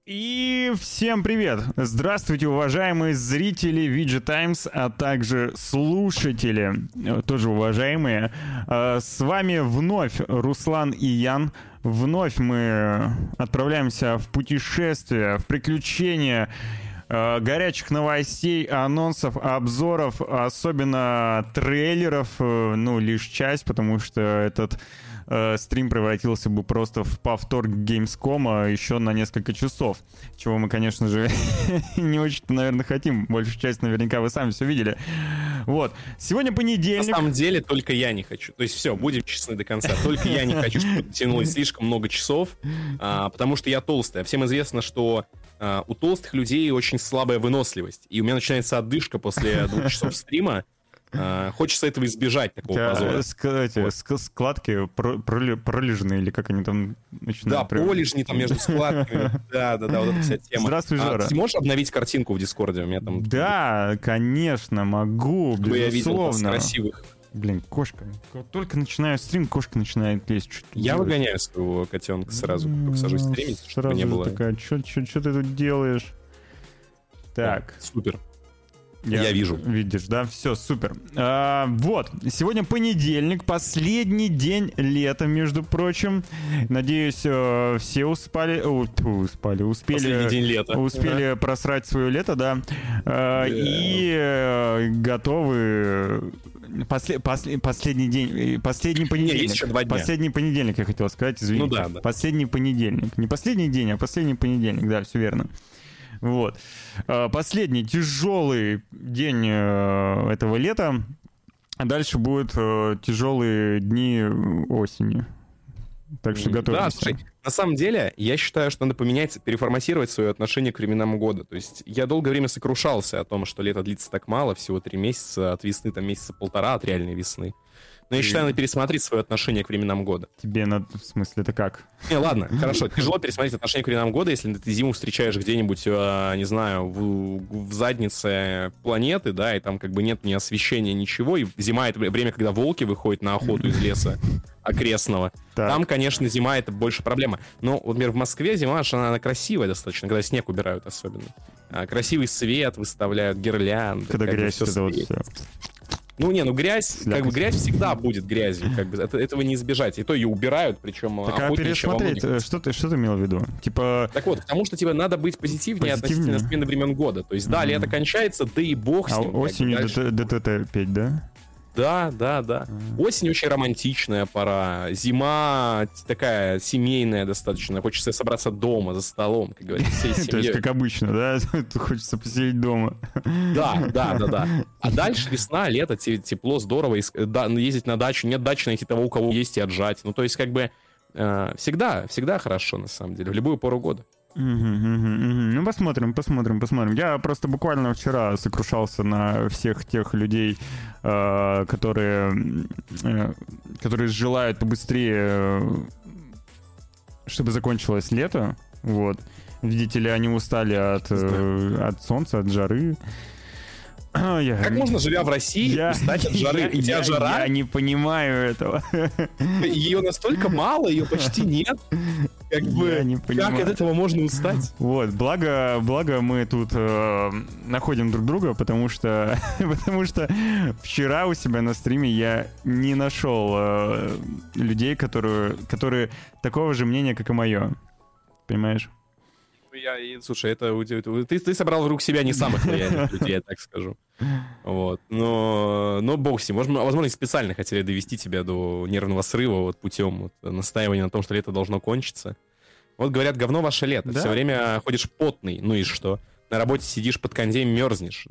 И всем привет! Здравствуйте, уважаемые зрители VG Times, а также слушатели, тоже уважаемые. С вами вновь Руслан и Ян. Вновь мы отправляемся в путешествие, в приключения горячих новостей, анонсов, обзоров, особенно трейлеров, ну, лишь часть, потому что этот стрим превратился бы просто в повтор Gamescom еще на несколько часов, чего мы, конечно же, не очень-то, наверное, хотим. Большую часть наверняка вы сами все видели. Вот. Сегодня понедельник. На самом деле, только я не хочу. То есть все, будем честны до конца. Только я не хочу, чтобы тянулось слишком много часов, потому что я толстый. А всем известно, что у толстых людей очень слабая выносливость. И у меня начинается отдышка после 2 часов стрима. Хочется этого избежать, такого позора. Складки пролежные, или как они там начинают? Да, пролежни там между складками. Да, вот эта вся тема. Здравствуй, Жора. Ты можешь обновить картинку в Дискорде? У меня там... Да, конечно, могу, безусловно. Я видел вас красивых. Блин, кошка. Только начинаю стрим, кошка начинает лезть. Я выгоняю своего котенка сразу, как сажусь стримить, чтобы не было. Такая, что ты тут делаешь? Так. Супер. Я вижу. Видишь, да? Все, супер. Вот, сегодня понедельник, последний день лета, между прочим. Надеюсь, все успели Последний день лета. Успели просрать свое лето, да. И готовы... Последний день, последний понедельник. Есть еще 2 дня. Последний понедельник, я хотел сказать, извините. Ну да. Последний понедельник. Не последний день, а последний понедельник, да, все верно. Вот. Последний тяжелый день этого лета. А дальше будут тяжелые дни осени. Так что готовьтесь. Да, слушай, на самом деле, я считаю, что надо переформатировать свое отношение к временам года. То есть я долгое время сокрушался о том, что лето длится так мало, всего 3 месяца, от весны там месяца 1,5 от реальной весны. Но я считаю, надо пересмотреть свое отношение к временам года. Тебе надо, в смысле, это как? Не, ладно, хорошо, тяжело пересмотреть отношение к временам года, если ты зиму встречаешь где-нибудь, не знаю, в заднице планеты, да, и там как бы нет ни освещения, ничего, и зима — это время, когда волки выходят на охоту из леса окрестного. Так. Там, конечно, зима — это больше проблема. Но, вот, например, в Москве зима, она красивая достаточно, когда снег убирают особенно. Красивый свет выставляют, гирлянды. Когда грязь, все вот все. Грязь, как бы грязь всегда будет грязью, как бы этого не избежать. И то ее убирают, причем охотнее, чем пересмотреть, что ты имел в виду? Типа... Так вот, потому что тебе надо быть позитивнее относительно смены времен года. То есть, да, лето кончается, да и бог с ним. Осенью ДТТ петь, да? Да. Осень очень романтичная пора. Зима такая семейная достаточно. Хочется собраться дома, за столом, как говорится, всей семьей. То есть, как обычно, да? Хочется посидеть дома. Да. А дальше весна, лето, тепло, здорово. Ездить на дачу. Нет дачи, найти того, у кого есть, и отжать. Ну, то есть, как бы, всегда хорошо, на самом деле, в любую пору года. Ну, посмотрим. Я просто буквально вчера сокрушался на всех тех людей, которые желают побыстрее, чтобы закончилось лето. Вот. Видите ли, они устали от солнца, от жары. Как можно, живя в России, устать от жары? У тебя жара? Я не понимаю этого. Ее настолько мало, ее почти нет. Как от этого можно устать? Вот, благо мы тут находим друг друга, потому что вчера у себя на стриме я не нашел людей, которые такого же мнения, как и мое. Понимаешь? Слушай, ты собрал вокруг себя не самых лояльных людей, я так скажу. Вот. Но бог с ним. Возможно, специально хотели довести тебя до нервного срыва вот путем настаивания на том, что лето должно кончиться. Вот говорят, говно ваше лето. Да? Все время ходишь потный. Ну и что? На работе сидишь под кондеем, мерзнешь.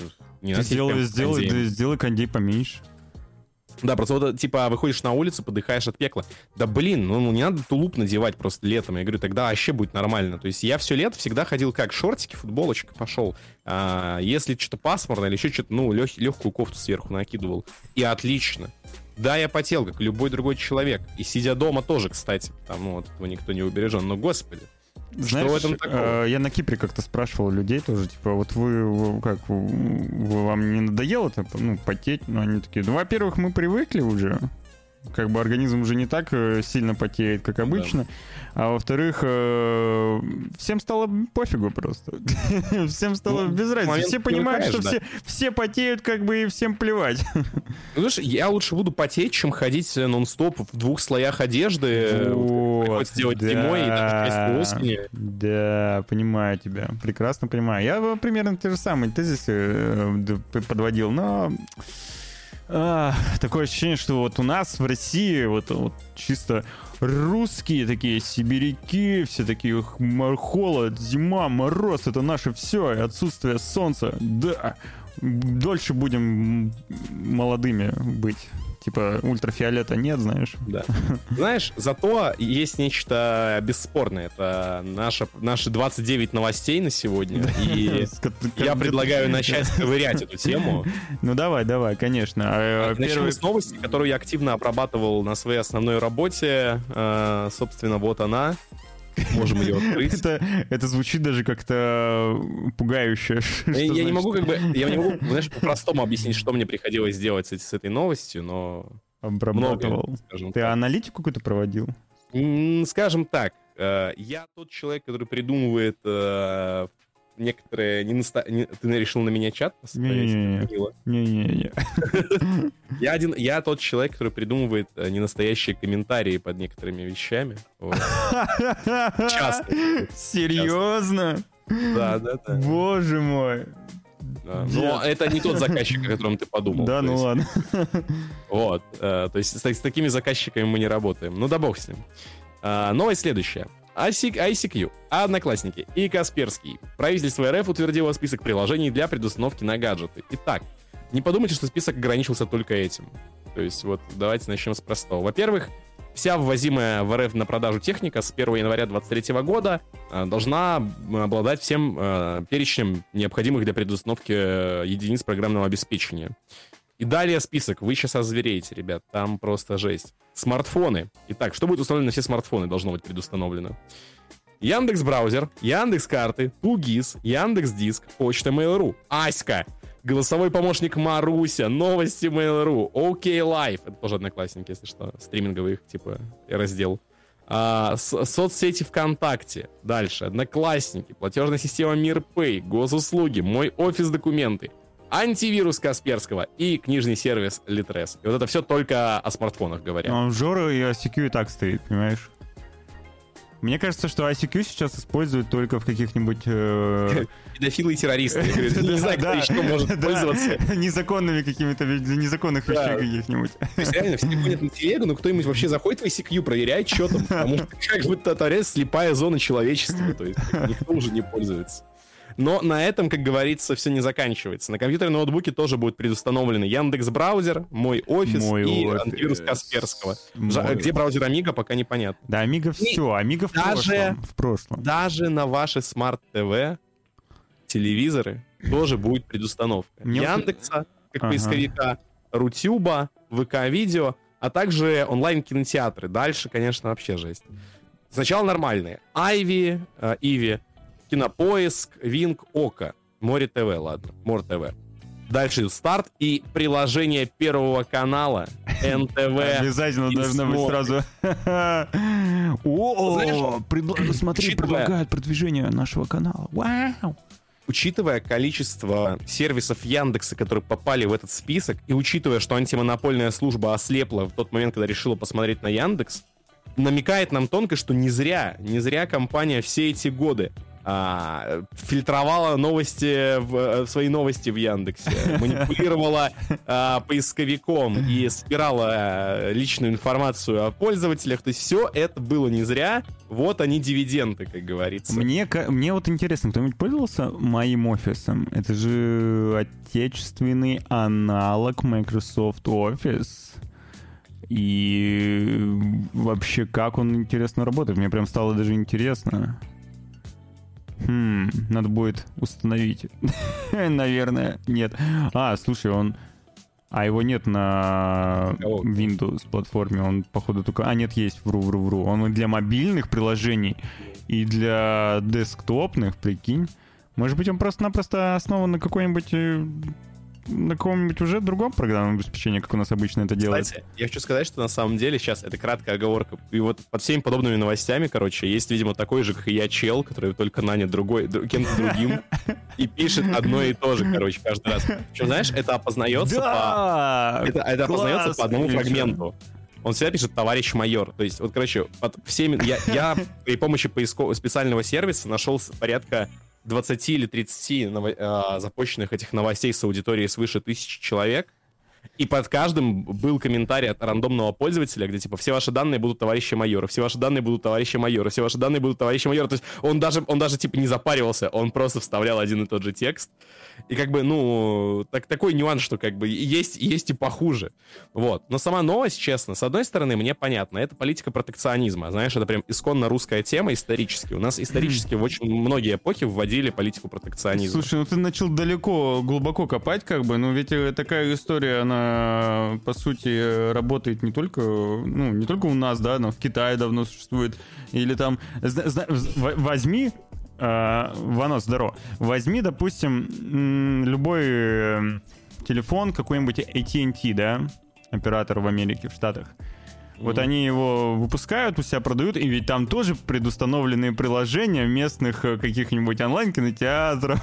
Сделай кондей поменьше. Да, просто вот, типа, выходишь на улицу, подыхаешь от пекла. Да блин, не надо тулуп надевать просто летом. Я говорю, тогда вообще будет нормально. То есть я все лето всегда ходил как? Шортики, футболочка, пошел. Если что-то пасмурно или еще что-то, легкую кофту сверху накидывал. И отлично. Да, я потел, как любой другой человек. И сидя дома тоже, кстати. Там, от этого никто не убережен. Но, господи. Знаешь, что в этом такого? Я на Кипре как-то спрашивал людей тоже, типа, вот вы вам не надоело потеть? Ну, они такие, во-первых, мы привыкли уже. как бы организм уже не так сильно потеет, как обычно. А во-вторых, всем стало пофигу просто. Всем стало без разницы. Все понимают, что все потеют, как бы, и всем плевать. Знаешь, я лучше буду потеть, чем ходить нон-стоп в 2 слоях одежды, приходится делать зимой и даже часть осени. Да, понимаю тебя. Прекрасно понимаю. Я примерно те же самые тезисы подводил, но... такое ощущение, что вот у нас в России вот чисто русские такие сибиряки, все такие холод, зима, мороз, это наше все, и отсутствие солнца. Да, дольше будем молодыми быть. Типа ультрафиолета нет, знаешь. Да. Знаешь, зато есть нечто бесспорное. Это наши 29 новостей на сегодня. И я предлагаю начать ковырять эту тему. Ну давай, конечно. Начнем с новости, которую я активно обрабатывал на своей основной работе. Собственно, вот она. Можем ее открыть. Это звучит даже как-то пугающе. Я не могу, знаешь, по-простому объяснить, что мне приходилось делать с этой новостью, но... Обрабатывал. Ты аналитику какую-то проводил? Скажем так, я тот человек, который придумывает некоторые... Ты решил на меня чат поставить? Не-не-не. Я тот человек, который придумывает ненастоящие комментарии под некоторыми вещами. Часто. Серьезно? Да. Боже мой. Но это не тот заказчик, о котором ты подумал. Да, ну ладно. Вот. То есть с такими заказчиками мы не работаем. Ну да бог с ним. Новость следующая. ICQ, Одноклассники и Касперский. Правительство РФ утвердило список приложений для предустановки на гаджеты. Итак, не подумайте, что список ограничился только этим. То есть вот давайте начнем с простого. Во-первых, вся ввозимая в РФ на продажу техника с 1 января 2023 года должна обладать всем перечнем необходимых для предустановки единиц программного обеспечения. И далее список. Вы сейчас озвереете, ребят. Там просто жесть. Смартфоны. Итак, что будет установлено на все смартфоны? Должно быть предустановлено. Яндекс.Браузер, Яндекс.Карты, Тугис, Яндекс.Диск, Почта Mail.ru, Аська, голосовой помощник Маруся, новости Mail.ru, OK Live. Это тоже Одноклассники, если что. Стриминговый их, типа, раздел. Соцсети ВКонтакте. Дальше. Одноклассники, платежная система Мирпэй, госуслуги, мой офис документы, антивирус Касперского и книжный сервис Litres. И вот это все только о смартфонах говорят. Ну, Жора и ICQ и так стоит, понимаешь? Мне кажется, что ICQ сейчас используют только в каких-нибудь... Педофилы и террористы. Не знаю, кто еще может пользоваться. Незаконными какими-то, для незаконных вещей каких-нибудь. То есть реально, все ходят на телегу, но кто-нибудь вообще заходит в ICQ, проверяет, что там. Потому что как будто это слепая зона человечества. То есть никто уже не пользуется. Но на этом, как говорится, все не заканчивается. На компьютере и ноутбуке тоже будет предустановлены Яндекс.Браузер, мой офис и антивирус Касперского. Где браузер Amiga, пока непонятно. Да, Amiga все, Amiga в прошлом. Даже на ваши смарт-ТВ, телевизоры, тоже будет предустановка. Яндекса, как поисковика, Рутюба, ВК-видео, а также онлайн-кинотеатры. Дальше, конечно, вообще жесть. Сначала нормальные. Айви, Иви, Кинопоиск, Винг, Ока, Море ТВ, ладно, Мор ТВ. Дальше старт и приложение Первого канала, НТВ. Обязательно должно быть сразу. Смотри, предлагают продвижение нашего канала. Вау! Учитывая количество сервисов Яндекса, которые попали в этот список, и учитывая, что антимонопольная служба ослепла в тот момент, когда решила посмотреть на Яндекс, намекает нам тонко, что не зря компания все эти годы фильтровала свои новости в Яндексе, манипулировала поисковиком и собирала личную информацию о пользователях. То есть все это было не зря. Вот они дивиденды, как говорится. Мне вот интересно, кто-нибудь пользовался моим офисом? Это же отечественный аналог Microsoft Office. И вообще, как он интересно работает? Мне прям стало даже интересно. Надо будет установить. Наверное, нет. Слушай, его нет на Windows платформе. Он, походу, только... нет, есть, вру. Он для мобильных приложений и для десктопных, прикинь. Может быть, он просто-напросто основан на какой-нибудь на каком-нибудь уже другом программном обеспечении, как у нас обычно это делается. Кстати, я хочу сказать, что на самом деле сейчас это краткая оговорка. И вот под всеми подобными новостями, короче, есть, видимо, такой же, как и я, чел, который только нанят кем-то другим и пишет одно и то же, короче, каждый раз. Причем, знаешь, это опознается по одному фрагменту. Он всегда пишет «товарищ майор». То есть, вот, короче, под всеми... Я при помощи специального сервиса нашел порядка 20 или 30 запущенных этих новостей с аудиторией свыше 1000 человек. И под каждым был комментарий от рандомного пользователя, где типа все ваши данные будут товарища майора, все ваши данные будут товарища майора, все ваши данные будут товарища майора. То есть он даже типа не запаривался, он просто вставлял один и тот же текст. И как бы, ну, такой нюанс, что как бы есть и похуже. Вот. Но сама новость, честно, с одной стороны, мне понятно, это политика протекционизма. Знаешь, это прям исконно русская тема исторически. У нас исторически в очень многие эпохи вводили политику протекционизма. Слушай, ну ты начал глубоко копать, как бы, но ведь такая история, она, по сути, работает не только у нас, да, но в Китае давно существует. Или там, возьми, Ванос, здорово. Возьми, допустим, любой телефон, какой-нибудь AT&T, да, оператор в Америке, в Штатах. Вот они его выпускают, у себя продают, и ведь там тоже предустановленные приложения местных каких-нибудь онлайн-кинотеатров,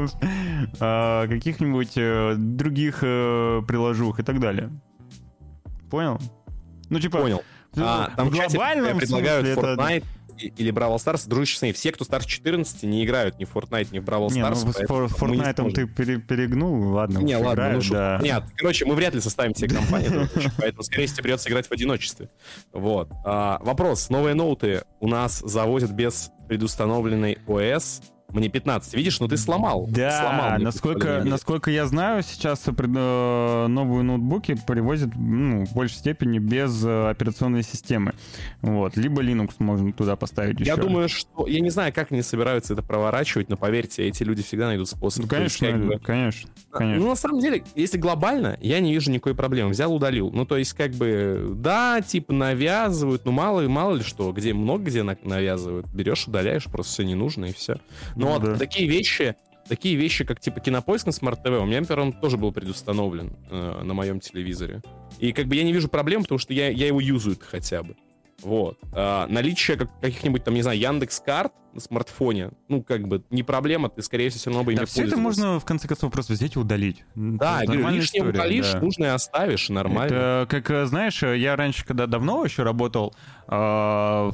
каких-нибудь других приложух и так далее. Понял? Ну, типа... Понял. Там в глобальном предлагают смысле Fortnite или Бравл Старс. Дружище, смотри, все, кто старше 14, не играют ни в Fortnite, ни в Бравл Старс. Ну, с Fortnite ты перегнул, ладно. Не, ладно, играют, ну да. Нет, короче, мы вряд ли составим себе компанию, поэтому, скорее всего, придется играть в одиночестве. Вот. Вопрос. Новые ноуты у нас завозят без предустановленной ОС. Мне 15. Видишь, ну ты сломал. Да, насколько я знаю, сейчас новые ноутбуки привозят в большей степени без операционной системы. Вот. Либо Linux можно туда поставить еще. Я думаю, что... Я не знаю, как они собираются это проворачивать, но поверьте, эти люди всегда найдут способ. Ну, конечно. Ну, на самом деле, если глобально, я не вижу никакой проблемы. Взял, удалил. Ну, то есть, как бы, да, типа, навязывают, ну, мало ли что, где навязывают. Берешь, удаляешь, просто все не нужно, и все. Но вот такие вещи, как типа Кинопоиск на Смарт ТВ, у меня, например, он тоже был предустановлен на моем телевизоре. И как бы я не вижу проблем, потому что я его юзаю хотя бы. Вот. Наличие каких-нибудь там, не знаю, Яндекс.Карт на смартфоне, ну, как бы, не проблема, ты, скорее всего, все равно бы ими пользовался. Все это можно, в конце концов, просто взять и удалить. Да, лишнее удалишь, нужное оставишь, нормально. Это, как, знаешь, я раньше, когда давно еще работал в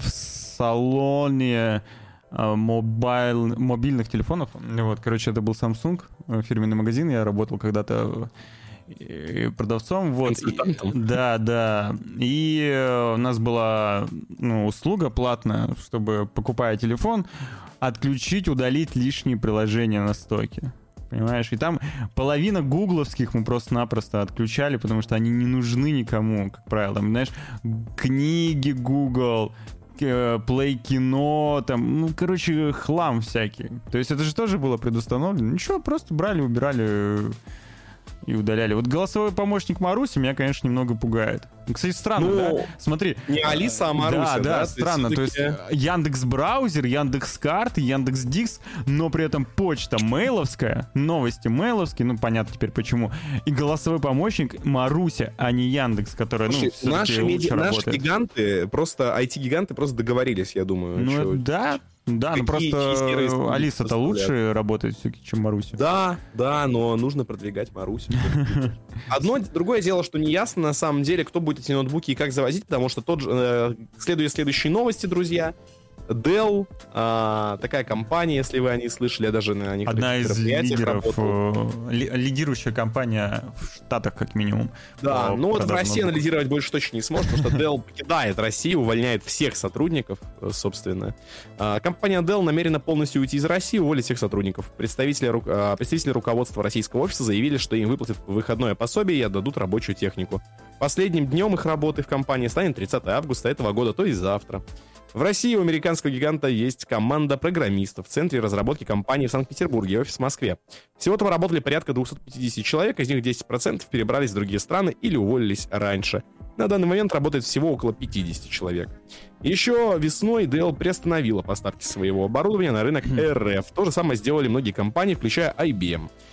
салоне мобильных телефонов. Вот, короче, это был Samsung, фирменный магазин. Я работал когда-то продавцом. Вот. Да. И у нас была услуга платная, чтобы, покупая телефон, отключить, удалить лишние приложения на стоке. Понимаешь? И там половина гугловских мы просто-напросто отключали, потому что они не нужны никому, как правило. Там, знаешь, книги Google, Play кино, там, короче, хлам всякий. То есть это же тоже было предустановлено. Ничего, просто брали, убирали и удаляли. Вот голосовой помощник Маруси меня, конечно, немного пугает. Кстати, странно, да? Смотри. Не Алиса, а Маруся, да? Да, странно. То есть Яндекс.Браузер, Яндекс.Карты, Яндекс.Дикс, но при этом почта мейловская, новости мейловские, понятно теперь почему, и голосовой помощник Маруся, а не Яндекс, которая, наши гиганты, просто IT-гиганты просто договорились, я думаю. Да, просто Алиса-то лучше работает все-таки, чем Маруся. Да, но нужно продвигать Марусю. Другое дело, что не ясно на самом деле, кто будет эти ноутбуки и как завозить, потому что следующие новости, друзья. Dell, такая компания, если вы о ней слышали, я даже на них одна из лидеров, лидирующая компания в Штатах, как минимум. Да, ну вот в России она лидировать больше точно не сможет, потому что Dell покидает Россию, увольняет всех сотрудников, собственно. Компания Dell намерена полностью уйти из России, уволить всех сотрудников. Представители руководства российского офиса заявили, что им выплатят выходное пособие и отдадут рабочую технику. Последним днем их работы в компании станет 30 августа этого года, то есть завтра. В России у американского гиганта есть команда программистов в центре разработки компании в Санкт-Петербурге и офис в Москве. Всего там работали порядка 250 человек, из них 10% перебрались в другие страны или уволились раньше. На данный момент работает всего около 50 человек. Еще весной Dell приостановила поставки своего оборудования на рынок РФ. То же самое сделали многие компании, включая IBM.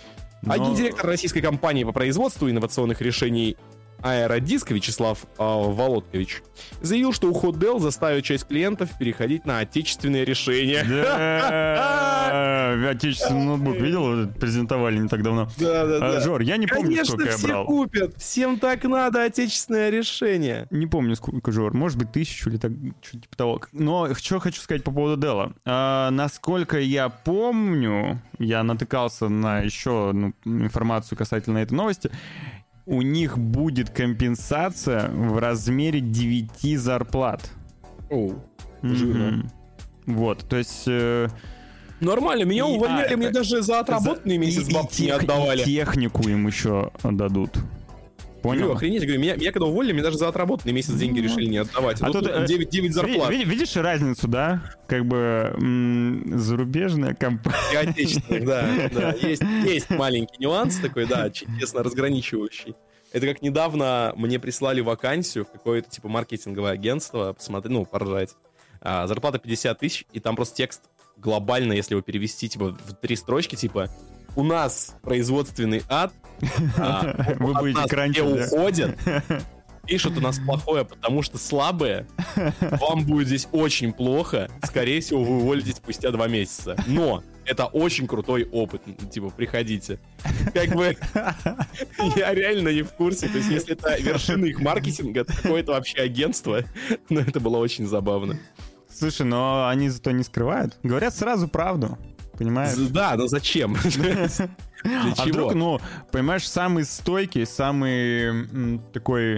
Один директор российской компании по производству инновационных решений Аэродиск Вячеслав Володкович заявил, что уход Dell заставит часть клиентов переходить на отечественные решения. Да, отечественный ноутбук видел? Презентовали не так давно. Да. Жор, я не помню, сколько я брал. Конечно, все купят. Всем так надо отечественное решение. Не помню, сколько, Жор. Может быть, 1000 или так, что-то типа того. Но что хочу сказать по поводу Dell. Насколько я помню, я натыкался на еще информацию касательно этой новости. У них будет компенсация в размере 9 зарплат. Жирно. Вот, то есть... Нормально, меня увольняли, мне даже за отработанный месяц бабки не отдавали. И технику им еще дадут. Понял? Охренеть, говорю, меня когда уволили, мне даже за отработанный месяц деньги решили не отдавать. А тут 9 зарплат. Видишь разницу, да? Как бы зарубежная компания. И отечественная, да. Есть маленький нюанс такой, да, честно разграничивающий. Это как недавно мне прислали вакансию в какое-то типа маркетинговое агентство, посмотреть, поржать. Зарплата 50 тысяч, и там просто текст глобально, если его перевести типа в 3 строчки, типа у нас производственный ад, вы будете кранчить, все уходят, пишут у нас плохое, потому что слабые, вам будет здесь очень плохо, скорее всего, вы уволитесь спустя 2 месяца. Но это очень крутой опыт, типа, приходите. Как бы, я реально не в курсе, то есть, если это вершина их маркетинга, это какое-то вообще агентство, но это было очень забавно. Слушай, но они зато не скрывают. Говорят сразу правду, понимаешь? Да, но зачем? А вдруг, понимаешь, самый стойкий, самый такой...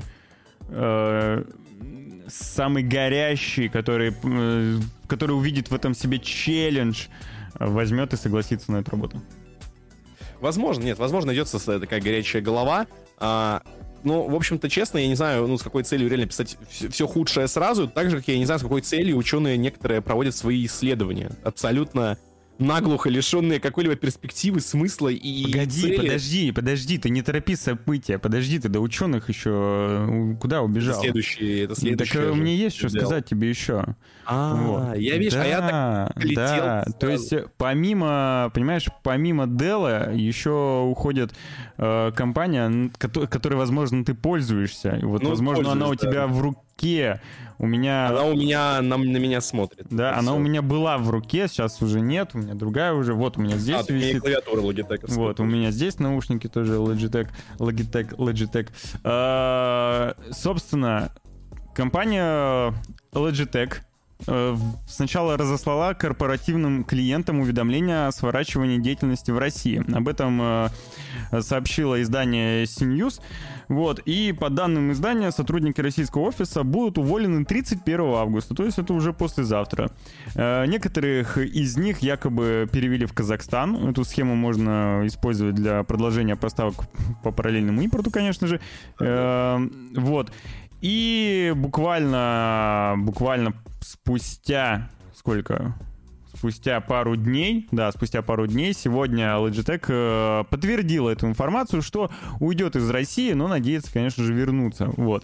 самый горящий, который увидит в этом себе челлендж, возьмет и согласится на эту работу. Возможно, найдется такая горячая голова. В общем-то, честно, я не знаю, с какой целью реально писать все худшее сразу, так же, как я не знаю, с какой целью ученые некоторые проводят свои исследования. Абсолютно наглухо лишенные какой-либо перспективы, смысла и цели. Подожди, ты не торопи события, подожди, ты до ученых еще куда убежал? Это следующее. Так мне есть что сказать тебе еще. Я так летел. Да, то есть помимо Dell еще уходит компания, которой, возможно, ты пользуешься. Вот, возможно, она у тебя в руке. Она на меня смотрит. Да, она у меня была в руке, сейчас уже нет, у меня другая уже. Вот у меня здесь висит. Клавиатура Logitech. Вот, у меня здесь наушники тоже Logitech. Собственно, компания Logitech сначала разослала корпоративным клиентам уведомления о сворачивании деятельности в России. Об этом сообщило издание CNews. Вот. И по данным издания, сотрудники российского офиса будут уволены 31 августа, то есть это уже послезавтра. Некоторых из них якобы перевели в Казахстан. Эту схему можно использовать для продолжения поставок по параллельному импорту, конечно же. Вот. И буквально спустя пару дней сегодня Logitech подтвердила эту информацию, что уйдет из России, но надеется, конечно же, вернуться. Вот.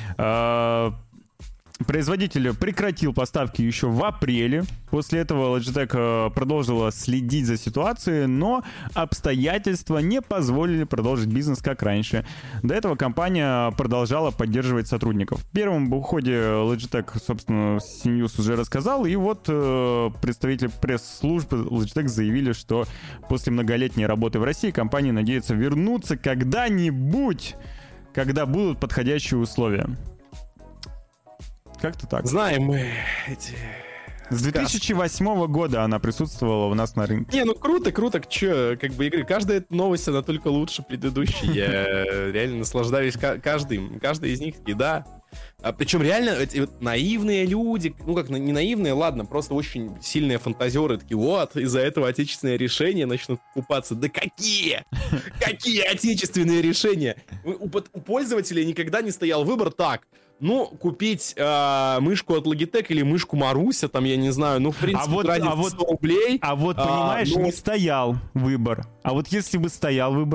Производитель прекратил поставки еще в апреле. После этого Logitech продолжила следить за ситуацией, но обстоятельства не позволили продолжить бизнес как раньше. До этого компания продолжала поддерживать сотрудников. В первом уходе Logitech, собственно, CNews уже рассказал, и вот представители пресс-службы Logitech заявили, что после многолетней работы в России компания надеется вернуться когда-нибудь, когда будут подходящие условия. Как-то так. Знаем мы эти... С 2008 года она присутствовала у нас на рынке. Круто. Чё, как бы, Игорь, каждая новость, она только лучше предыдущей. Я реально наслаждаюсь каждой из них, и да. Причем реально эти вот наивные люди, не наивные, ладно, просто очень сильные фантазеры, такие, вот, из-за этого отечественные решения начнут покупаться. Да какие? Какие отечественные решения? У пользователя никогда не стоял выбор так. Купить мышку от Logitech или мышку Маруся, там, я не знаю, в принципе, тратить 100 рублей. Понимаешь, не стоял выбор. А вот если бы стоял выбор,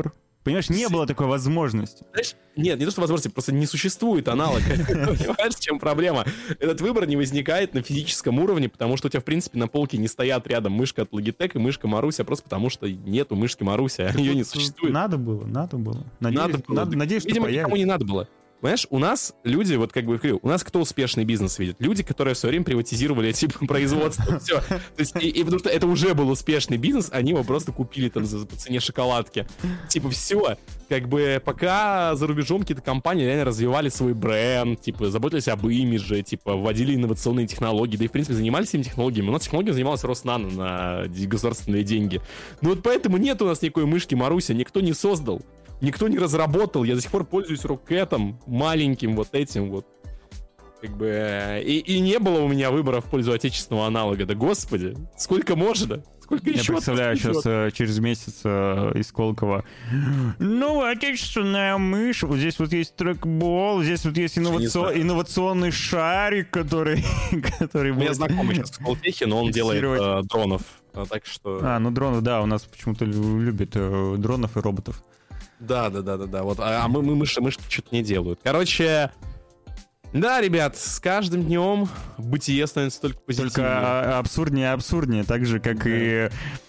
Понимаешь, не было такой возможности. Знаешь, нет, не то, что возможности, просто не существует аналог. Понимаешь, в чем проблема? Этот выбор не возникает на физическом уровне, потому что у тебя, в принципе, на полке не стоят рядом мышка от Logitech и мышка Маруся, просто потому что нету мышки Маруся, ее не существует. Надо было. Надеюсь, что видимо, появится. никому не надо было. Понимаешь, у нас люди, вот как бы говорю, у нас кто успешный бизнес видит? Люди, которые все время приватизировали типа производство, все. То есть, и потому что это уже был успешный бизнес, они его просто купили там по цене шоколадки. Типа все. Как бы пока за рубежом какие-то компании реально развивали свой бренд, типа заботились об имидже, типа вводили инновационные технологии, да и в принципе занимались этими технологиями. У нас технологиями занималась Роснано на государственные деньги. Ну вот поэтому нет у нас никакой мышки Маруся, никто не создал. Никто не разработал, я до сих пор пользуюсь рокетом, маленьким вот этим вот. Как бы... И не было у меня выбора в пользу отечественного аналога. Да господи, сколько можно? Сколько Я еще? представляю сейчас через месяц из Сколково. Ну, отечественная мышь. Вот здесь вот есть трекбол, здесь вот есть инновационный шарик, который У меня знакомый сейчас в Сколтехе, но он делает дронов. Так что... ну дронов, да, у нас почему-то любят дронов и роботов. Да. Вот, мышки что-то не делают. Короче, да, ребят, с каждым днем бытие становится только позитивнее. Только абсурднее и абсурднее, так же, как и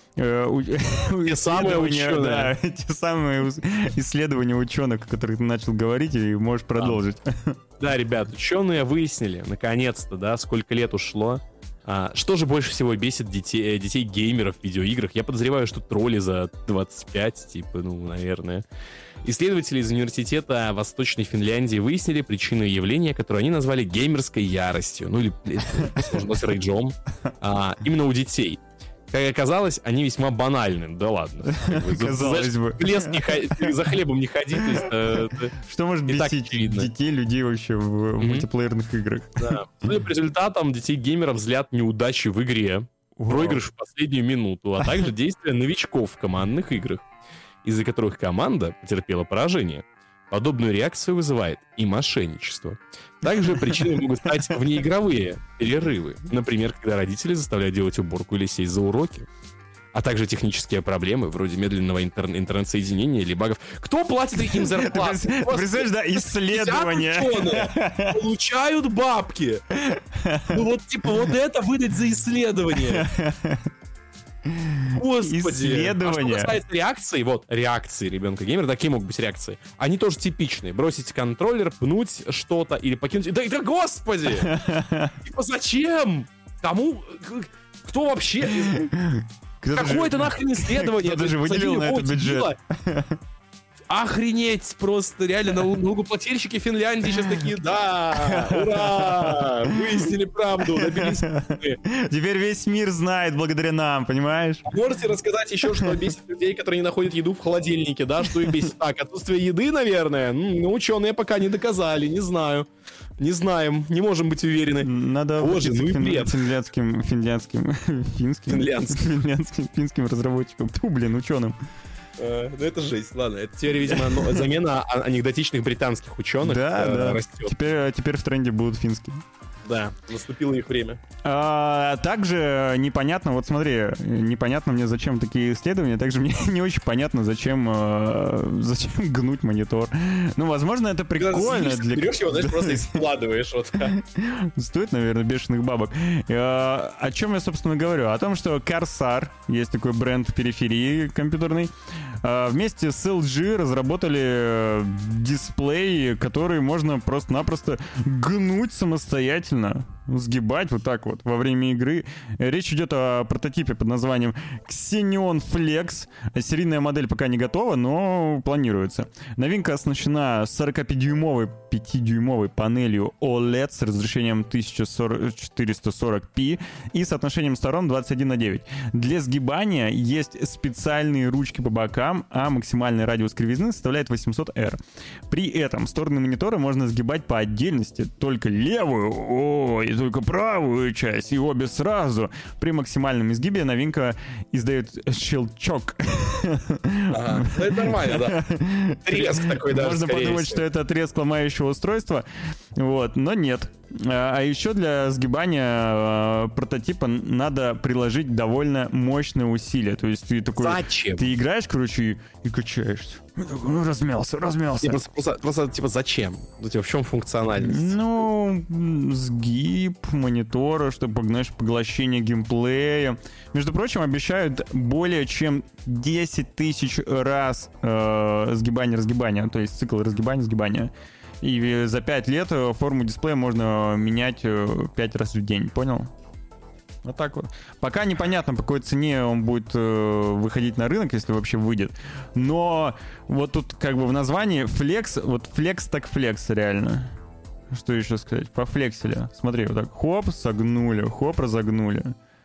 те самые ученые. Да, те самые исследования ученых, о которых ты начал говорить, и можешь продолжить. Да, ребят, ученые выяснили, наконец-то, да, сколько лет ушло. Что же больше всего бесит детей-геймеров в видеоиграх? Я подозреваю, что тролли за 25, типа, наверное. Исследователи из университета Восточной Финляндии выяснили причину явления, которую они назвали геймерской яростью. Ну или, можно сказать, рейджом. Именно у детей. Как оказалось, они весьма банальны. Да ладно. Казалось бы. В лес за хлебом не ходи. Что может бесить детей, людей вообще в мультиплеерных играх? Да. Судя по результатам, детей-геймеров злят неудачи в игре, проигрыш в последнюю минуту, а также действия новичков в командных играх, из-за которых команда потерпела поражение. Подобную реакцию вызывает и мошенничество. Также причиной могут стать внеигровые перерывы. Например, когда родители заставляют делать уборку или сесть за уроки. А также технические проблемы, вроде медленного интернет-соединения или багов. Кто платит им зарплату? Представляешь, да, исследования. Получают бабки. Ну вот, типа, вот это выдать за исследование. Господи. Исследования. А что касается реакции ребенка-геймера, такие могут быть реакции. Они тоже типичные. Бросить контроллер, пнуть что-то или покинуть... Да господи! Типа зачем? Кому? Кто вообще? Какое это нахрен исследование? Кто-то же выделил на это бюджет. Охренеть просто, реально, налогоплательщики Финляндии сейчас такие, да, ура, выяснили правду, добились. Теперь весь мир знает благодаря нам, понимаешь? Можете рассказать еще, что бесит людей, которые не находят еду в холодильнике, да, что их бесит? Так, отсутствие еды, наверное? Ну, ученые пока не доказали, не знаю. Не знаем, не можем быть уверены. Надо обратиться к финским разработчикам. Ученым. Ну это жесть, ладно. Это теперь, видимо, замена анекдотичных британских ученых растет. Теперь в тренде будут финские. Да, наступило их время. Также непонятно, вот смотри, непонятно мне, зачем такие исследования, также мне не очень понятно, зачем гнуть монитор. Ну, возможно, это прикольно. Берешь его, знаешь, просто и складываешь. Вот. Стоит, наверное, бешеных бабок. О чем я, собственно, говорю? О том, что Corsair, есть такой бренд периферии компьютерной, вместе с LG разработали дисплей, который можно просто-напросто гнуть самостоятельно, сгибать вот так вот во время игры. Речь идет о прототипе под названием Xenon Flex. Серийная модель пока не готова, но планируется. Новинка оснащена 45-дюймовой панелью OLED с разрешением 1440p и соотношением сторон 21:9. Для сгибания есть специальные ручки по бокам, а максимальный радиус кривизны составляет 800 R. При этом стороны монитора можно сгибать по отдельности, только левую, и только правую часть, и обе сразу. При максимальном изгибе новинка издает щелчок. Ага, это нормально, да. Треск такой даже. Можно подумать, что это треск ломающего устройства, вот, но нет. А еще для сгибания прототипа надо приложить довольно мощные усилия. То есть ты такой... Зачем? Ты играешь, короче, и качаешься. Размялся. Просто, типа, зачем? Ну, типа, в чем функциональность? Ну, сгиб монитора, чтобы, знаешь, поглощение геймплея. Между прочим, обещают более чем 10 тысяч раз сгибание-разгибание. То есть цикл разгибания-сгибания. И за 5 лет форму дисплея можно менять 5 раз в день, понял? Вот так вот. Пока непонятно, по какой цене он будет выходить на рынок, если вообще выйдет. Но вот тут как бы в названии флекс, вот флекс так флекс реально. Что еще сказать? Пофлексили. Смотри, вот так хоп, согнули, хоп, разогнули.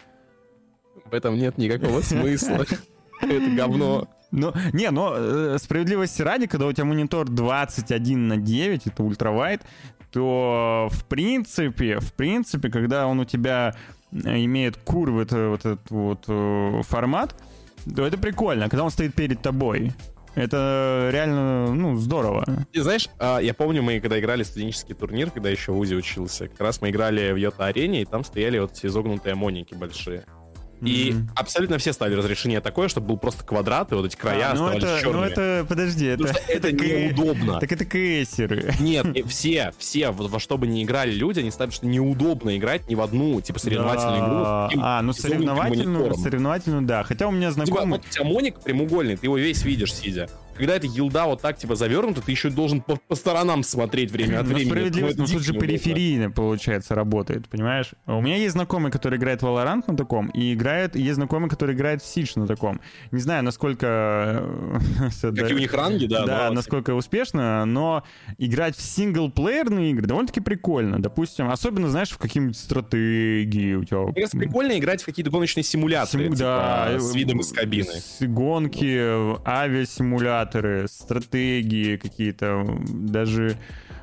В этом нет никакого смысла. Это говно. Но справедливости ради, когда у тебя монитор 21:9, это ультравайд, то в принципе, когда он у тебя имеет курвы, вот этот вот формат, то это прикольно, когда он стоит перед тобой. Это реально, здорово. И знаешь, я помню, мы когда играли студенческий турнир, когда еще в УЗИ учился, как раз мы играли в Йота-арене, и там стояли вот эти изогнутые моники большие. И абсолютно все ставили разрешение такое, чтобы был просто квадрат, и вот эти края оставались черными. Подожди, это неудобно. Так это кейсеры. Нет, все, во что бы ни играли люди, они ставят, что неудобно играть ни в одну, типа, соревновательную игру. Соревновательную, да. Хотя у меня знакомый... Типа, у тебя моник прямоугольный, ты его весь видишь, сидя. Когда эта елда вот так, типа, завернута, ты еще должен по сторонам смотреть время от времени. Справедливость, тут же периферийно, получается, работает, понимаешь? У меня есть знакомый, который играет в Valorant на таком, и есть знакомый, который играет в Siege на таком. Не знаю, насколько... Какие у них ранги, да. Да, насколько успешно, но играть в синглплеерные игры довольно-таки прикольно. Допустим, особенно, знаешь, в какие-нибудь стратегии у тебя... Мне прикольно играть в какие-то гоночные симуляторы, да, с видом из кабины. Гонки, авиасимуляторы, стратегии какие-то, даже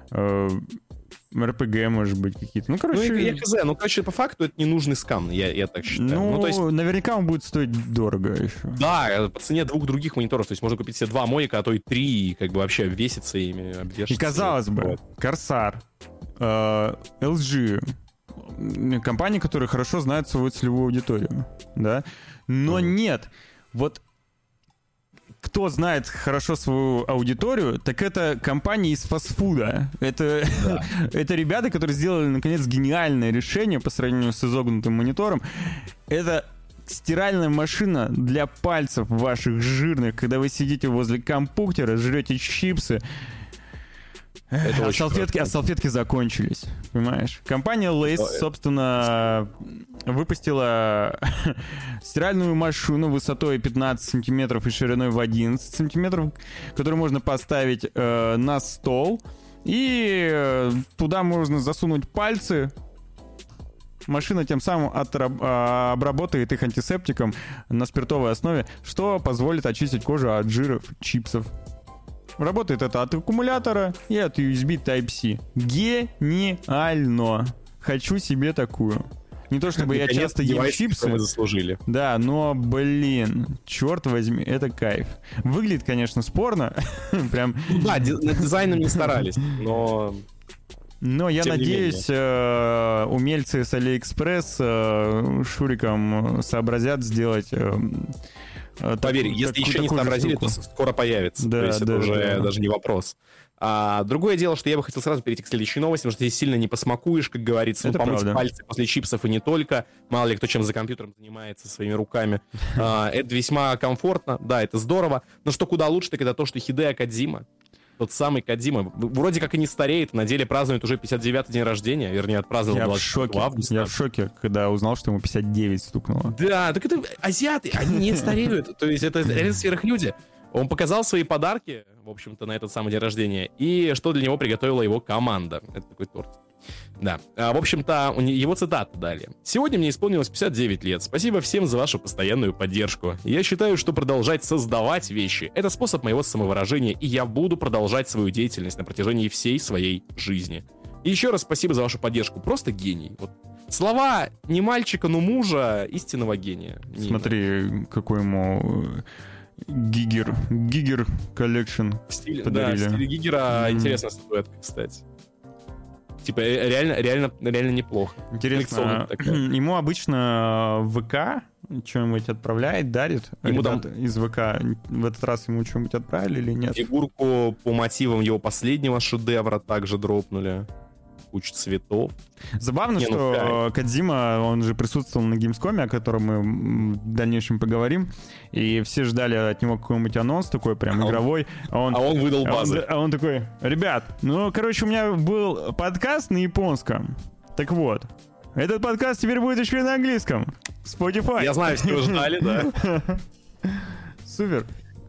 РПГ, может быть, какие-то. Короче, по факту это ненужный скам, я так считаю. То есть... наверняка он будет стоить дорого еще. Да, по цене 2 других мониторов, то есть можно купить себе 2 моника, а то и 3, и как бы вообще обвеситься ими, обвешаться. И казалось бы, Corsair, LG, компании, которые хорошо знают свою целевую аудиторию, да? Но нет, вот кто знает хорошо свою аудиторию, так это компании из фастфуда. Это ребята, которые сделали, наконец, гениальное решение по сравнению с изогнутым монитором. Это стиральная машина для пальцев ваших жирных, когда вы сидите возле компьютера, жрете чипсы, салфетки закончились, понимаешь? Компания Lay's, собственно, выпустила стиральную машину высотой 15 сантиметров и шириной в 11 сантиметров, которую можно поставить на стол, и туда можно засунуть пальцы. Машина тем самым обработает их антисептиком на спиртовой основе, что позволит очистить кожу от жиров, чипсов. Работает это от аккумулятора и от USB Type-C. Гениально. Хочу себе такую. Не то чтобы я часто ем чипсы. Мы заслужили. Да, но, черт возьми, это кайф. Выглядит, конечно, спорно. Прям... Да, над дизайном не старались, но... Но я надеюсь, умельцы с AliExpress шуриком сообразят сделать... Поверь, если еще не сообразили, то скоро появится. Да, то есть это уже даже не вопрос. Другое дело, что я бы хотел сразу перейти к следующей новости, потому что здесь сильно не посмакуешь, как говорится. Помыть пальцы после чипсов и не только. Мало ли кто чем за компьютером занимается своими руками. Это весьма комфортно, да, это здорово. Но что куда лучше, так это то, что Хидео Кодзима, тот самый Кодзима, вроде как и не стареет, на деле празднует уже 59-й день рождения, вернее, отпраздновал 26 августа. Я в шоке, когда узнал, что ему 59 стукнуло. Да, так это азиаты, они не стареют, то есть это реально сверхлюди. Он показал свои подарки, в общем-то, на этот самый день рождения, и что для него приготовила его команда. Это такой торт. Да, в общем-то, его цитата далее. «Сегодня мне исполнилось 59 лет. Спасибо всем за вашу постоянную поддержку. Я считаю, что продолжать создавать вещи — это способ моего самовыражения, и я буду продолжать свою деятельность на протяжении всей своей жизни. И еще раз спасибо за вашу поддежку. Просто гений». Вот. Слова не мальчика, но мужа, истинного гения. Смотри, какой ему... Гигер коллекшн подарили. Да, в стиле Гигера интересная статуэтка, кстати. Типа, реально неплохо. Интересно, ему обычно ВК что-нибудь отправляет, дарит? Ему там из ВК в этот раз ему что-нибудь отправили или нет? Фигурку по мотивам его последнего шедевра также дропнули. Куча цветов. Забавно, что Кодзима, он же присутствовал на Gamescom, о котором мы в дальнейшем поговорим, и все ждали от него какой-нибудь анонс такой прям игровой. А он выдал базы. А он такой: ребят, ну, короче, у меня был подкаст на японском. Так вот, этот подкаст теперь будет еще и на английском. Spotify. Я знаю, все ждали, да. Супер.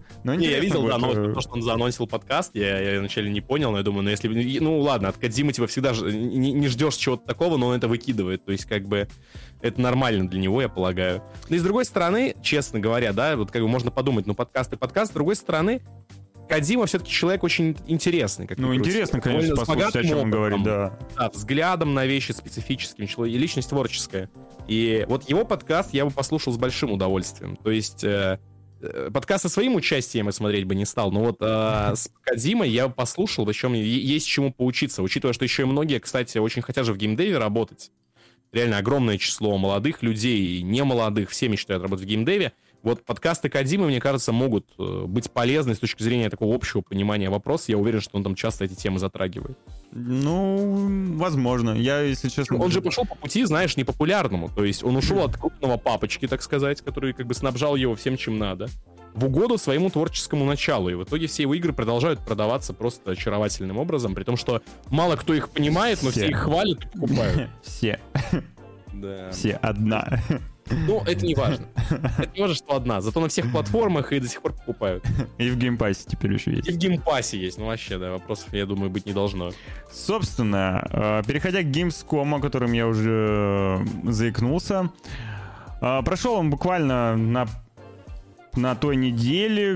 Я видел, да, но то, что он заанонсил подкаст, я вначале не понял, но я думаю, ну ладно, от Кодзимы типа всегда не ждешь чего-то такого, но он это выкидывает, то есть как бы это нормально для него, я полагаю. Но и с другой стороны, честно говоря, да, вот как бы можно подумать, ну подкаст и подкаст, с другой стороны, Кодзима все-таки человек очень интересный. Как интересно, конечно, послушать, о чем он говорит, да. Да, взглядом на вещи специфическим, и личность творческая. И вот его подкаст я бы послушал с большим удовольствием, то есть... Подкаст со своим участием я смотреть бы не стал, но вот с Кодзимой я послушал, причем есть чему поучиться, учитывая, что еще и многие, кстати, очень хотят же в геймдеве работать. Реально огромное число молодых людей и немолодых, все мечтают работать в геймдеве. Вот подкасты Кодзимы, мне кажется, могут быть полезны с точки зрения такого общего понимания вопроса. Я уверен, что он там часто эти темы затрагивает. Ну, возможно. Я, если честно... Он же пошел по пути, знаешь, непопулярному. То есть он ушел от крупного папочки, так сказать, который как бы снабжал его всем, чем надо, в угоду своему творческому началу. И в итоге все его игры продолжают продаваться просто очаровательным образом, при том, что мало кто их понимает, но все их хвалят и покупают. Все. Да. Все одна. Ну, это не важно. Это не важно, что одна. Зато на всех платформах и до сих пор покупают. И в геймпассе теперь еще есть. И в геймпассе есть. Ну, вообще, да, вопросов, я думаю, быть не должно. Собственно, переходя к Gamescom, о котором я уже заикнулся, прошел он буквально на той неделе,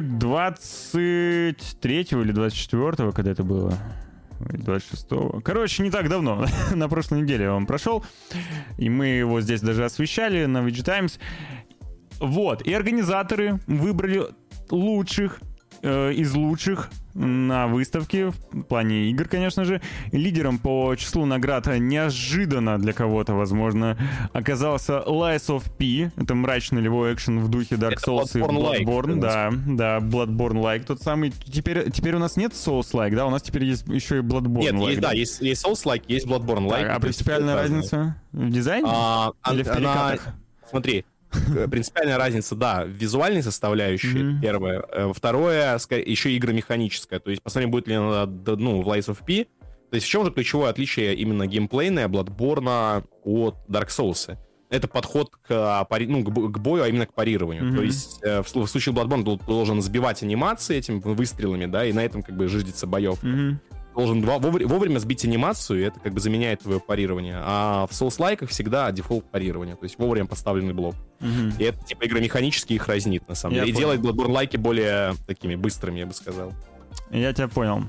23 или 24, когда это было? 26-го. Короче, не так давно. На прошлой неделе он прошел. И мы его здесь даже освещали на VG Times. Вот. И организаторы выбрали лучших из лучших на выставке, в плане игр, конечно же. Лидером по числу наград неожиданно для кого-то, возможно, оказался Lies of P. Это мрачный левой экшен в духе Dark Souls и Bloodborne. Да, Bloodborne-like тот самый. Теперь у нас нет Souls-like, да? У нас теперь есть еще и Bloodborne-like. Нет, есть Souls-like, есть Bloodborne-like. А принципиальная разница в дизайне? Или в перекатах? Смотри, принципиальная разница, да, в визуальной составляющей, первое. Второе, еще игромеханическая. То есть, посмотрим, будет ли она, в Lies of P. То есть, в чем же ключевое отличие именно геймплейное Bloodborne от Dark Souls? Это подход к бою, а именно к парированию. То есть, в случае Bloodborne ты должен сбивать анимации этими выстрелами, да, и на этом как бы жиждется боевка. Должен вовремя сбить анимацию, и это как бы заменяет твое парирование. А в Souls-лайках всегда дефолт парирования, то есть вовремя поставленный блок. И это типа игромеханически их разнит, на самом деле. И делает Bloodborne-лайки более такими быстрыми, я бы сказал. Я тебя понял.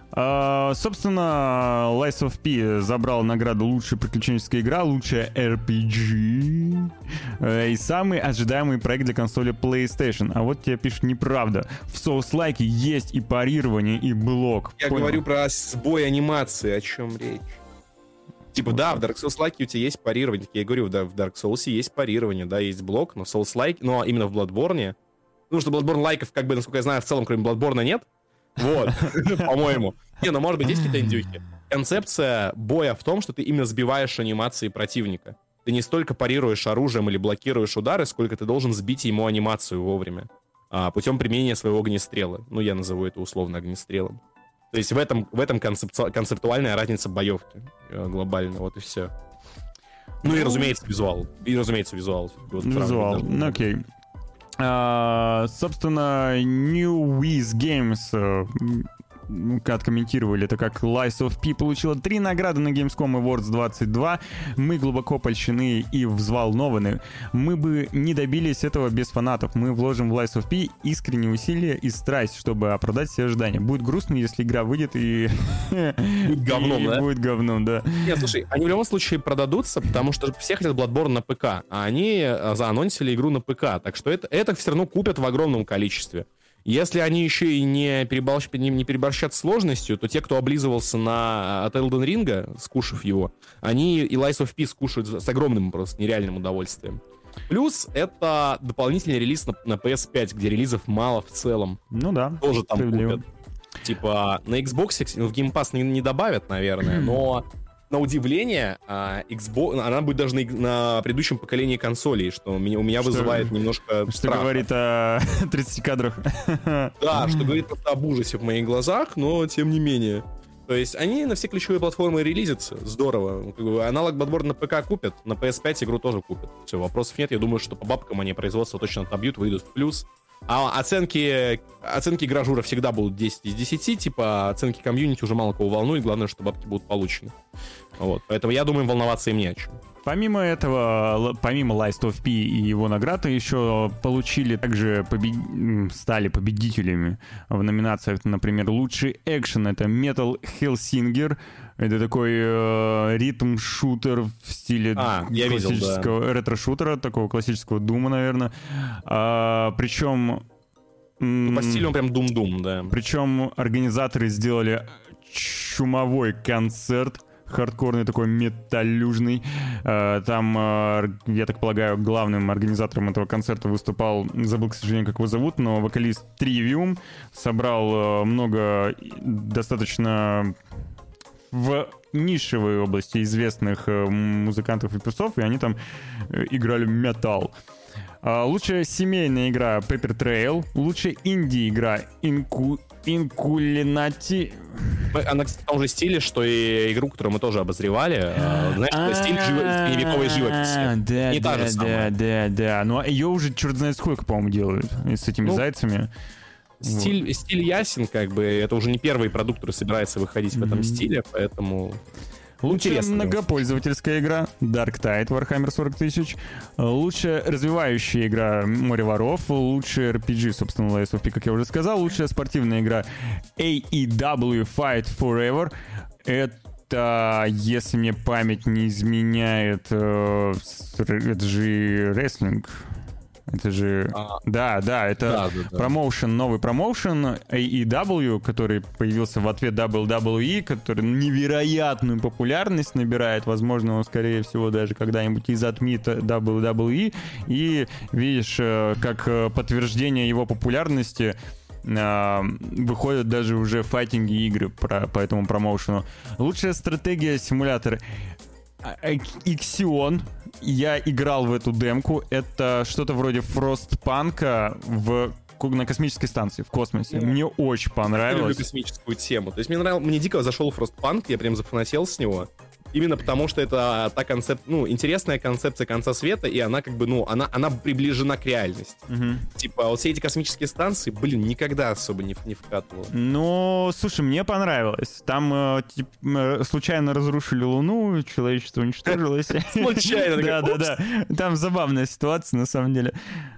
Собственно, Lies of P забрал награду «Лучшая приключенческая игра», «Лучшая RPG» и самый ожидаемый проект для консоли PlayStation. А вот тебе пишут: неправда. В Souls-like есть и парирование, и блок. Я говорю про сбой анимации, о чем речь. Типа, да, в Dark Souls-like у тебя есть парирование. Я говорю, да, в Dark Souls есть парирование, да, есть блок, но в Souls-like, но именно в Bloodborne, потому что Bloodborne-лайков, как бы, насколько я знаю, в целом, кроме Bloodborne, нет. Вот, по-моему. Ну, может быть, есть какие-то индюки. Концепция боя в том, что ты именно сбиваешь анимации противника. Ты не столько парируешь оружием или блокируешь удары, сколько ты должен сбить ему анимацию вовремя. Путем применения своего огнестрела. Ну, я назову это условно огнестрелом. То есть в этом концептуальная разница боевки глобально, вот и все. Ну и, разумеется, визуал. Визуал, ну окей. Собственно, New Wiz Games откомментировали это как Lies of P получила 3 награды на Gamescom Awards 22. Мы глубоко польщены и взволнованы. Мы бы не добились этого без фанатов. Мы вложим в Lies of P искренние усилия и страсть, чтобы оправдать все ожидания. Будет грустно, если игра выйдет и... Будет говном, да? Будет говном, да. Нет, слушай, они в любом случае продадутся, потому что все хотят Bloodborne на ПК, а они заанонсили игру на ПК, так что это все равно купят в огромном количестве. Если они еще и не переборщат с сложностью, то те, кто облизывался от Elden Ring, скушав его, они и Lies of P скушают с огромным просто нереальным удовольствием. Плюс это дополнительный релиз на PS5, где релизов мало в целом. Ну да. Тоже там купят. Типа на Xbox в Game Pass не добавят, наверное, но на удивление Xbox, она будет даже на предыдущем поколении консолей, что у меня вызывает немножко что страха. Говорит о 30 кадрах. Да, что говорит просто об ужасе в моих глазах, но тем не менее. То есть они на все ключевые платформы релизятся, здорово. Аналог Bloodborne на ПК купят, на PS5 игру тоже купят. Все, вопросов нет. Я думаю, что по бабкам они производство точно отобьют, выйдут в плюс. А оценки гражура всегда будут 10 из 10, типа оценки комьюнити уже мало кого волнует, главное, что бабки будут получены. Вот. Поэтому я думаю, волноваться им не о чем. Помимо этого, помимо Lies of P и его награды, еще получили, также стали победителями в номинациях, например, лучший экшен — это Metal Hellsinger. Это такой ритм-шутер в стиле классического ретро-шутера, такого классического Дума, наверное. Причем... По стилю он прям Doom-Doom, да. Причем организаторы сделали чумовой концерт, хардкорный такой, металлюжный. Там, я так полагаю, главным организатором этого концерта выступал, забыл, к сожалению, как его зовут, но вокалист Trivium. Собрал много достаточно в нишевой области известных музыкантов и певцов, и они там играли металл. Лучшая семейная игра Paper Trail. Лучшая инди-игра Inculinati. Она, кстати, в том же стиле, что и игру, которую мы тоже обозревали. Знаешь, стиль средневековой живописи. Да, не та же самая. Да. Но ее уже черт знает сколько, по-моему, делают с этими зайцами. Стиль ясен, как бы. Это уже не первый продукт, который собирается выходить в этом стиле, поэтому... Лучшая многопользовательская игра Dark Tide Warhammer 40 тысяч. Лучшая развивающая игра Море воров. Лучшая RPG, собственно, Lies of P, как я уже сказал. Лучшая спортивная игра AEW Fight Forever. Это, если мне память не изменяет, это же рестлинг. Это же... это промоушен, новый промоушен AEW, который появился в ответ WWE, который невероятную популярность набирает. Возможно, он, скорее всего, даже когда-нибудь и затмит WWE. И видишь, как подтверждение его популярности выходят даже уже файтинги игры по этому промоушену. Лучшая стратегия симулятор Ixion. Я играл в эту демку. Это что-то вроде Frostpunk на космической станции, в космосе. Мне очень понравилось. Я люблю космическую тему. То есть мне дико зашел Frostpunk, я прям зафанател с него. Именно потому, что это интересная концепция конца света, и она как бы, она приближена к реальности. Типа, вот все эти космические станции, никогда особо не вкатывало. Ну, слушай, мне понравилось. Там случайно разрушили Луну, человечество уничтожилось. Случайно. Да. Там забавная ситуация, на самом деле.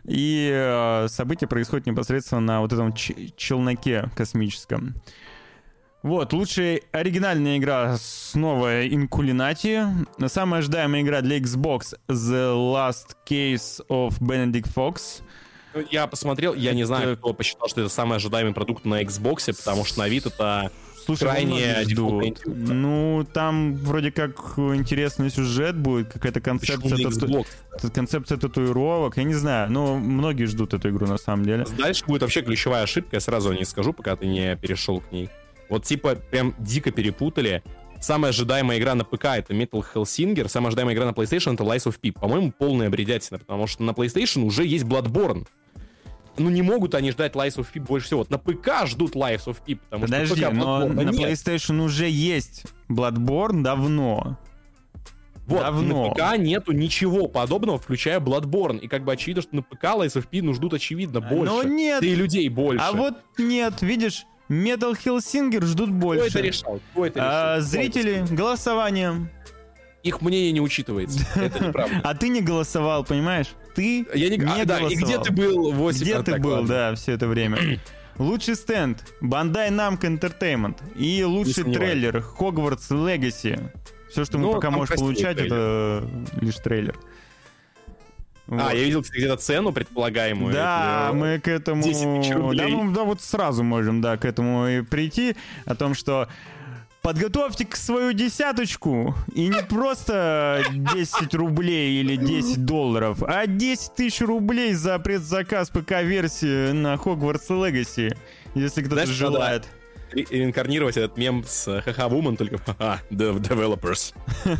И события происходят непосредственно на вот этом челноке космическом. Вот, лучшая оригинальная игра снова Inculinati. Самая ожидаемая игра для Xbox The Last Case of Benedict Fox. Я посмотрел, я не знаю, кто посчитал, что это самый ожидаемый продукт на Xbox, потому что на вид это крайне дефолтный. Ну, там вроде как интересный сюжет будет, какая-то концепция татуировок, я не знаю, но многие ждут эту игру на самом деле. Дальше будет вообще ключевая ошибка, я сразу не скажу, пока ты не перешел к ней. Вот типа прям дико перепутали. Самая ожидаемая игра на ПК — это Metal Hellsinger, самая ожидаемая игра на PlayStation — это Lies of P. По-моему, полная бредятина, потому что на PlayStation уже есть Bloodborne. Ну не могут они ждать Lies of P больше всего. Вот на ПК ждут Lies of P, потому что ПК но на PlayStation уже есть Bloodborne давно. Вот, на ПК нету ничего подобного, включая Bloodborne. И как бы очевидно, что на ПК Lies of P ждут, очевидно, больше. Но нет. Да и людей больше. А вот нет, видишь, Metal Hellsinger ждут больше. Кто это решал? Зрители голосованием. Их мнение не учитывается. Это неправда. А ты не голосовал, понимаешь? Ты не голосовал. И где ты был 8 лет? Где ты был, да, все это время? Лучший стенд Bandai Namco Entertainment. И лучший трейлер Hogwarts Legacy. Все, что мы пока можем получать, это лишь трейлер. Вот. Я видел, кстати, где-то цену предполагаемую. Да, мы к этому... 10 000 рублей. Да, вот сразу можем, да, к этому и прийти, о том, что подготовьте к свою десяточку, и не просто 10 рублей или 10 долларов, а 10 тысяч рублей за предзаказ ПК-версии на Hogwarts Legacy, если кто-то желает. Инкарнировать этот мем с ха-ха-вумен, только ха-ха, developers.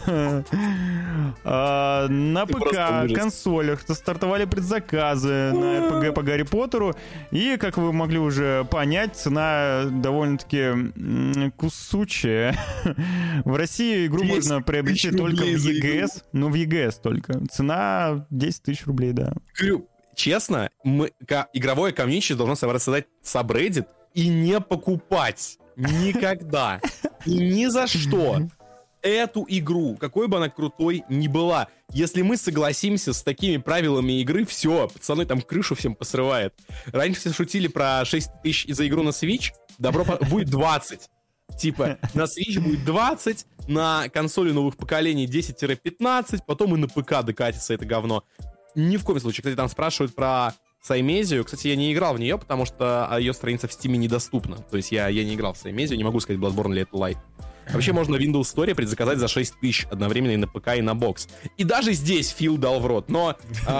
На ПК, консолях стартовали предзаказы на RPG по Гарри Поттеру, и, как вы могли уже понять, цена довольно-таки кусучая. В России игру можно приобрести только в ЕГС, но в ЕГС только. Цена 10 тысяч рублей, да. Честно, игровое комьюнити должно создать сабреддит и не покупать никогда и ни за что эту игру, какой бы она крутой ни была. Если мы согласимся с такими правилами игры, все, пацаны, там крышу всем посрывает. Раньше все шутили про 6 тысяч за игру на Switch, будет 20. Типа, на Switch будет 20, на консоли новых поколений 10-15, потом и на ПК докатится это говно. Ни в коем случае. Кстати, там спрашивают про Саймезию. Кстати, я не играл в нее, потому что ее страница в Steam недоступна. То есть я не играл в Саймезию, не могу сказать, Bloodborne ли это лайт. Вообще можно Windows Store предзаказать за 6 тысяч одновременно и на ПК, и на бокс. И даже здесь Фил дал в рот. Но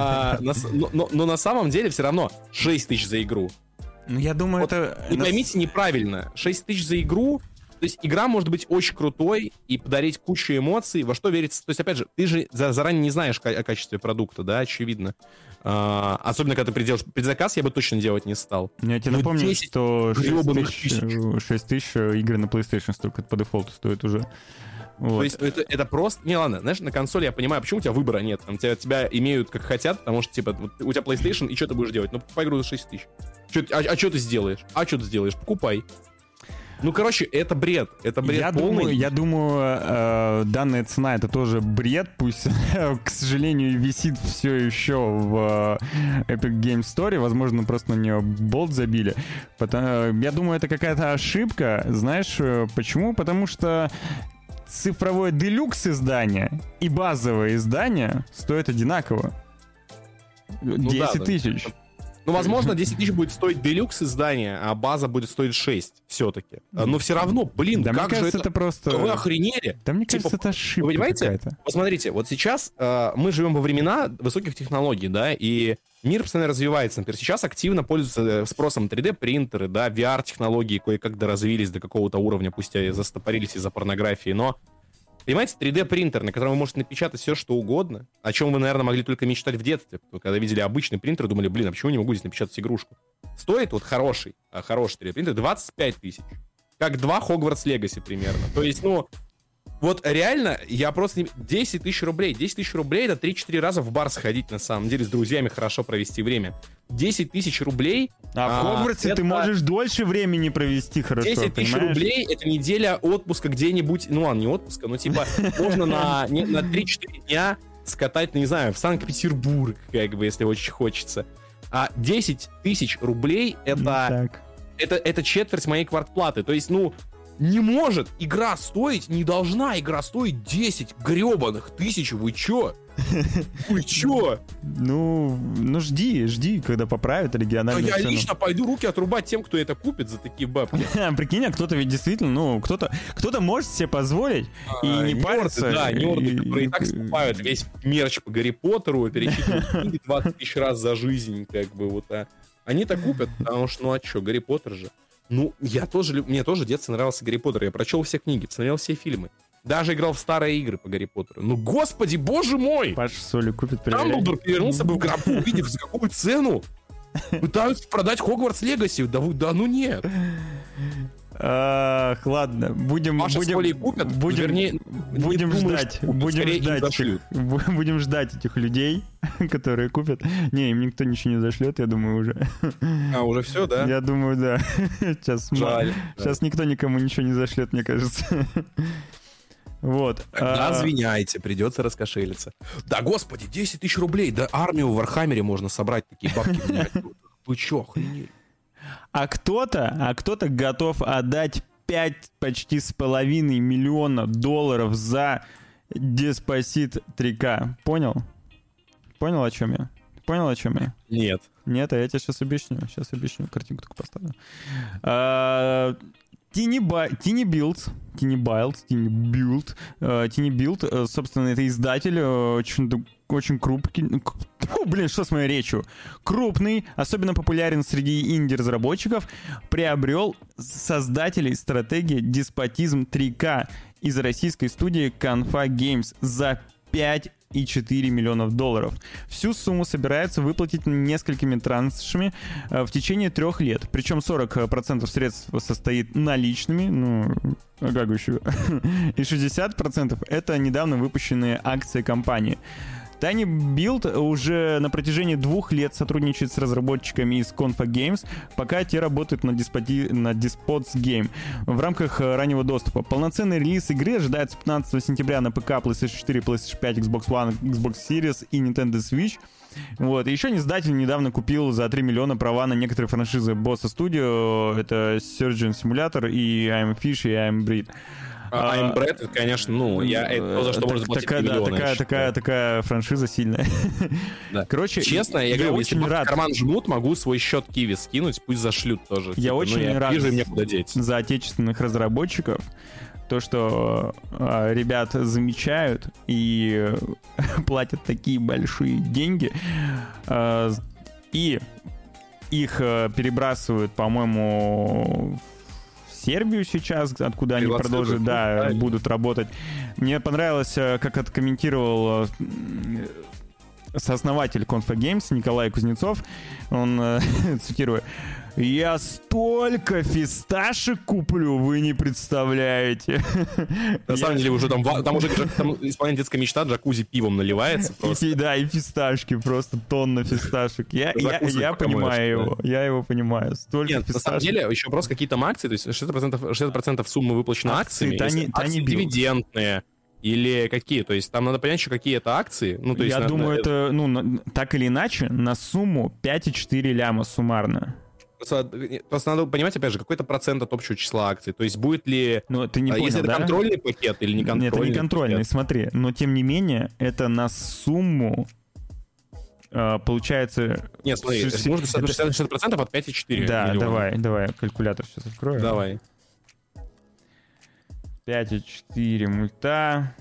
на самом деле все равно 6 тысяч за игру. Ну, я думаю, вот, это... Не поймите неправильно. 6 тысяч за игру... То есть игра может быть очень крутой и подарить кучу эмоций, во что верится. То есть, опять же, ты же заранее не знаешь о качестве продукта, да, очевидно. Особенно, когда ты приделаешь предзаказ, я бы точно делать не стал. Я тебе напомню, что 6 тысяч игры на PlayStation только по дефолту стоят уже. Вот. То есть это просто... Не, ладно, знаешь, на консоли я понимаю, почему у тебя выбора нет. Там тебя имеют как хотят, потому что, типа, вот, у тебя PlayStation, и что ты будешь делать? Ну, покупай игру за 6 тысяч. Что ты сделаешь? Что ты сделаешь? Покупай. Ну, короче, это бред. Это бред полный. Я думаю, данная цена — это тоже бред. Пусть, к сожалению, висит все еще в Epic Games Store. Возможно, просто на нее болт забили. Я думаю, это какая-то ошибка. Знаешь, почему? Потому что цифровое делюкс издание и базовое издание стоят одинаково. 10 тысяч. Ну, возможно, 10 тысяч будет стоить делюкс издание, а база будет стоить 6 все-таки. Но все равно, блин, да, как мне кажется, же это... просто... Вы охренели? Да, мне кажется, это ошибка. Вы понимаете? Какая-то. Посмотрите, вот сейчас мы живем во времена высоких технологий, да, и мир постоянно развивается. Например, сейчас активно пользуются спросом 3D-принтеры, да, VR-технологии кое-как доразвились до какого-то уровня, пусть и застопорились из-за порнографии, но... Понимаете, 3D-принтер, на котором вы можете напечатать все, что угодно, о чем вы, наверное, могли только мечтать в детстве. Когда видели обычный принтер, думали, блин, а почему я не могу здесь напечатать игрушку? Стоит вот хороший 3D-принтер 25 тысяч. Как 2 Hogwarts Legacy примерно. То есть, ну, вот реально, я просто... 10 тысяч рублей. 10 тысяч рублей — это 3-4 раза в бар сходить, на самом деле, с друзьями хорошо провести время. 10 тысяч рублей... А в Хогвартсе ты можешь дольше времени провести хорошо, 10 тысяч рублей — это неделя отпуска где-нибудь... Ну ладно, не отпуска, но типа можно на 3-4 дня скатать, ну, не знаю, в Санкт-Петербург, как бы, если очень хочется. А 10 тысяч рублей — это четверть моей квартплаты. То есть, ну... Не может игра стоить, не должна игра стоить 10 гребаных тысяч. Вы чё? Вы чё? Ну жди, когда поправят региональную цену. Я лично пойду руки отрубать тем, кто это купит за такие бабки. Прикинь, а кто-то ведь действительно, ну, кто-то может себе позволить и не париться. Да, нерды, которые и так скупают весь мерч по Гарри Поттеру, перечитывают книги 20 тысяч раз за жизнь, как бы, вот, они-то купят, потому что, ну а чё, Гарри Поттер же. Ну, мне тоже в детстве нравился Гарри Поттер. Я прочел все книги, посмотрел все фильмы. Даже играл в старые игры по Гарри Поттеру. Ну, господи, боже мой! Паша Соли купит, проверяй. Дамблдор перевернулся бы в гробу, увидев, за какую цену пытаются продать Хогвартс Легаси. Да ну нет. Ладно, будем ждать этих людей, которые купят. Не, им никто ничего не зашлет, я думаю, уже. Уже все, да? Я думаю, да. Сейчас никто никому ничего не зашлет, мне кажется. Вот. Тогда извиняйте, придется раскошелиться. Да, господи, 10 тысяч рублей, да армию в Вархаммере можно собрать, такие бабки. Вы чё, охренели? А кто-то готов отдать 5 почти с половиной миллиона долларов за Деспасит 3К. Понял? Понял, о чем я? Понял, о чем я? Нет. Нет, а я тебе сейчас объясню. Картинку только поставлю. Teeny Build, собственно, это издатель, очень крупный. Что с моей речью? Крупный, особенно популярен среди инди-разработчиков, приобрел создателей стратегии Деспотизм 3К из российской студии Confa Games за 5,4 миллионов долларов. Всю сумму собирается выплатить несколькими траншами в течение 3 лет. Причем 40% средств состоит наличными, и 60% это недавно выпущенные акции компании. Tiny Build уже на протяжении 2 лет сотрудничает с разработчиками из Confa Games, пока те работают над Despots Game в рамках раннего доступа. Полноценный релиз игры ожидается 15 сентября на ПК, PlayStation 4, PlayStation 5, Xbox One, Xbox Series и Nintendo Switch. Вот. И еще издатель недавно купил за 3 миллиона права на некоторые франшизы Bossa Studio. Это Surgeon Simulator и I'm Fish и I'm Breed. I'm Bread, это, конечно, это то, за что можно заплатить миллионы. Такая франшиза сильная. Да. Короче, честно, я говорю, если в карман жмут, могу свой счет Киви скинуть, пусть зашлют тоже. Я очень рад вижу, им некуда деть. За отечественных разработчиков. То, что ребят замечают и платят такие большие деньги. И их перебрасывают, по-моему, Сербию сейчас, откуда они продолжат, будут работать. Мне понравилось, как откомментировал сооснователь Confa Games Николай Кузнецов. Он, цитирую: «Я столько фисташек куплю, вы не представляете». На самом деле уже там уже исполняет детская мечта, джакузи пивом наливается просто. И фисташки, просто тонна фисташек. Я понимаю его, я его понимаю. Столько фисташек. На самом деле еще просто какие-то акции, то есть 60% суммы выплачено акциями, акции дивидендные. Или какие? То есть там надо понять еще, какие это акции. Я думаю, это, так или иначе, на сумму 5,4 ляма суммарно. Просто надо понимать, опять же, какой-то процент от общего числа акций. То есть будет ли... ты не понял, если это контрольный пакет или не контрольный? Нет, это не контрольный, пакет. Смотри. Но, тем не менее, это на сумму получается... Нет, смотри, можно 60% от 5,4 Да, миллиона. давай, калькулятор сейчас открою. Давай. 5,4 мульта.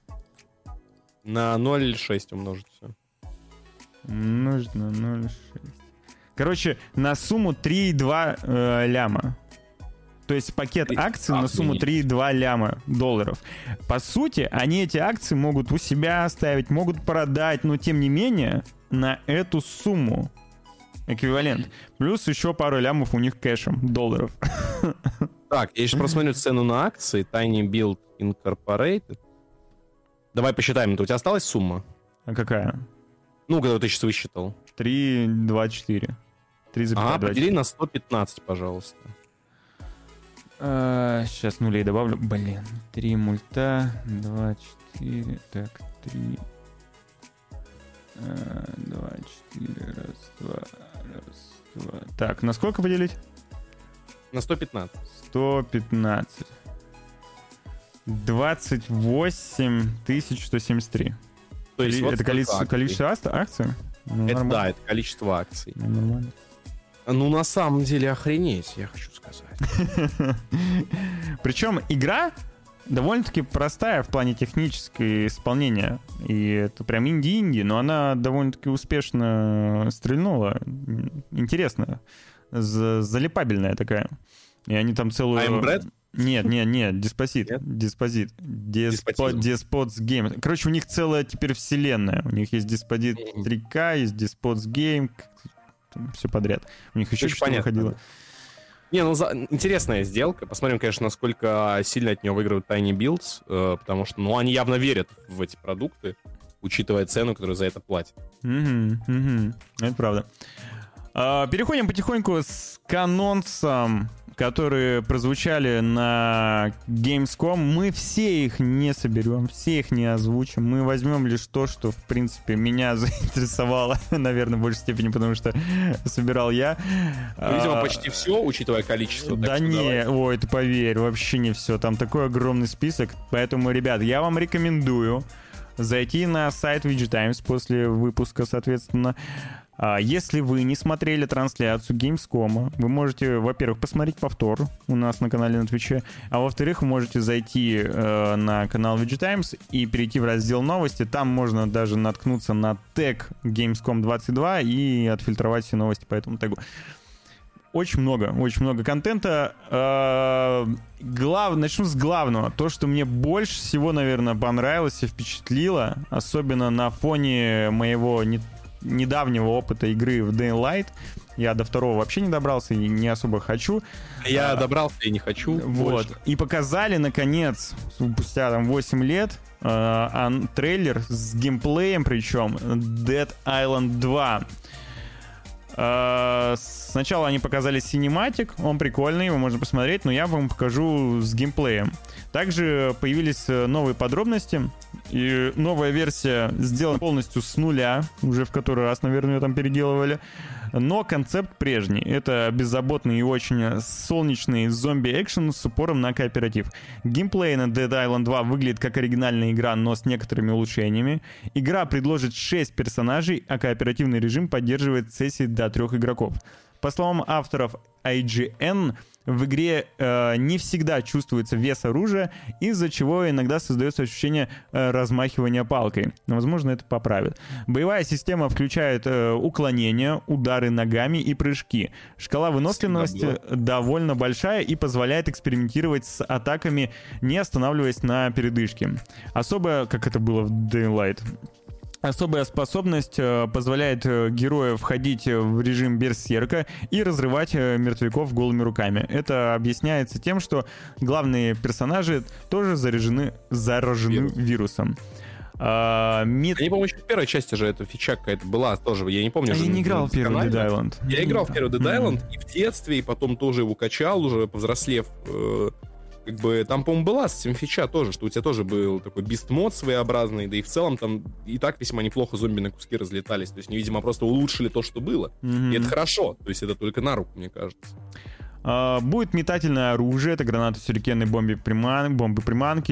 На 0,6 умножить все. Умножить на 0,6. Короче, на сумму 3,2 ляма. То есть пакет акций на сумму 3,2 ляма долларов. По сути, они эти акции могут у себя оставить, могут продать, но тем не менее на эту сумму эквивалент. Плюс еще пару лямов у них кэшем, долларов. Так, я сейчас просмотрю цену на акции. Tiny Build Incorporated. Давай посчитаем. У тебя осталась сумма? А какая? Когда ты сейчас высчитал. 3,24. 3,24. Подели на 115, пожалуйста. Сейчас нулей добавлю. 3 мульта, 2, 4. Так, 3... 2, 4, раз, два. Так, на сколько поделить? На 115. 115. 28 173. То есть это количество акций? Это количество акций. Нормально. На самом деле охренеть, я хочу сказать. Причем игра довольно-таки простая в плане технического исполнения. И это прям инди-инди, но она довольно-таки успешно стрельнула. Интересно. Залипабельная такая. И они там целую... I'm Bread? Нет, Деспозит. Despots Game. Короче, у них целая теперь вселенная. У них есть Деспозит 3К, есть Despots Game. Все подряд. У них еще что-то выходило. Интересная сделка. Посмотрим, конечно, насколько сильно от нее выигрывают Tiny Builds, потому что, они явно верят в эти продукты, учитывая цену, которую за это платят. Это правда. Переходим потихоньку к анонсам, которые прозвучали на Gamescom. Мы все их не соберем, все их не озвучим. Мы возьмем лишь то, что, в принципе, меня заинтересовало, наверное, в большей степени, потому что собирал я. Видимо, почти все, учитывая количество. Да не, ты поверь, вообще не все. Там такой огромный список. Поэтому, ребят, я вам рекомендую зайти на сайт VG Times после выпуска, соответственно. Если вы не смотрели трансляцию Gamescom, вы можете, во-первых, посмотреть повтор у нас на канале на Твиче, а во-вторых, вы можете зайти на канал VG Times и перейти в раздел новости. Там можно даже наткнуться на тег Gamescom 22 и отфильтровать все новости по этому тегу. Очень много контента. Начну с главного. То, что мне больше всего, наверное, понравилось и впечатлило, особенно на фоне моего недавнего опыта игры в Dying Light. Я до второго вообще не добрался и не особо хочу. Я добрался и не хочу. Вот. И показали, наконец, спустя там 8 лет, трейлер с геймплеем, причем Dead Island 2. Сначала они показали синематик, он прикольный, его можно посмотреть, но я вам покажу с геймплеем. Также появились новые подробности, и новая версия сделана полностью с нуля, уже в который раз, наверное, ее там переделывали. Но концепт прежний. Это беззаботный и очень солнечный зомби-экшен с упором на кооператив. Геймплей на Dead Island 2 выглядит как оригинальная игра, но с некоторыми улучшениями. Игра предложит 6 персонажей, а кооперативный режим поддерживает сессии до 3 игроков. По словам авторов IGN, в игре не всегда чувствуется вес оружия, из-за чего иногда создается ощущение размахивания палкой. Но, возможно, это поправит. Боевая система включает уклонения, удары ногами и прыжки. Шкала выносливости довольно большая и позволяет экспериментировать с атаками, не останавливаясь на передышке. Особо, как это было в Dying Light. Особая способность позволяет герою входить в режим берсерка и разрывать мертвяков голыми руками. Это объясняется тем, что главные персонажи тоже заражены вирусом. Они, по-моему, еще в первой части же эта фича какая-то была тоже. Я не помню. Я не играл в первый Dead Island. Я играл в первый Dead Island и в детстве, и потом тоже его качал, уже повзрослев. Как бы там, по-моему, была с этим фича тоже, что у тебя тоже был такой бист-мод своеобразный, да и в целом там и так весьма неплохо зомби на куски разлетались. То есть, видимо, просто улучшили то, что было. И это хорошо. То есть это только на руку, мне кажется. Будет метательное оружие, это гранаты, сюрикены, бомбы-приманки,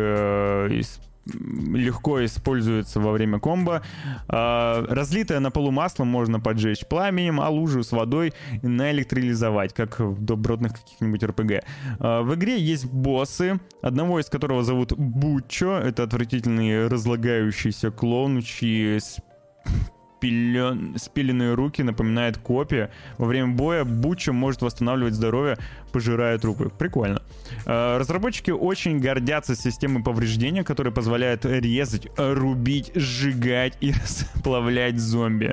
легко используется во время комбо. Разлитое на полу масло можно поджечь пламенем, а лужу с водой наэлектролизовать, как в добротных каких-нибудь РПГ. В игре есть боссы, одного из которого зовут Буччо. Это отвратительный разлагающийся клоун, чьи спиленные руки напоминают копья. Во время боя Буччо может восстанавливать здоровье, пожирая трупы. Прикольно. Разработчики очень гордятся системой повреждения, которая позволяет резать, рубить, сжигать и расплавлять зомби.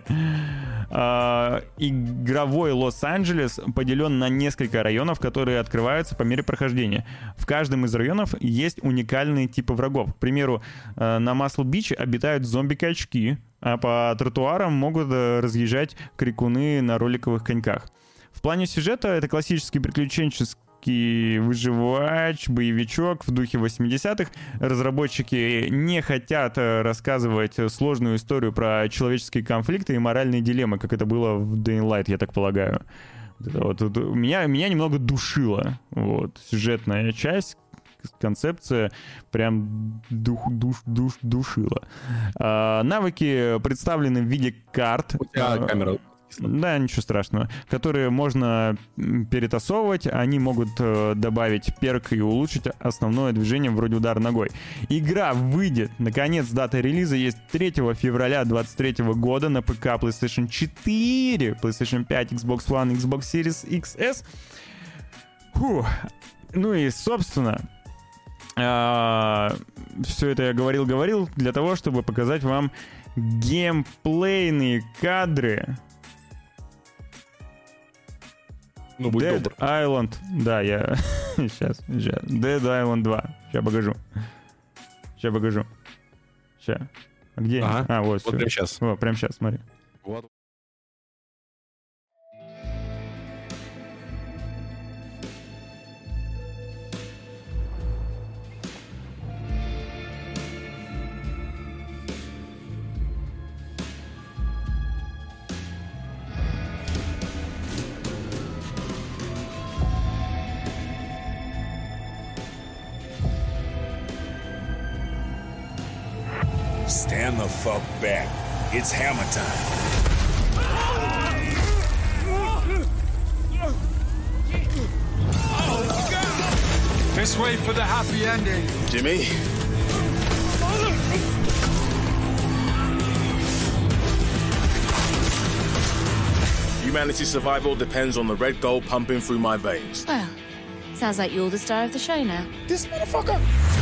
Игровой Лос-Анджелес поделен на несколько районов, которые открываются по мере прохождения. В каждом из районов есть уникальные типы врагов. К примеру, на Масл-Бич обитают зомби-качки, а по тротуарам могут разъезжать крикуны на роликовых коньках. В плане сюжета это классический приключенческий выживач, боевичок в духе 80-х. Разработчики не хотят рассказывать сложную историю про человеческие конфликты и моральные дилеммы, как это было в Dying Light, я так полагаю. Меня немного душила сюжетная часть. Концепция прям душила. Навыки представлены в виде карт. У тебя камера. Да, ничего страшного. Которые можно перетасовывать. Они могут добавить перк и улучшить основное движение вроде удара ногой. Игра выйдет, наконец, дата релиза есть 3 февраля 2023 года на ПК, PlayStation 4, PlayStation 5, Xbox One, Xbox Series XS. Ну и, собственно, все это я говорил для того, чтобы показать вам геймплейные кадры. Ну, будь Dead добр. Island. Да, я... Сейчас. Dead Island 2. Сейчас покажу. Сейчас. А где? Ага. Вот прямо сейчас. Прямо сейчас, смотри. Вот. Stand the fuck back. It's hammer time. This way for the happy ending. Jimmy? Humanity's survival depends on the red gold pumping through my veins. Well, sounds like you're the star of the show now. This motherfucker!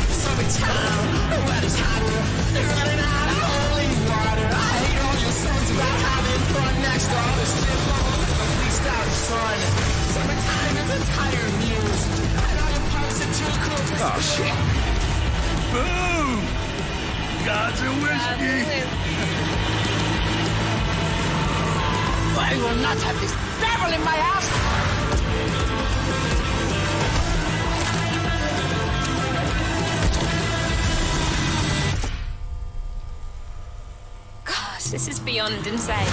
Oh, shit. Boom! Gods and whiskey. I will not have this devil in my house! Gosh, this is beyond insane.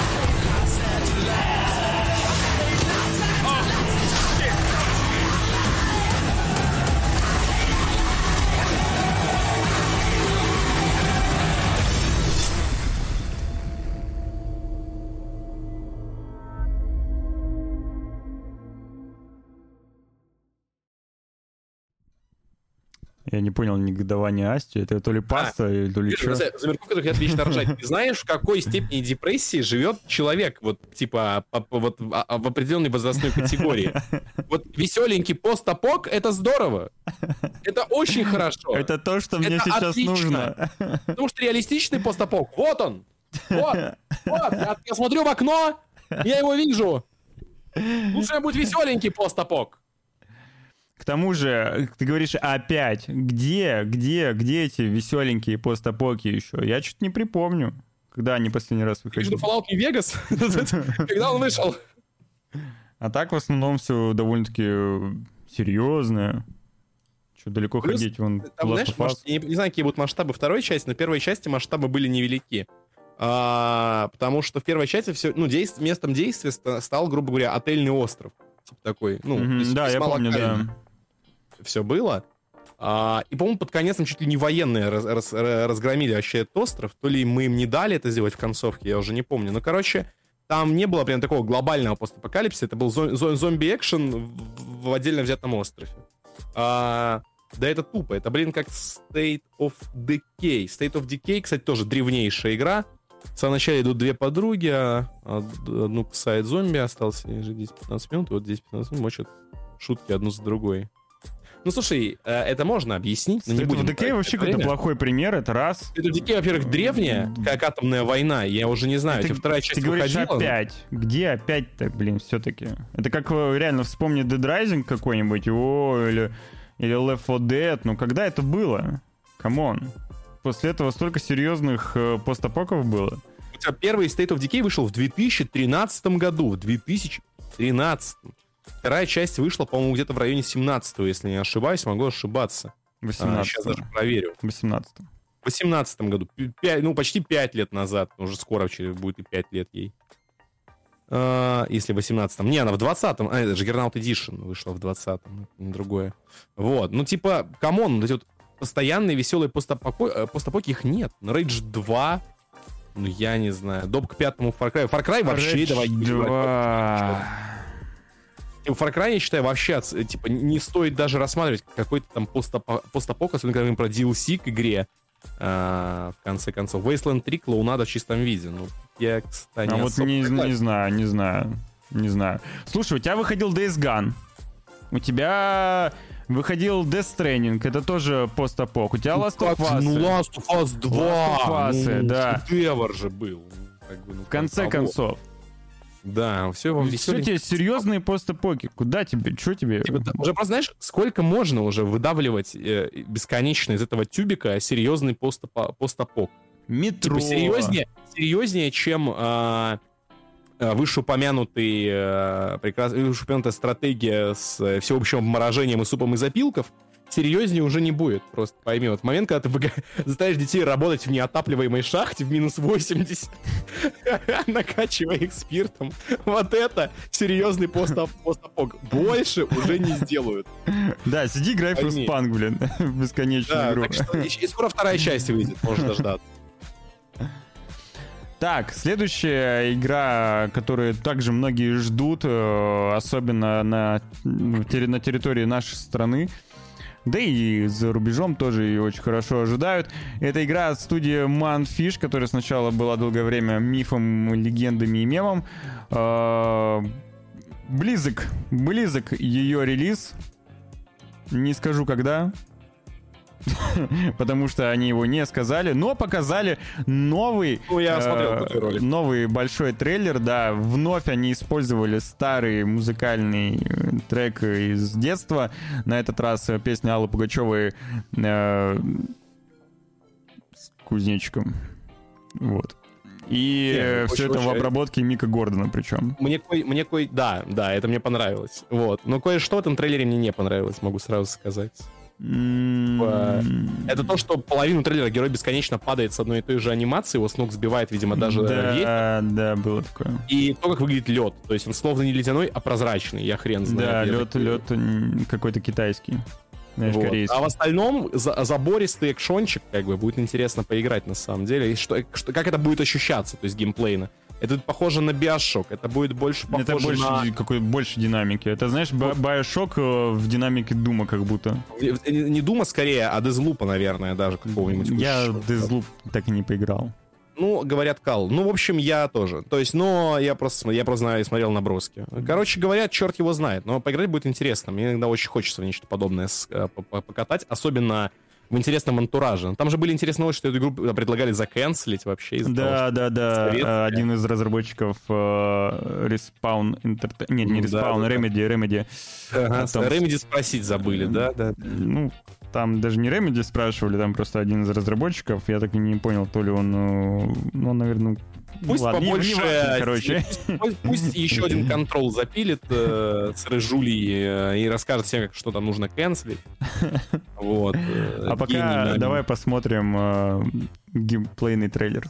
Я не понял негодование Асти. Это то ли паста, то ли что? Замерков, которых я отлично ржать. Ты знаешь, в какой степени депрессии живет человек, вот, типа, вот, в определенной возрастной категории? Вот веселенький постапок — это здорово. Это очень хорошо. Это то, что мне сейчас отлично. нужно. Потому что реалистичный постапок, вот он. Вот. Я смотрю в окно, я его вижу. Лучше будет веселенький постапок. К тому же, ты говоришь опять, где эти веселенькие постапоки еще? Я что-то не припомню, когда они последний раз выходили. Между Fallout New Vegas, когда он вышел. А так в основном все довольно-таки серьезное. Что далеко ходить, вон Там, Last of Us. знаешь, не знаю, какие будут масштабы второй части, но в первой части масштабы были невелики. Потому что в первой части все, местом действия стал, грубо говоря, отельный остров. Типа такой, да, я помню, да. Все было. И, по-моему, под конец чуть ли не военные разгромили вообще этот остров. То ли мы им не дали это сделать в концовке, я уже не помню. Но, короче, там не было прям такого глобального постапокалипсиса. Это был зомби-экшен в отдельно взятом острове. Да это тупо. Это, как State of Decay. State of Decay, кстати, тоже древнейшая игра. В самом начале идут две подруги, одну кусает зомби, осталось 10-15 минут, и вот 10-15 минут мочат шутки одну за другой. Ну, слушай, это можно объяснить, но не будем. State of Decay вообще какой-то плохой пример, это раз. State of Decay, во-первых, древняя, как атомная война, я уже не знаю, вторая часть выходила. Ты говоришь опять. Где опять-то, все-таки? Это как реально вспомни Dead Rising какой-нибудь, или Left 4 Dead, ну когда это было? Камон. После этого столько серьезных постапоков было. У тебя первый State of Decay вышел в 2013 году. В 2013. Вторая часть вышла, по-моему, где-то в районе 17-го, если не ошибаюсь. Могу ошибаться. 18-го. Сейчас даже проверю. В 18-м. В 18-м году. Почти 5 лет назад. Уже скоро будет и 5 лет ей. Если в 18-м. Не, она в 20-м. Это же Juggernaut Edition вышла в 20-м. Не другое. Вот. Ну, типа, камон, вот эти вот постоянные веселые постапоки, их нет. На Rage 2, ну я не знаю. Доп к 5-му Far Cry. Far Cry вообще Rage давай. 2. Far Cry, я считаю, вообще типа не стоит даже рассматривать какой-то там постапок, особенно когда мы про DLC к игре. В конце концов. Wasteland 3 клоунада в чистом виде. Ну, я, кстати, не знаю. Слушай, у тебя выходил Days Gone. У тебя выходил Death Stranding, это тоже постапок. У тебя Last of Us. Ну, Last of Us 2. Last of Us, да. Шедевр же был. В конце концов. Да, все вам веселенько. Все тебе серьезные постапоки. Куда тебе? Что тебе? Уже просто знаешь, сколько можно уже выдавливать бесконечно из этого тюбика серьезный постапок? Метро. Типа серьезнее, чем вышеупомянутая стратегия с всеобщим обморожением и супом из опилков, серьезнее уже не будет. Просто пойми, вот в момент, когда ты заставишь детей работать в неотапливаемой шахте в минус 80, накачивая их спиртом, вот это серьезный постапок. Больше уже не сделают. Да, сиди, играй в Frostpunk, блин, бесконечную игру. Так что и скоро вторая часть выйдет, можно дождаться. Так, следующая игра, которую также многие ждут, особенно на территории нашей страны, да и за рубежом тоже ее очень хорошо ожидают. Это игра от студии Manfish, которая сначала была долгое время мифом, легендами и мемом. Близок ее релиз. Не скажу когда, потому что они его не сказали, но показали новый, я смотрел такой ролик. Новый большой трейлер, да. Вновь они использовали старый музыкальный трек из детства. На этот раз песня Аллы Пугачевой с кузнечиком. Вот. И все это в обработке Мика Гордона, причем. Да, это мне понравилось. Вот. Но кое-что в этом трейлере мне не понравилось, могу сразу сказать. Это то, что половину трейлера герой бесконечно падает с одной и той же анимацией, его с ног сбивает, видимо, даже ветер. Да, было такое. И то, как выглядит лед. То есть он словно не ледяной, а прозрачный, я хрен знаю. Да, лед какой-то китайский. Знаешь, вот. корейский. А в остальном забористый экшончик, как бы, будет интересно поиграть на самом деле. И как это будет ощущаться, то есть геймплейно. Это похоже на Bioshock, это будет больше похоже больше динамики. Это, знаешь, Bioshock в динамике Дума как будто. Не Дума скорее, а Deathloop, наверное, даже какого-нибудь. Я Deathloop так и не поиграл. Ну, говорят, кал. Ну, в общем, я тоже. То есть, но я просто знаю и смотрел наброски. Короче говоря, черт его знает. Но поиграть будет интересно. Мне иногда очень хочется нечто подобное покатать. Особенно в интересном антураже. Там же были интересные новости, что эту игру предлагали закэнселить вообще. Да. Один из разработчиков Respawn не Respawn, Remedy. Remedy спросить забыли, да? Ну, там даже не Remedy спрашивали, там просто один из разработчиков. Я так и не понял, то ли он, наверное... Пусть ладно, побольше, не важно, короче. Пусть еще один контрол запилит с Рыжулей и расскажет всем, что там нужно канцелить. Вот. А пока давай посмотрим геймплейный трейлер.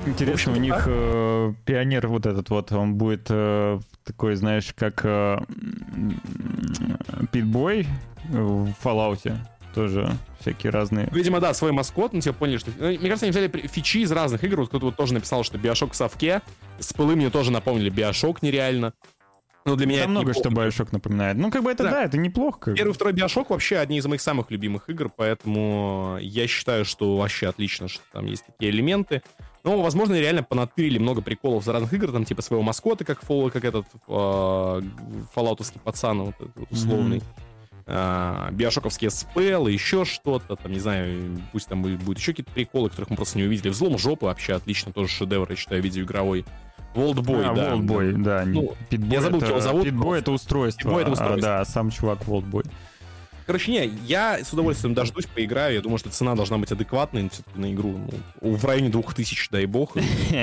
Интересно, у них пионер вот этот вот, он будет такой, знаешь, как Питбой в Fallout. Тоже всякие разные. Видимо, да, свой маскот, ну, типа, поняли, что... Мне кажется, они взяли фичи из разных игр. Вот кто-то вот тоже написал, что Bioshock в совке. Спылы мне тоже напомнили Bioshock нереально. Но для меня там много что Bioshock напоминает. Ну, как бы это, да это неплохо. Первый и второй Bioshock вообще одни из моих самых любимых игр, поэтому я считаю, что вообще отлично, что там есть такие элементы. Но, возможно, реально понатырили много приколов за разных игр, там, типа, своего маскота, как этот фоллаутовский пацан, вот этот вот условный. Биошоковские спеллы, еще что-то, там, не знаю, пусть там будет еще какие-то приколы, которых мы просто не увидели. Взлом жопы вообще отлично, тоже шедевр, я считаю, видеоигровой. Волтбой, да. Волтбой, да. Ну, Питбой я забыл, это, его зовут. Питбой — это устройство. Питбой — это устройство. Да, сам чувак Волтбой. Короче, не, я с удовольствием дождусь, поиграю. Я думаю, что цена должна быть адекватной все-таки на игру. Ну, в районе 2000, дай бог.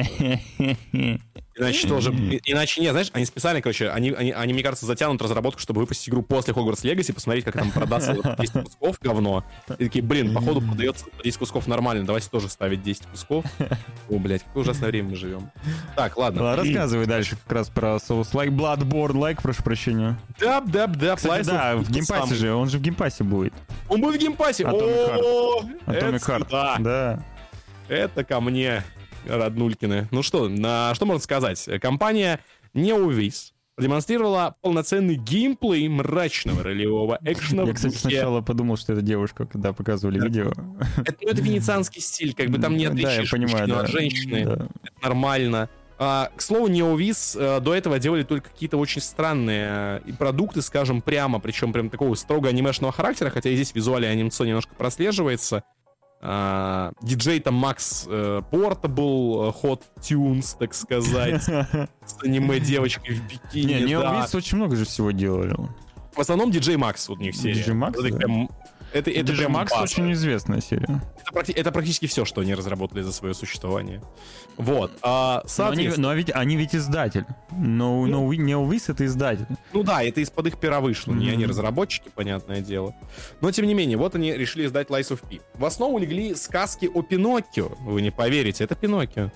Иначе тоже... Иначе нет, знаешь, они специально, короче, они, мне кажется, затянут разработку, чтобы выпустить игру после Hogwarts Legacy, посмотреть, как там продастся 10 кусков говно. И такие, блин, походу продается 10 кусков нормально, давайте тоже ставить 10 кусков. О, блядь, какое ужасное время мы живем. Так, ладно. Рассказывай дальше как раз про Souls-like, Bloodborne-like, прошу прощения. Да. Кстати, да, в геймпассе же, он же в геймпассе будет. Он будет в геймпассе? Atomic Heart. Да. Это ко мне, роднулькины. Ну что, что можно сказать? Компания NeoWiz продемонстрировала полноценный геймплей мрачного ролевого экшена. Я, кстати, сначала подумал, что это девушка, когда показывали видео. Это венецианский стиль, как бы там не отличишь мужчину от женщины. Это нормально. К слову, NeoWiz до этого делали только какие-то очень странные продукты, скажем, причем прям такого строго анимешного характера, хотя и здесь визуально анимационно немножко прослеживается. Диджей там Max Portable, Hot Tunes, так сказать, с аниме-девочкой в бикини. Не, NeoWiz очень много же всего делали. В основном DJ Max вот у них серия. DJ Max, да? Это DJ прям Max очень известная серия. Это практически все, что они разработали за свое существование. Вот. Но ведь они издатель. NeoWiz — это издатель. Ну да, это из-под их пера вышло. Не они разработчики, понятное дело. Но тем не менее, вот они решили издать Lies of P. В основу легли сказки о Пиноккио. Вы не поверите, это Пиноккио.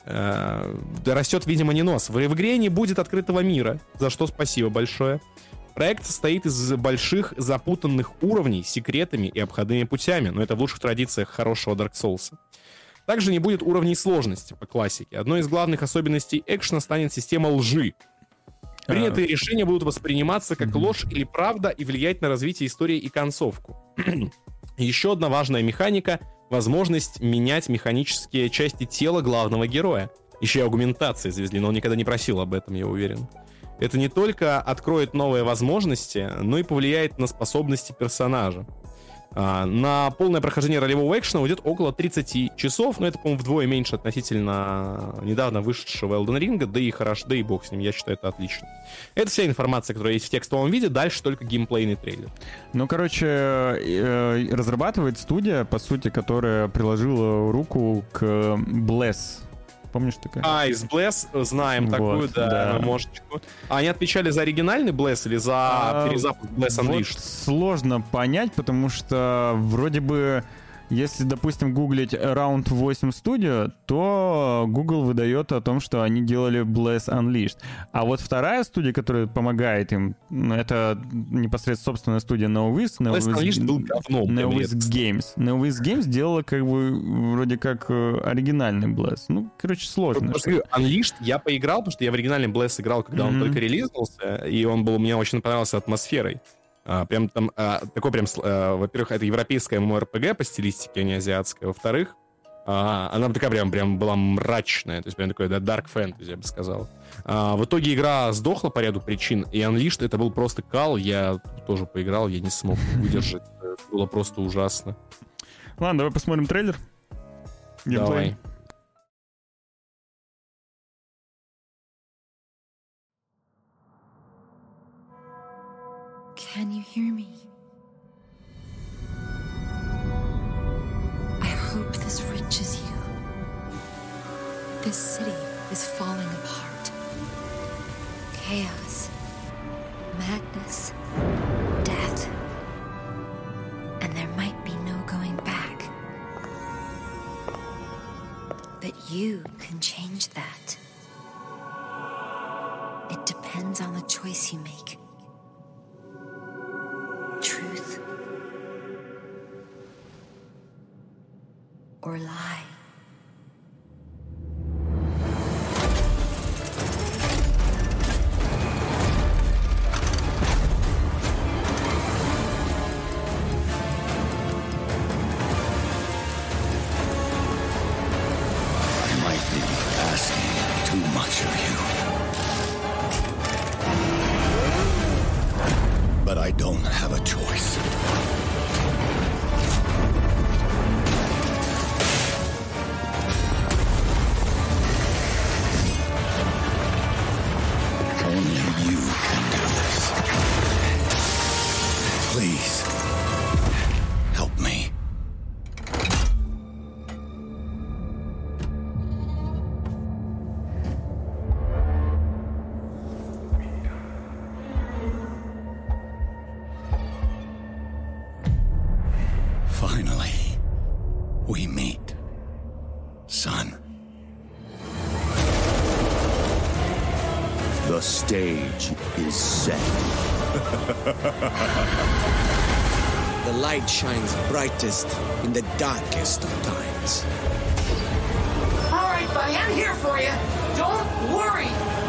Растет, видимо, не нос. В игре не будет открытого мира, за что спасибо большое. Проект состоит из больших запутанных уровней с секретами и обходными путями, но это в лучших традициях хорошего Dark Souls. Также не будет уровней сложности по классике. Одной из главных особенностей экшена станет система лжи. Принятые решения будут восприниматься как ложь или правда и влиять на развитие истории и концовку. Еще одна важная механика — возможность менять механические части тела главного героя. Еще и аугментации завезли, но он никогда не просил об этом, я уверен. Это не только откроет новые возможности, но и повлияет на способности персонажа. На полное прохождение ролевого экшена уйдет около 30 часов, но это, по-моему, вдвое меньше относительно недавно вышедшего Elden Ring, да и хорошо, да и бог с ним, я считаю, это отлично. Это вся информация, которая есть в текстовом виде, дальше только геймплейный трейлер. Ну, короче, разрабатывает студия, по сути, которая приложила руку к Bless. Помнишь такая? Из Bless знаем такую, да, мошечку. А они отвечали за оригинальный Bless или за перезапуск Bless Unleashed? Вот сложно понять, потому что вроде бы, если, допустим, гуглить Round 8 Studio, то Google выдает о том, что они делали Bless Unleashed. А вот вторая студия, которая помогает им, это непосредственно собственная студия NeoWiz. Bless Unleashed был говном. NeoWiz Games. NeoWiz Games делала как бы вроде как оригинальный Bless. Ну, короче, сложно. Unleashed я поиграл, потому что я в оригинальный Bless играл, когда он только релизнулся, и он был, мне очень понравился атмосферой. Прям там такой прям, во-первых, это европейская MMORPG по стилистике, а не азиатская. Во-вторых, она такая прям была мрачная, то есть прям такой, да, dark fantasy, я бы сказал. В итоге игра сдохла по ряду причин, и Unleashed это был просто кал, я тоже поиграл, я не смог выдержать, это было просто ужасно. Ладно, давай посмотрим трейлер. Давай. Can you hear me? I hope this reaches you. This city is falling apart. Chaos, madness, death. And there might be no going back. But you can change that. It depends on the choice you make. Truth or lie. But I don't have a choice. Only you can do this. Please, help me. Finally, we meet, son. The stage is set. The light shines brightest in the darkest of times. All right, buddy, I'm here for you. Don't worry.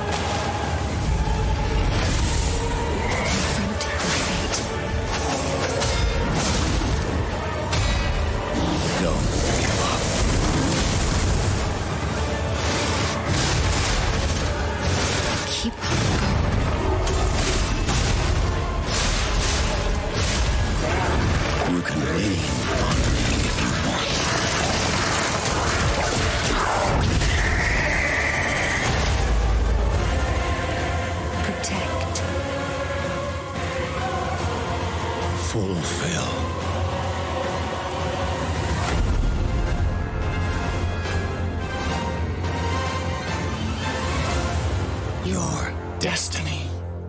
Confront your fate. Don't give up. Keep going. You can lean on me if you want. Protect. Fulfill. Your destiny.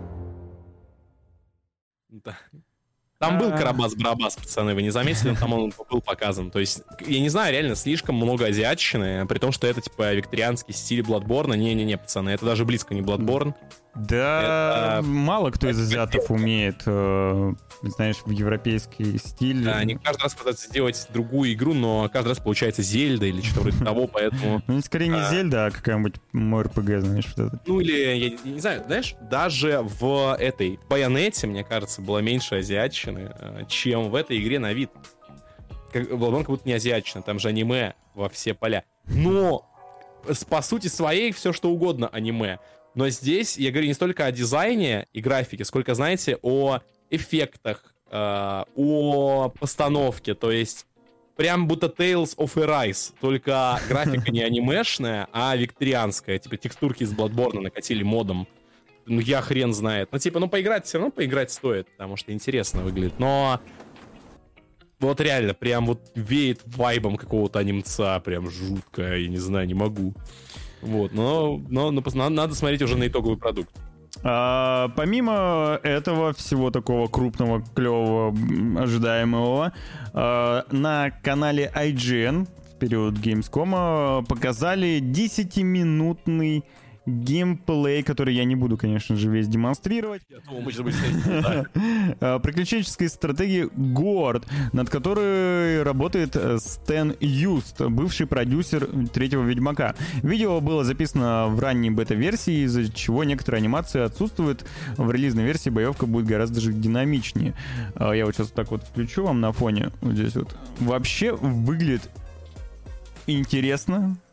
Да. Там был Карабас-Барабас, пацаны, вы не заметили, но там он был показан. То есть, я не знаю, реально слишком много азиатчины, при том, что это, типа, викторианский стиль Бладборна. Не-не-не, пацаны, это даже близко не Бладборн. Да, Это... мало кто из азиатов умеет, знаешь, в европейский стиль. Да, они каждый раз пытаются сделать другую игру, но каждый раз получается Зельда или что-то вроде того, поэтому... Ну, скорее не Зельда, а какая-нибудь РПГ, знаешь, вот это. Ну, или, я не знаю, знаешь, даже в этой Байонете, мне кажется, было меньше азиатчины, чем в этой игре на вид. Bloodborne как будто не азиатчина, там же аниме во все поля. Но, по сути своей, все что угодно аниме. Но здесь я говорю не столько о дизайне и графике, сколько, знаете, о эффектах, о постановке. То есть прям будто Tales of Arise, только графика не анимешная, а викторианская. Типа текстурки из Bloodborne накатили модом. Ну, я хрен знает. Ну, типа, поиграть все равно поиграть стоит, потому что интересно выглядит. Но вот реально, прям вот веет вайбом какого-то анимца, прям жутко, я не знаю, не могу. Вот, но надо смотреть уже на итоговый продукт. Помимо этого всего такого крупного, клевого, ожидаемого, на канале IGN в период Gamescom показали 10-минутный геймплей, который я не буду, конечно же, весь демонстрировать. Приключенческой стратегии Горд, над которой работает Стэн Юст, бывший продюсер третьего Ведьмака. Видео было записано в ранней бета-версии, из-за чего некоторые анимации отсутствуют. В релизной версии боевка будет гораздо же динамичнее. Я вот сейчас так вот включу вам на фоне. Вот здесь вот. Вообще выглядит интересно.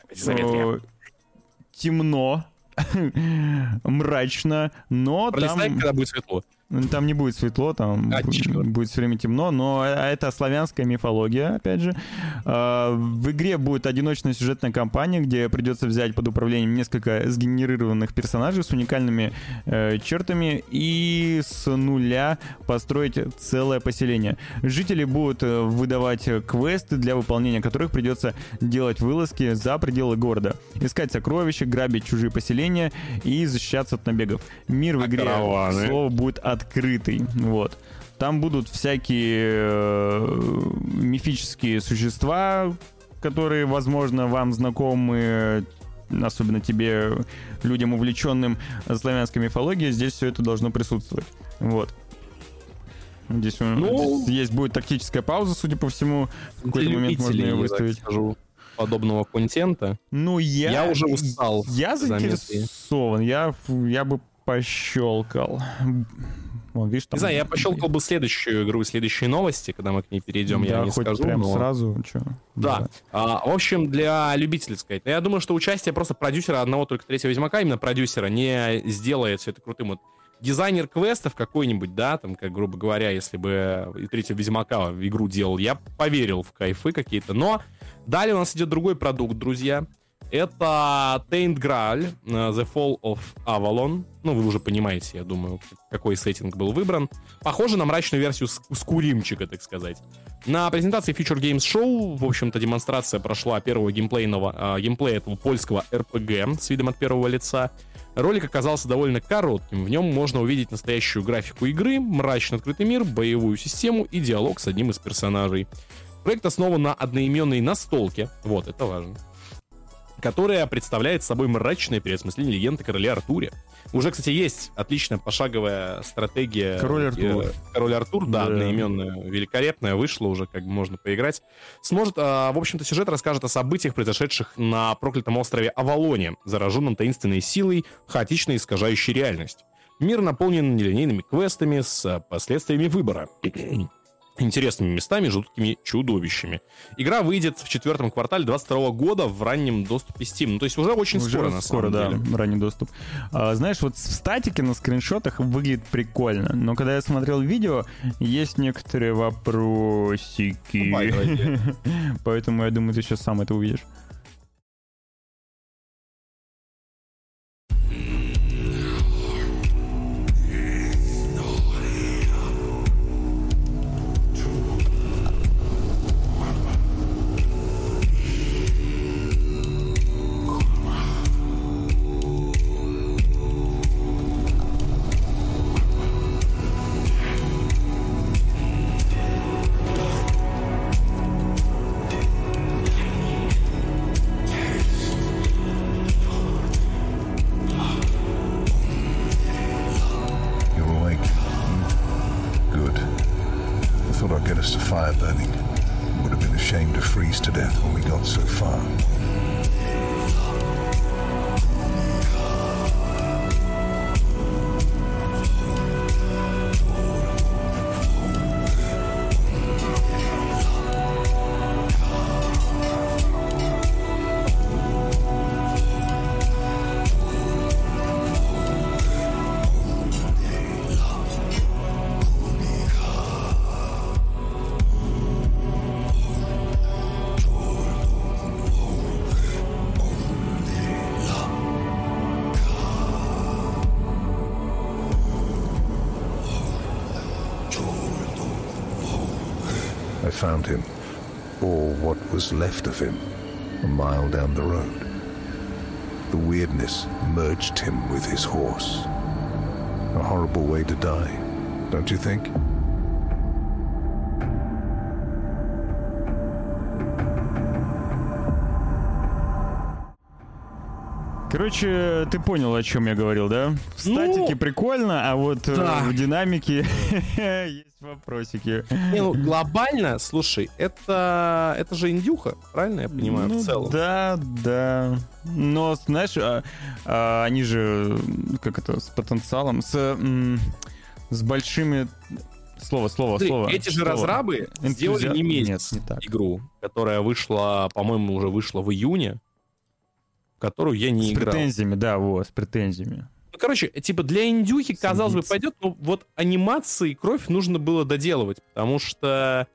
Темно, мрачно, но пролистай, там... когда будет светло. Там не будет светло, там будет все время темно, но это славянская мифология, опять же. В игре будет одиночная сюжетная кампания, где придется взять под управлением несколько сгенерированных персонажей с уникальными чертами и с нуля построить целое поселение. Жители будут выдавать квесты, для выполнения которых придется делать вылазки за пределы города, искать сокровища, грабить чужие поселения и защищаться от набегов. Мир в игре, к слову, будет открытый. Вот. Там будут всякие мифические существа, которые, возможно, вам знакомы, особенно тебе, людям, увлеченным славянской мифологией, здесь все это должно присутствовать. Вот. Здесь есть будет тактическая пауза, судя по всему. В какой-то момент можно ее выставить. Скажу, подобного контента. Ну, я уже устал. Я заинтересован. Я бы пощелкал. Вон, видишь, там... Не знаю, я пощелкал бы следующую игру, следующие новости, когда мы к ней перейдем, да, я не хоть скажу. Прям но... сразу, что? Да. В общем, для любителей, сказать. Я думаю, что участие просто продюсера одного только третьего Ведьмака, именно продюсера, не сделает все это крутым. Вот дизайнер квестов какой-нибудь, да, там, как, грубо говоря, если бы и третьего Ведьмака в игру делал, я поверил в кайфы какие-то. Но далее у нас идет другой продукт, друзья. Это Taint Graal, The Fall of Avalon. Ну, вы уже понимаете, я думаю, какой сеттинг был выбран. Похоже на мрачную версию Скуримчика, так сказать. На презентации Future Games Show, в общем-то, демонстрация прошла первого геймплея этого польского RPG с видом от первого лица. Ролик оказался довольно коротким. В нем можно увидеть настоящую графику игры, мрачный открытый мир, боевую систему и диалог с одним из персонажей. Проект основан на одноименной настолке. Вот, это важно. Которая представляет собой мрачное переосмысление легенды о короле Артуре. Уже, кстати, есть отличная пошаговая стратегия. Король Артур. Король Артур, да, одноименная, великолепная, вышла уже, как бы можно поиграть. Сможет, в общем-то, сюжет расскажет о событиях, произошедших на проклятом острове Авалоне, зараженном таинственной силой, хаотично искажающей реальность. Мир наполнен нелинейными квестами с последствиями выбора. Интересными местами, жуткими чудовищами. Игра выйдет в 4-м квартале 2022 года в раннем доступе Steam. Ну, то есть уже очень скоро, на самом деле. Да, ранний доступ. Знаешь, вот в статике на скриншотах выглядит прикольно, но когда я смотрел видео, есть некоторые вопросики. Поэтому я думаю, ты сейчас сам это увидишь. Found him, or what was left of him, a mile down the road. The weirdness merged him with his horse. A horrible way to die, don't you think? Короче, ты понял, о чем я говорил, да? В статике прикольно, а вот в динамике есть вопросики. Не, ну, глобально, слушай, это же индюха, правильно я понимаю, в целом? Да, да. Но, знаешь, они же, как это, с потенциалом, с большими... Слово. Эти же разрабы сделали не месяц игру, которая вышла, по-моему, уже вышла в июне, в которую я не играл. С претензиями, да, вот, с претензиями. Ну, короче, типа для индюхи, казалось бы, пойдет, но вот анимации и кровь нужно было доделывать, потому что,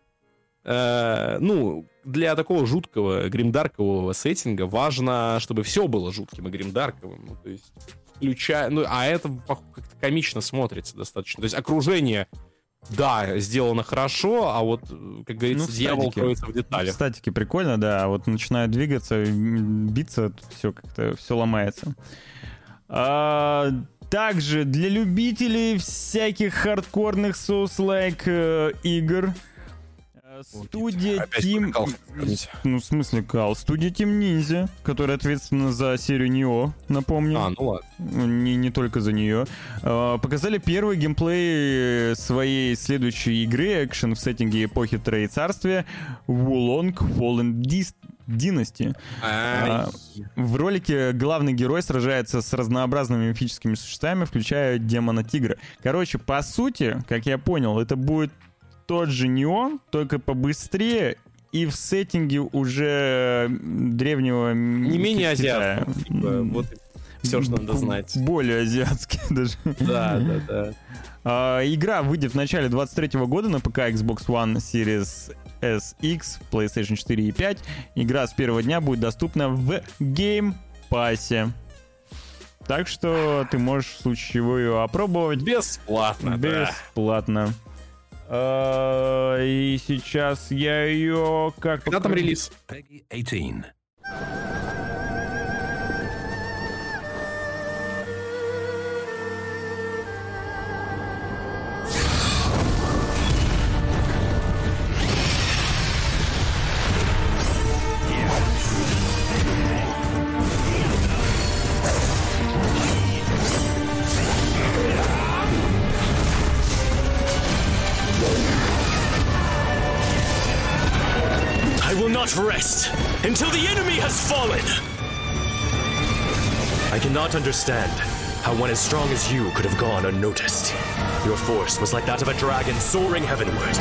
для такого жуткого гримдаркового сеттинга важно, чтобы все было жутким и гримдарковым, ну, то есть, включая, а это как-то комично смотрится достаточно, то есть окружение, да, сделано хорошо, а вот, как говорится, дьявол кроется в деталях. В статике прикольно, да, а вот начинают двигаться, биться, все как-то, все ломается. Также для любителей всяких хардкорных Souls-like игр Студия Team... Ну, в смысле, Кал? Студия Team Ninja, которая ответственна за серию Nioh, напомню. Ну ладно. Не только за нее. Показали первый геймплей своей следующей игры, экшен в сеттинге эпохи Троецарствия, Wulong Fallen Dynasty. В ролике главный герой сражается с разнообразными мифическими существами, включая демона-тигра. Короче, по сути, как я понял, это будет тот же Nioh, только побыстрее и в сеттинге уже древнего... Не менее азиатского. Типа, вот все, что надо знать. Более азиатский даже. Да. Игра выйдет в начале 23 года на ПК, Xbox One, Series SX, PlayStation 4 и 5. Игра с первого дня будет доступна в Game Pass'е. Так что ты можешь в случае чего ее опробовать. Бесплатно. Бесплатно. И сейчас я ее... Когда там релиз? Peggy 18. I will not rest until the enemy has fallen. I cannot understand how one as strong as you could have gone unnoticed. Your force was like that of a dragon soaring heavenward.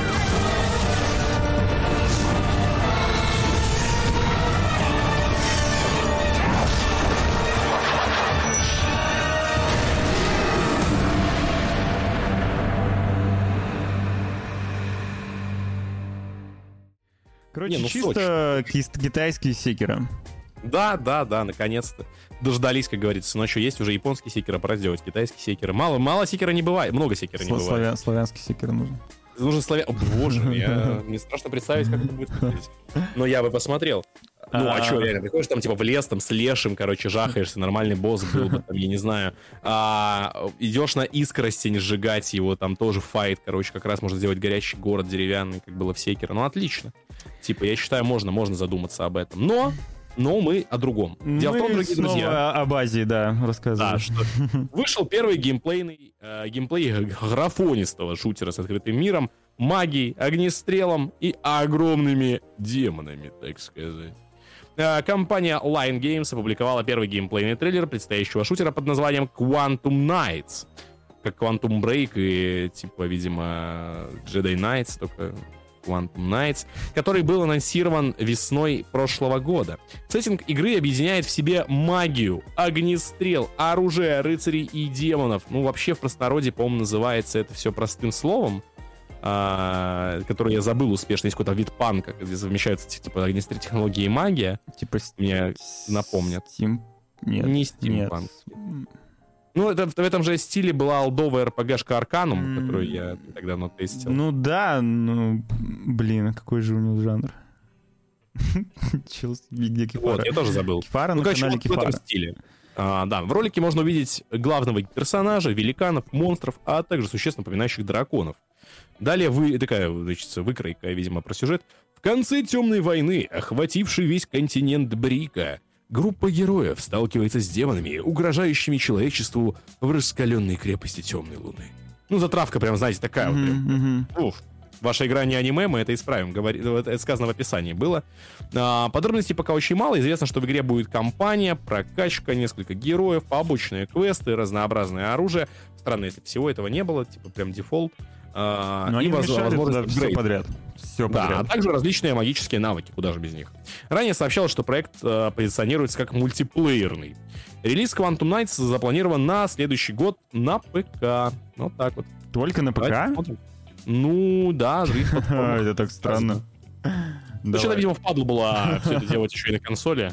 Короче, чисто китайские секеры. Да, наконец-то. Дождались, как говорится. Но что, есть уже японские секеры, пора сделать китайские секеры. Мало секера не бывает, много секера не бывает. Славянский секер нужен. Нужен О, боже, мне страшно представить, как это будет выглядеть. Но я бы посмотрел. Ну, а что, реально, приходишь там, типа, в лес, там, с лешим, короче, жахаешься, нормальный босс был бы, там, я не знаю. Идешь на искоростень сжигать его, там тоже файт, короче, как раз можно сделать горящий город деревянный, как было в Секере. Ну, отлично. Типа, я считаю, можно задуматься об этом. Но мы о другом. Дело в том, дорогие друзья... об Азии, да, рассказывай. Да, что вышел первый геймплей графонистого шутера с открытым миром, магией, огнестрелом и огромными демонами, так сказать. Компания Line Games опубликовала первый геймплейный трейлер предстоящего шутера под названием Quantum Knights. Как Quantum Break и, типа, видимо, Jedi Knights, только Quantum Knights, который был анонсирован весной прошлого года. Сеттинг игры объединяет в себе магию, огнестрел, оружие, рыцарей и демонов. Ну, вообще, в простонародье, по-моему, называется это все простым словом, который я забыл успешно, есть какой-то вид панка, где совмещаются типа огнестрел, технологии и магия. Типа мне напомнят. Нет, не стимпанк. Ну, это в этом же стиле была олдовая РПГшка Arcanum, которую я так давно тестил. Ну да, блин, какой же у него жанр? Где Кефара? Вот, я тоже забыл. Кефара на канале Кефара. В этом стиле. Да, в ролике можно увидеть главного персонажа, великанов, монстров, а также существенно напоминающих драконов. Далее такая, значит, выкройка, видимо, про сюжет. В конце Темной войны, охватившей весь континент Брика, группа героев сталкивается с демонами, угрожающими человечеству в раскаленной крепости Темной Луны. Ну, затравка прям, знаете, такая вот. Уф. Ваша игра не аниме, мы это исправим. Это сказано в описании было. Подробностей пока очень мало. Известно, что в игре будет кампания, прокачка, несколько героев, побочные квесты, разнообразное оружие. Странно, если всего этого не было, типа прям дефолт. Но они возможность все подряд. Все подряд. Да, а также различные магические навыки, куда же без них. Ранее сообщалось, что проект позиционируется как мультиплеерный. Релиз Quantum Knights запланирован на следующий год на ПК. Вот так вот. Только на ПК? Ну, да. Это так странно. Ну, что-то, видимо, впадло было все это делать еще и на консоли.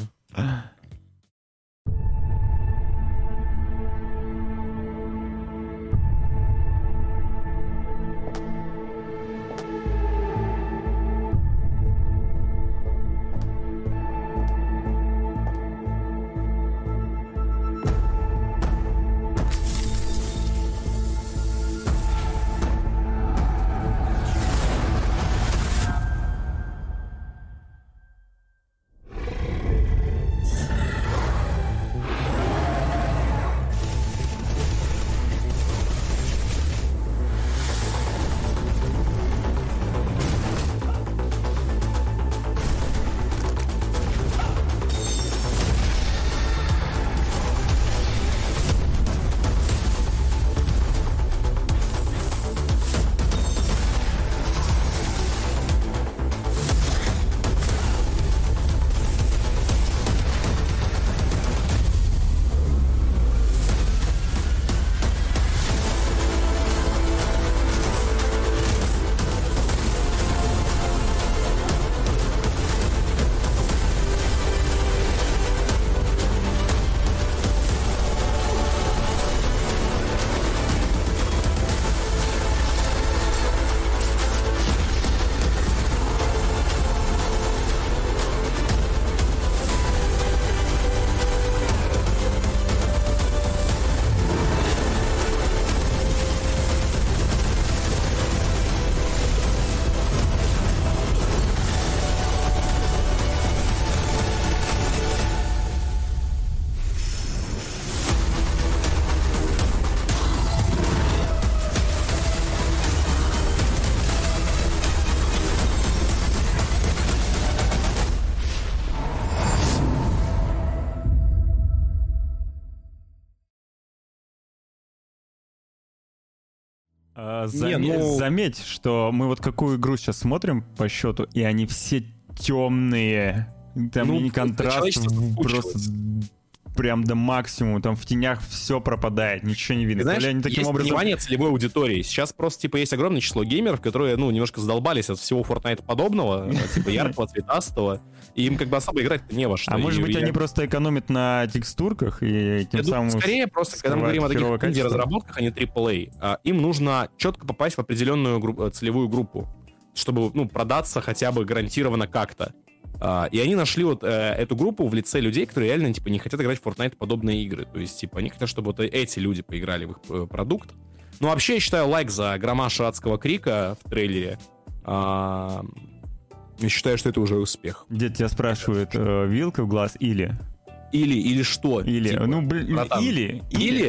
Заметь, что мы вот какую игру сейчас смотрим по счету, и они все темные. Там контраст просто прям до максимума, там в тенях все пропадает, ничего не видно. Знаешь, они таким есть образом... понимание целевой аудитории. Сейчас просто, типа, есть огромное число геймеров, которые, немножко задолбались от всего Fortnite подобного, типа, яркого, цветастого, и им как бы особо играть-то не во что. А может быть, они просто экономят на текстурках и тем самым... Скорее, просто, когда мы говорим о таких инди-разработках, а не AAA, им нужно четко попасть в определенную целевую группу, чтобы, продаться хотя бы гарантированно как-то. И они нашли вот эту группу в лице людей, которые реально, типа, не хотят играть в Fortnite подобные игры. То есть, типа, они хотят, чтобы вот эти люди поиграли в их продукт. Ну, вообще, я считаю, лайк за громаша адского крика в трейлере. Я считаю, что это уже успех. Дед тебя спрашивает, вилка в глаз или... Или что? Или, типа, или.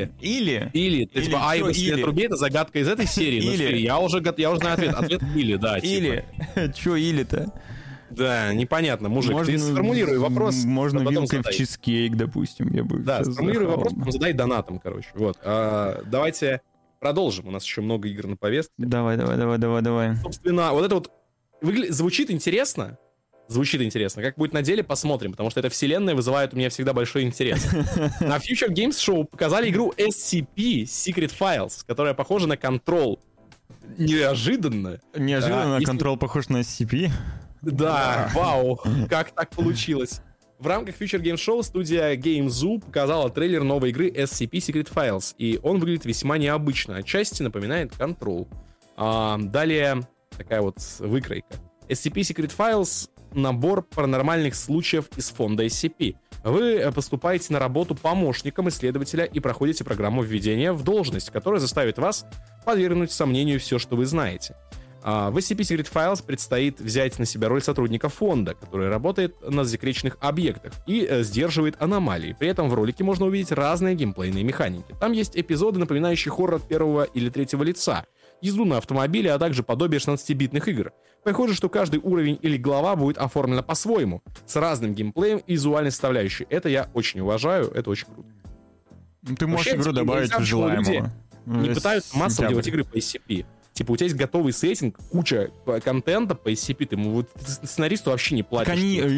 Ты типа, если отрубей, это загадка из этой серии. Или. Я уже знаю ответ. Ответ или, да. Или. Чё или-то? Да, непонятно, мужик, ты сформулируй вопрос. Можно вилкой в чизкейк, допустим, я бы. Да, сформулируй вопрос, потом задай донатом, короче. Вот. Давайте продолжим. У нас еще много игр на повестке. Давай. Собственно, вот это вот звучит интересно. Как будет на деле, посмотрим, потому что эта вселенная вызывает у меня всегда большой интерес. На Future Games Show показали игру SCP Secret Files, которая похожа на Control. Неожиданно. Control похож на SCP? Да, вау, как так получилось. В рамках Future Game Show студия Game Zoo показала трейлер новой игры SCP Secret Files, и он выглядит весьма необычно, отчасти напоминает Control. Далее такая вот выкройка. SCP Secret Files — набор паранормальных случаев из фонда SCP. Вы поступаете на работу помощником исследователя и проходите программу введения в должность, которая заставит вас подвергнуть сомнению все, что вы знаете. В SCP Secret Files предстоит взять на себя роль сотрудника фонда, который работает на засекреченных объектах и сдерживает аномалии. При этом в ролике можно увидеть разные геймплейные механики. Там есть эпизоды, напоминающие хоррор от первого или третьего лица, езду на автомобиле, а также подобие 16-битных игр. Похоже, что каждый уровень или глава будет оформлена по-своему, с разным геймплеем и визуальной составляющей. Это я очень уважаю, это очень круто. Ты можешь игру добавить в желаемого. Не пытаются массово делать игры по SCP. Типа, у тебя есть готовый сеттинг, куча контента по SCP, ты сценаристу вообще не платишь.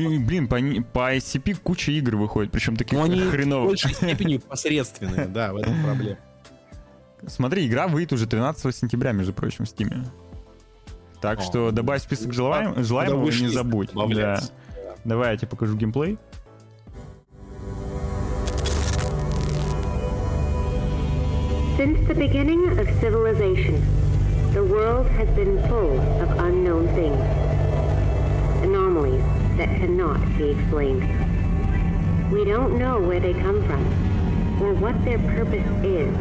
По SCP куча игр выходит, причем таких хреновых. Они в большей степени посредственные, да, в этом проблема. Смотри, игра выйдет уже 13 сентября, между прочим, в Steam. Так что добавь в список желаемого и не забудь. Да. Давай я тебе покажу геймплей. Since the beginning of civilization, the world has been full of unknown things, anomalies that cannot be explained. We don't know where they come from or what their purpose is.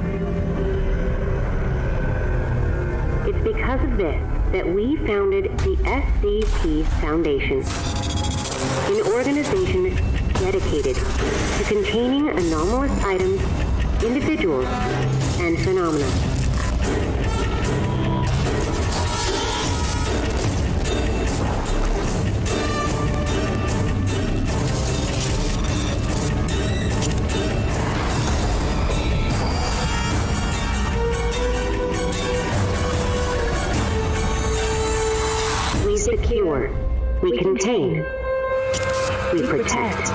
It's because of this that we founded the SCP Foundation, an organization dedicated to containing anomalous items, individuals, and phenomena. We secure, we contain, we protect.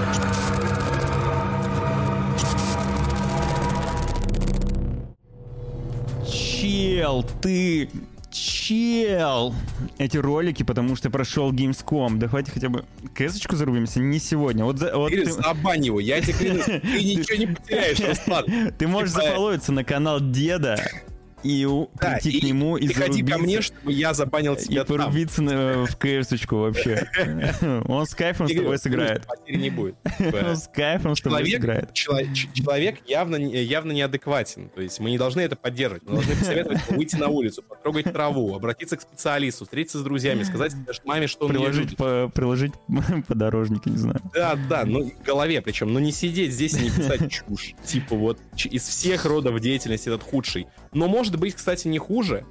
Чел! Эти ролики, потому что прошел Gamescom. Давайте хотя бы кэсочку зарубимся. Не сегодня. Ты забань его, я тебе клянусь. Ты ничего не потеряешь, Руслан. Ты можешь зафолловиться на канал деда и прийти к нему и приходи ко мне, чтобы я забанил тебя и порубиться в кэсочку вообще. Он с кайфом с тобой сыграет. Не будет. Он с кайфом с тобой сыграет. Человек явно неадекватен. То есть мы не должны это поддерживать. Мы должны посоветовать выйти на улицу, потрогать траву, обратиться к специалисту, встретиться с друзьями, сказать маме, что он приложить подорожник, не знаю. Да, но в голове причем. Но не сидеть здесь и не писать чушь. Типа вот из всех родов деятельности этот худший. Но может быть, кстати, не хуже,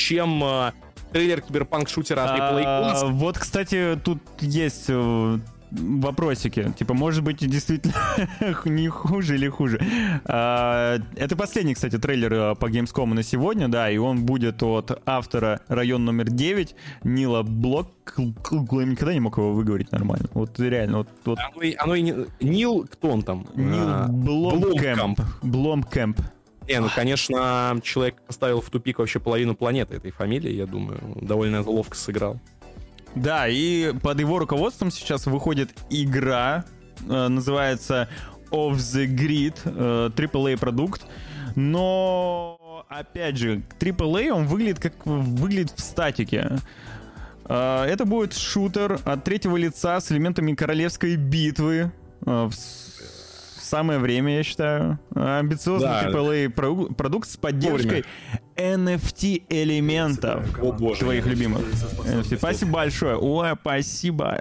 чем трейлер киберпанк-шутера от AAA. Вот, кстати, тут есть вопросики. Типа, может быть, действительно не хуже или хуже. Это последний, кстати, трейлер по Gamescom на сегодня, да, и он будет от автора «Район номер 9» Нила Блок. Я никогда не мог его выговорить нормально. Вот реально. Вот. Оно и не... Нил, кто он там? Нил Бломкэмп. Не, ну, конечно, человек поставил в тупик вообще половину планеты этой фамилии, я думаю. Довольно ловко сыграл. Да, и под его руководством сейчас выходит игра, называется Off the Grid, AAA продукт, но, опять же, AAA, он выглядит в статике. Это будет шутер от третьего лица с элементами королевской битвы, самое время, я считаю. Амбициозный AAA продукт с поддержкой NFT-элементов. Твоих любимых. NFT. Спасибо большое. Ой, спасибо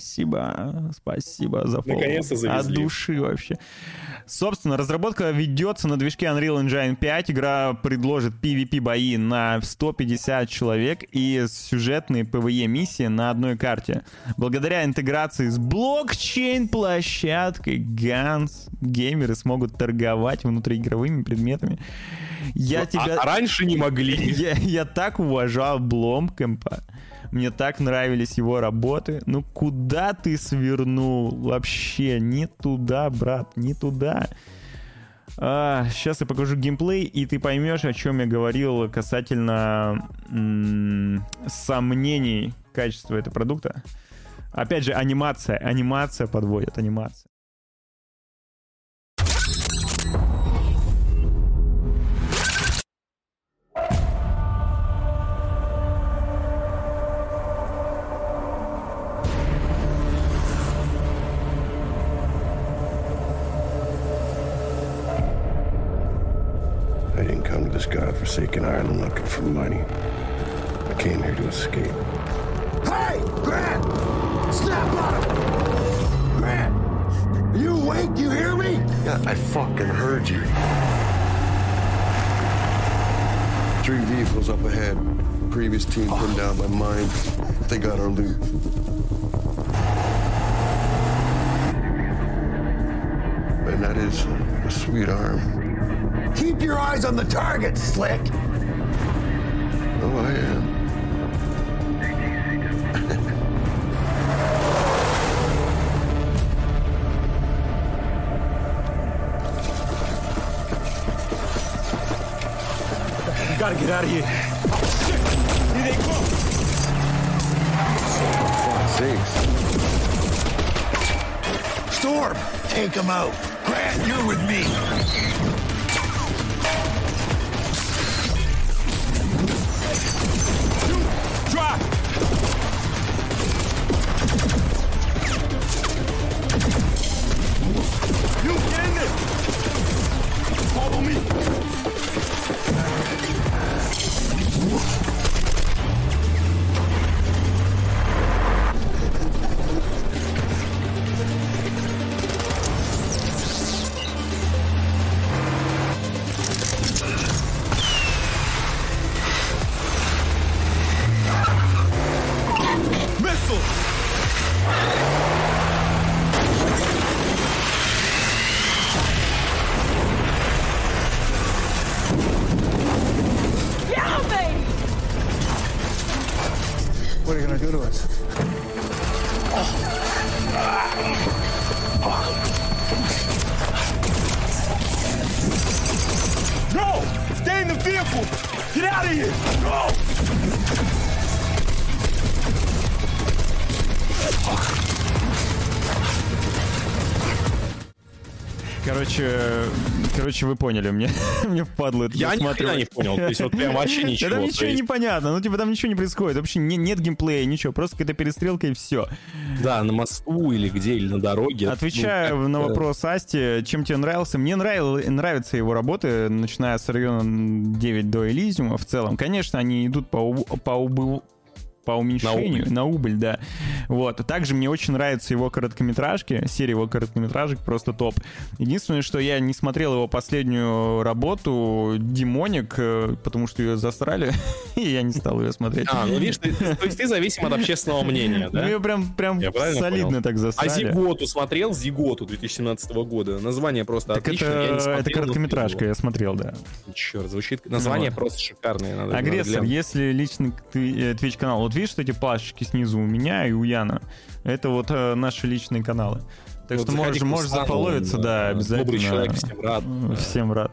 за фоллоу. Наконец-то завезли. От души вообще. Собственно, разработка ведется на движке Unreal Engine 5. Игра предложит PvP-бои на 150 человек и сюжетные PvE-миссии на одной карте. Благодаря интеграции с блокчейн-площадкой GANS геймеры смогут торговать внутриигровыми предметами. Раньше не могли. Я так уважал Бломкэмпа. Мне так нравились его работы. Ну куда ты свернул? Вообще не туда, брат, не туда. Сейчас я покажу геймплей, и ты поймешь, о чем я говорил касательно сомнений качества этого продукта. Опять же, анимация подводит, анимация. I didn't come to this godforsaken island looking for money. I came here to escape. Hey, Grant! Snap out of it! Grant! Are you awake? You hear me? Yeah, I fucking heard you. 3 vehicles up ahead. Previous team pinned down by mine. They got our loot. And that is a sweet arm. Keep your eyes on the target, Slick! Oh, I am. We gotta get out of here. Here they come! Sakes. Storm, take him out. Grant, you're with me. Drop! You get in there! Follow me! What are you gonna do to us? No! Stay in the vehicle! Get out of here! Go! Короче, вы поняли, мне впадло это Я ни хрена не понял, то есть вот прям вообще ничего. Там ничего не понятно, ну типа там ничего не происходит, вообще нет геймплея, ничего, просто какая-то перестрелка и все. Да, на мосту или где, или на дороге. Отвечаю на вопрос Асти, чем тебе нравился? Мне нравятся его работы, начиная с района 9 до Элизиума в целом. Конечно, они идут по по уменьшению, на убыль, да. Вот. Также мне очень нравятся его короткометражки, серия его короткометражек просто топ. Единственное, что я не смотрел его последнюю работу «Демоник», потому что ее засрали, и я не стал ее смотреть. Ну видишь, то есть ты зависим от общественного мнения, да? Ну ее прям солидно так засрали. А «Зиготу» смотрел? «Зиготу» 2017 года. Название просто так отличное. Это короткометражка, я смотрел, да. Черт, звучит... Название просто шикарное. Агрессор, если личный Twitch-канал. Вот видишь, эти плашечки снизу у меня и у Яна? Это вот наши личные каналы. Так что можешь зафоловиться, да, обязательно. Добрый человек, всем рад. Всем рад.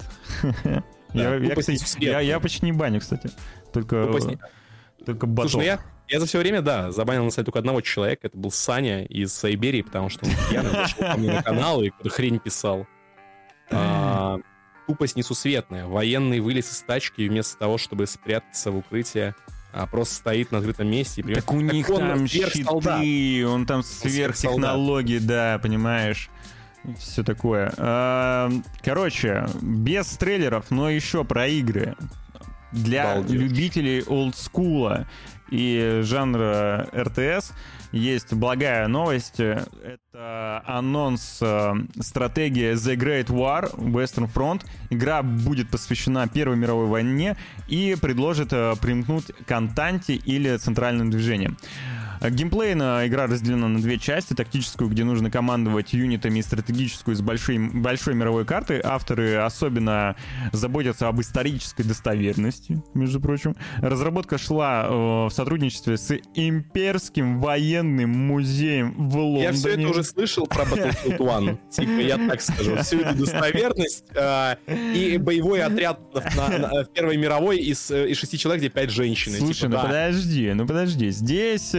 Я почти не баню, кстати. Только ботов. Слушай, я за все время, да, забанил на сайт только одного человека. Это был Саня из Сайберии, потому что он пьяный зашел ко мне на канал и какую-то хрень писал. Тупость несусветная. Военный вылез из тачки и вместо того, чтобы спрятаться в укрытие, просто стоит на открытом месте. И так у них там щиты, он там сверхтехнологии, да, понимаешь. Все такое. Короче, без трейлеров, но еще про игры. Для любителей олдскула и жанра РТС есть благая новость. Это анонс стратегии The Great War Western Front. Игра будет посвящена Первой мировой войне и предложит примкнуть к Антанте или центральным движениям. Геймплейно игра разделена на две части. Тактическую, где нужно командовать юнитами, и стратегическую с большой мировой карты. Авторы особенно заботятся об исторической достоверности, между прочим. Разработка шла в сотрудничестве с Имперским военным музеем в Лондоне. Я все это уже слышал про Battlefield 1. Типа, я так скажу. Всю эту достоверность и боевой отряд в Первой мировой из 6 человек, где 5 женщин. Слушай, подожди. Здесь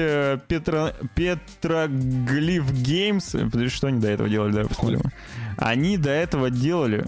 Петроглиф Геймс. Подожди, что они до этого делали? Давай посмотрим. Они до этого делали...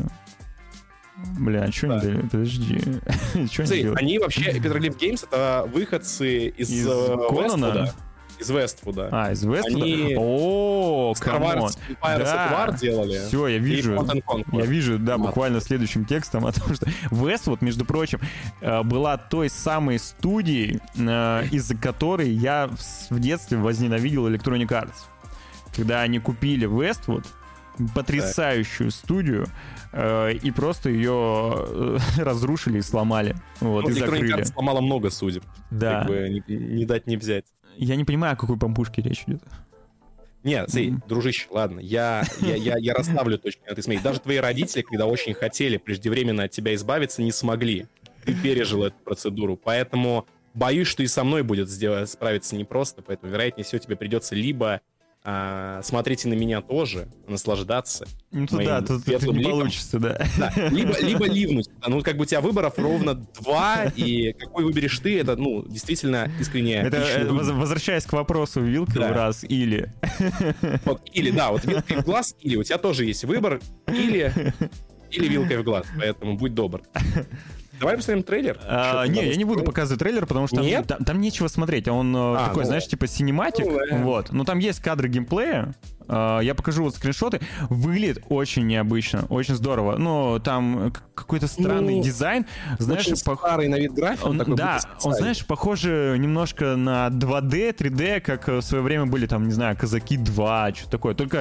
Бля, а что они делали? Подожди. Они вообще... Петроглиф Геймс — это выходцы из Вествуда. Из Вествуда. Из Вествуда? О, камон. Да. Делали. Все, я вижу, да, буквально следующим текстом о том, что Westwood, между прочим, была той самой студией, из-за которой я в детстве возненавидел Electronic Arts. Когда они купили Westwood, потрясающую студию, и просто ее разрушили и сломали. Вот, и закрыли. Electronic Arts сломала много судеб. Да. Как бы не дать не взять. Я не понимаю, о какой пампушке речь идет. Нет, дружище, ладно, я расставлю точки над «и». Даже твои родители, когда очень хотели преждевременно от тебя избавиться, не смогли. Ты пережил эту процедуру, поэтому боюсь, что и со мной будет справиться непросто, поэтому, вероятнее всего, тебе придется либо смотрите на меня тоже, наслаждаться. Ну, да, тут не получится, да. Либо ливнуть. Ну, как бы у тебя выборов ровно 2, и какой выберешь ты, это, действительно искренне... Это, возвращаясь к вопросу, вилка в раз или... Или, да, вот вилкой в глаз, или у тебя тоже есть выбор, или вилкой в глаз, поэтому будь добр. Давай посмотрим трейлер. Не, я не буду показывать трейлер, потому что там нечего смотреть. Он такой, знаешь, типа синематик. Вот. Но там есть кадры геймплея. Я покажу вот скриншоты. Выглядит очень необычно, очень здорово. Но там какой-то странный дизайн. Знаешь, старый на вид график. Да, он, знаешь, похоже немножко на 2D, 3D, как в свое время были там, не знаю, Казаки 2, что-то такое. Только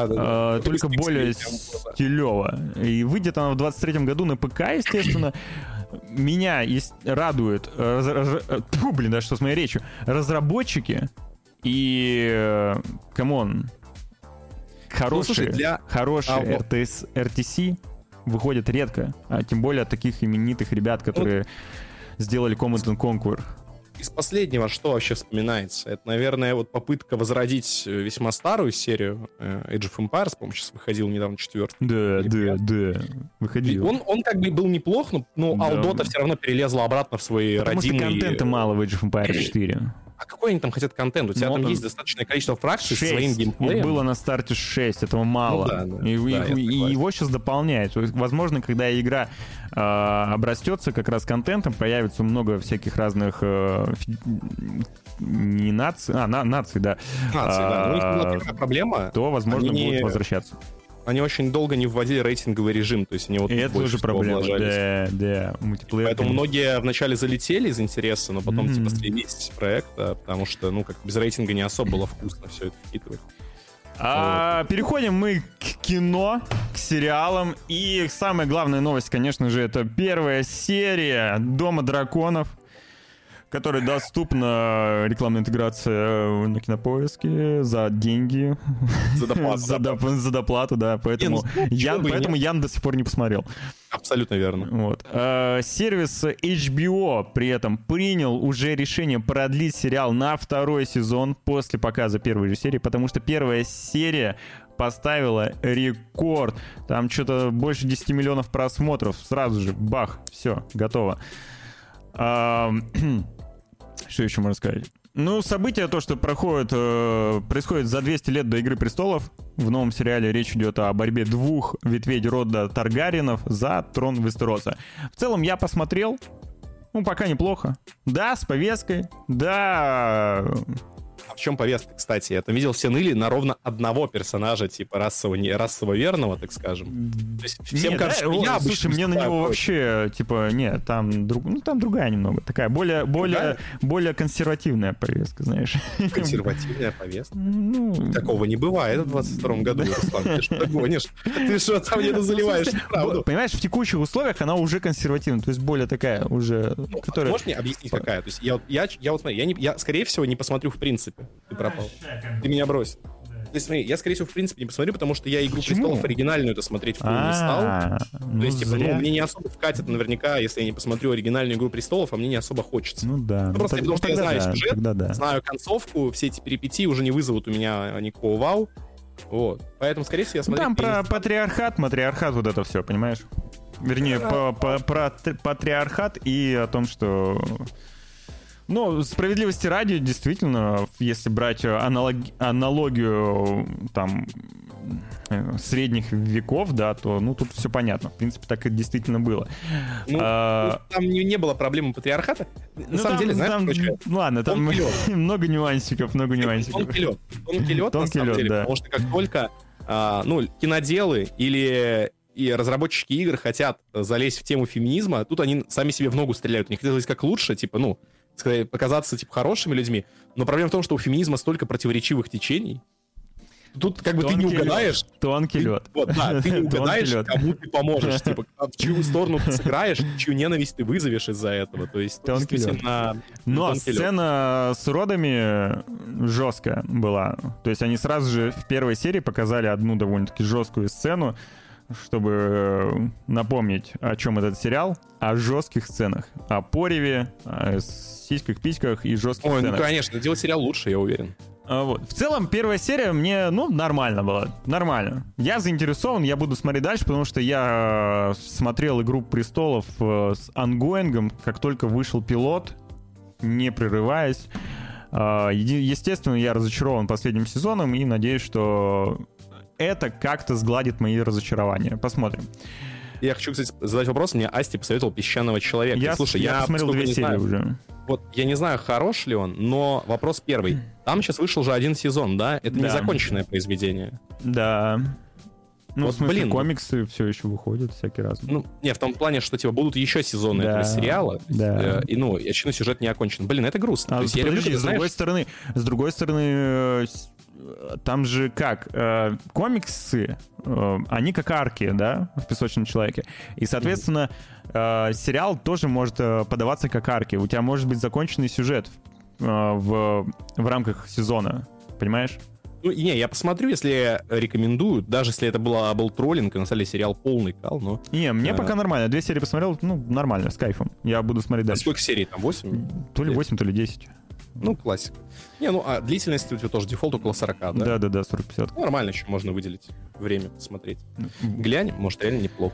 более стилево. И выйдет она в 23-м году на ПК, естественно. Меня радует, да что с моей речью, разработчики и, камон, хорошие RTC выходят редко, а тем более от таких именитых ребят, которые сделали Command & Conquer. Из последнего что вообще вспоминается? Это, наверное, вот попытка возродить весьма старую серию Age of Empires, по-моему, сейчас выходил недавно 4-й. Да, выходил. Он как бы был неплох, но Алдота все равно перелезла обратно в свой родимый... Потому что контента мало в Age of Empires 4. А какой они там хотят контент? У тебя там есть достаточное количество фракций со своим геймплеем. Было на старте 6, этого мало. И его сейчас дополняют. Возможно, когда игра обрастется как раз контентом, появится много всяких разных не наций, наций, да. У них была такая проблема. То, возможно, будут возвращаться. они очень долго не вводили рейтинговый режим, то есть они вот и это тоже проблема, да, мультиплеер. Поэтому многие вначале залетели из интереса, но потом типа слились с проекта, потому что, ну, как без рейтинга не особо было вкусно все это впитывать. Переходим мы к кино, к сериалам. И самая главная новость, конечно же, это первая серия «Дома драконов», которая доступна, рекламная интеграция на Кинопоиске за деньги. За доплату, да. Поэтому я до сих пор не посмотрел. Абсолютно верно. Вот. Сервис HBO при этом принял уже решение продлить сериал на второй сезон после показа первой же серии, потому что первая серия поставила рекорд. Там что-то больше 10 миллионов просмотров. Сразу же, бах, все, готово. Что еще можно сказать? Ну, событие, то, что происходит за 200 лет до «Игры престолов». В новом сериале речь идет о борьбе двух ветвей рода Таргариенов за трон Вестероса. В целом, я посмотрел. Ну, пока неплохо. Да, с повесткой. Да... А в чем повестка, кстати? Я там видел, все ныли на ровно одного персонажа, типа расово верного, так скажем. То есть всем кажется, что я слушай, мне на него вообще, типа, нет, там другая немного, такая более консервативная повестка, знаешь. Консервативная повестка? Ну... Такого не бывает в 22-м году, Руслан, ты что гонишь? Ты что там не заливаешь правду? Понимаешь, в текущих условиях она уже консервативная, то есть более такая уже... Можешь мне объяснить, какая? То есть я вот смотри, я скорее всего не посмотрю в принципе. Ты пропал. Ты меня бросил. Ты смотри, я, скорее всего, в принципе, не посмотрю, потому что я «Игру престолов» оригинальную-то смотреть в не стал. То есть, типа, мне не особо вкатит наверняка, если я не посмотрю оригинальную «Игру престолов», а мне не особо хочется. Ну да. Просто потому что я знаю сюжет, знаю концовку, все эти перипетии уже не вызовут у меня никакого вау. Вот. Поэтому, скорее всего, я смотрю... Там про матриархат вот это все, понимаешь? Вернее, про патриархат и о том, что... Ну, справедливости ради, действительно, если брать аналогию там средних веков, да, то, ну, тут все понятно. В принципе, так и действительно было. Ну, там не было проблемы патриархата. На самом деле, знаешь, ладно, там много нюансиков. Тонкий лед, на самом деле, потому что как только, киноделы или... и разработчики игр хотят залезть в тему феминизма, тут они сами себе в ногу стреляют. У них хотелось как лучше, типа, показаться, типа, хорошими людьми. Но проблема в том, что у феминизма столько противоречивых течений. Тут как бы ты не угадаешь... Тонкий лед. Вот, да, ты не угадаешь, кому ты поможешь. Типа, в чью сторону ты сыграешь, чью ненависть ты вызовешь из-за этого. То есть, действительно... Но сцена с родами жесткая была. То есть они сразу же в первой серии показали одну довольно-таки жесткую сцену, чтобы напомнить, о чем этот сериал, о жестких сценах, о пореве, о сиськах, письках и жестких сценах. Ну, конечно, делать сериал лучше, я уверен. Вот. В целом, первая серия мне, нормально была. Нормально. Я заинтересован, я буду смотреть дальше, потому что я смотрел «Игру престолов» с ангоингом, как только вышел пилот, не прерываясь. Естественно, я разочарован последним сезоном и надеюсь, что это как-то сгладит мои разочарования. Посмотрим. Я хочу, кстати, задать вопрос. Мне Асти посоветовал «Песчаного человека». Слушай, я посмотрел 2 серии уже. Вот, я не знаю, хорош ли он, но вопрос первый. Там сейчас вышел уже 1 сезон, да? Это незаконченное произведение. Да. Ну, вот, в смысле, комиксы все еще выходят всякий раз. Ну, не, в том плане, что, типа, будут еще сезоны этого сериала. Да. И, очевидно, сюжет не окончен. Блин, это грустно. То есть, подожди, с другой стороны, там же как? Комиксы, они как арки, да, в «Песочном человеке». И, соответственно, сериал тоже может подаваться как арки. У тебя может быть законченный сюжет в рамках сезона. Понимаешь? Ну, не, я посмотрю, если рекомендуют, даже если это был троллинг, и на самом деле сериал полный кал, но... Не, мне пока нормально. 2 серии посмотрел, нормально, с кайфом. Я буду смотреть дальше. Сколько серий там? 8? То ли 8, то ли 10. Ну, классика. Не, а длительность у тебя тоже дефолт около 40, да? Да, 40-50. Ну, нормально еще можно выделить время посмотреть. Глянь, может, реально неплохо.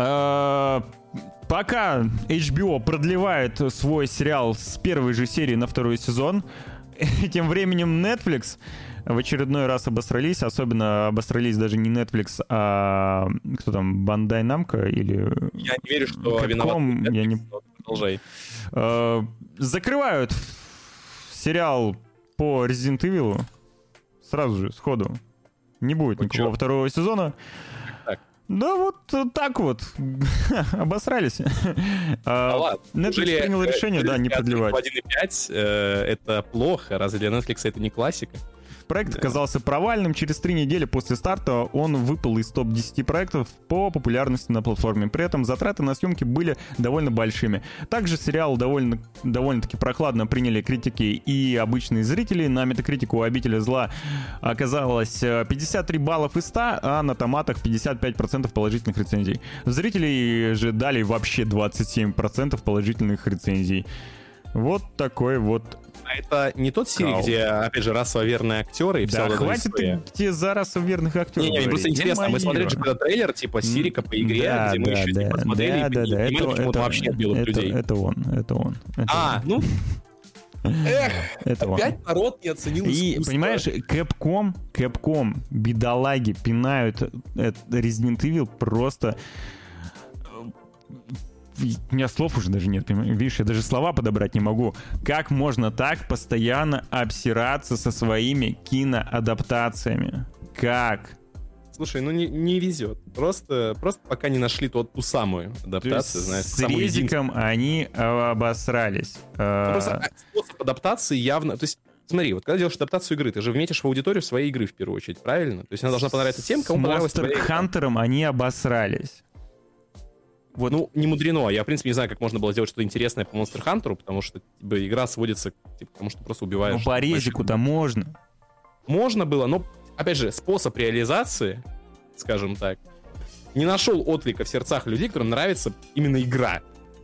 Пока HBO продлевает свой сериал с первой же серии на 2 сезон, тем временем Netflix в очередной раз обосрались. Особенно обосрались даже не Netflix, а кто там, Bandai Namco или... Я не верю, что виноват Netflix, продолжай. Закрывают сериал по Resident Evil сразу же, сходу. Не будет никакого 2 сезона. Да вот так вот. Обосрались. Ладно. Netflix принял решение, да, не продлевать. 1.5 это плохо. Разве для Netflix это не классика? Проект оказался провальным. Через 3 недели после старта он выпал из топ-10 проектов по популярности на платформе. При этом затраты на съемки были довольно большими. Также сериал довольно-таки прохладно приняли критики и обычные зрители. На Metacritic у «Обители зла» оказалось 53 баллов из 100, а на томатах 55% положительных рецензий. Зрители же дали вообще 27% положительных рецензий. Вот такой вот. А это не тот серий, где, опять же, расово-верные актеры и вся вот эта хватит история? тебе за расово-верных актеров. Не, просто интересно, мы смотрели же когда трейлер, типа Сирика по игре, где мы еще типа смотрели и понимали, почему он вообще отбил от людей. Это он. Ну... Это опять народ не оценил искусство. И, понимаешь, Capcom, бедолаги, пинают Resident Evil просто... У меня слов уже даже нет, видишь, я даже слова подобрать не могу. Как можно так постоянно обсираться со своими киноадаптациями? Как? Слушай, ну не везет. Просто пока не нашли ту самую адаптацию, знаешь. С Резиком они обосрались. Просто способ адаптации явно... То есть, смотри, вот когда делаешь адаптацию игры, ты же вметишь в аудиторию своей игры в первую очередь, правильно? То есть она должна понравиться тем, кому понравилась твоя игра. С Monster Hunter'ом они обосрались. Вот. Ну, не мудрено. Я, в принципе, не знаю, как можно было сделать что-то интересное по Monster Hunter, потому что типа, игра сводится к тому, что ты просто убиваешь. Ну, по резику-то можно. Можно было, но, опять же, способ реализации, скажем так, не нашел отклика в сердцах людей, которым нравится именно игра.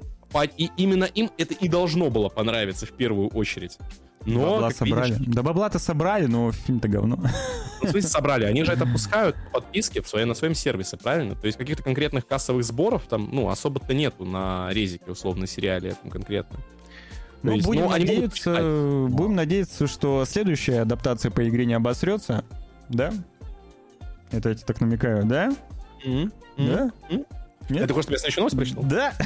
И именно им это и должно было понравиться в первую очередь. Но, бабла собрали. Видишь, да бабла-то собрали, но фильм-то говно. Ну, в смысле собрали? Они же это пускают по подписке на своем сервисе, правильно? То есть каких-то конкретных кассовых сборов там, ну, особо-то нету на резике, условно, сериале этом конкретно. Ну, есть, будем надеяться, что следующая адаптация по игре не обосрется, да? Это я тебе так намекаю, да? Да? Нет? Это просто я следующую новость прочитал?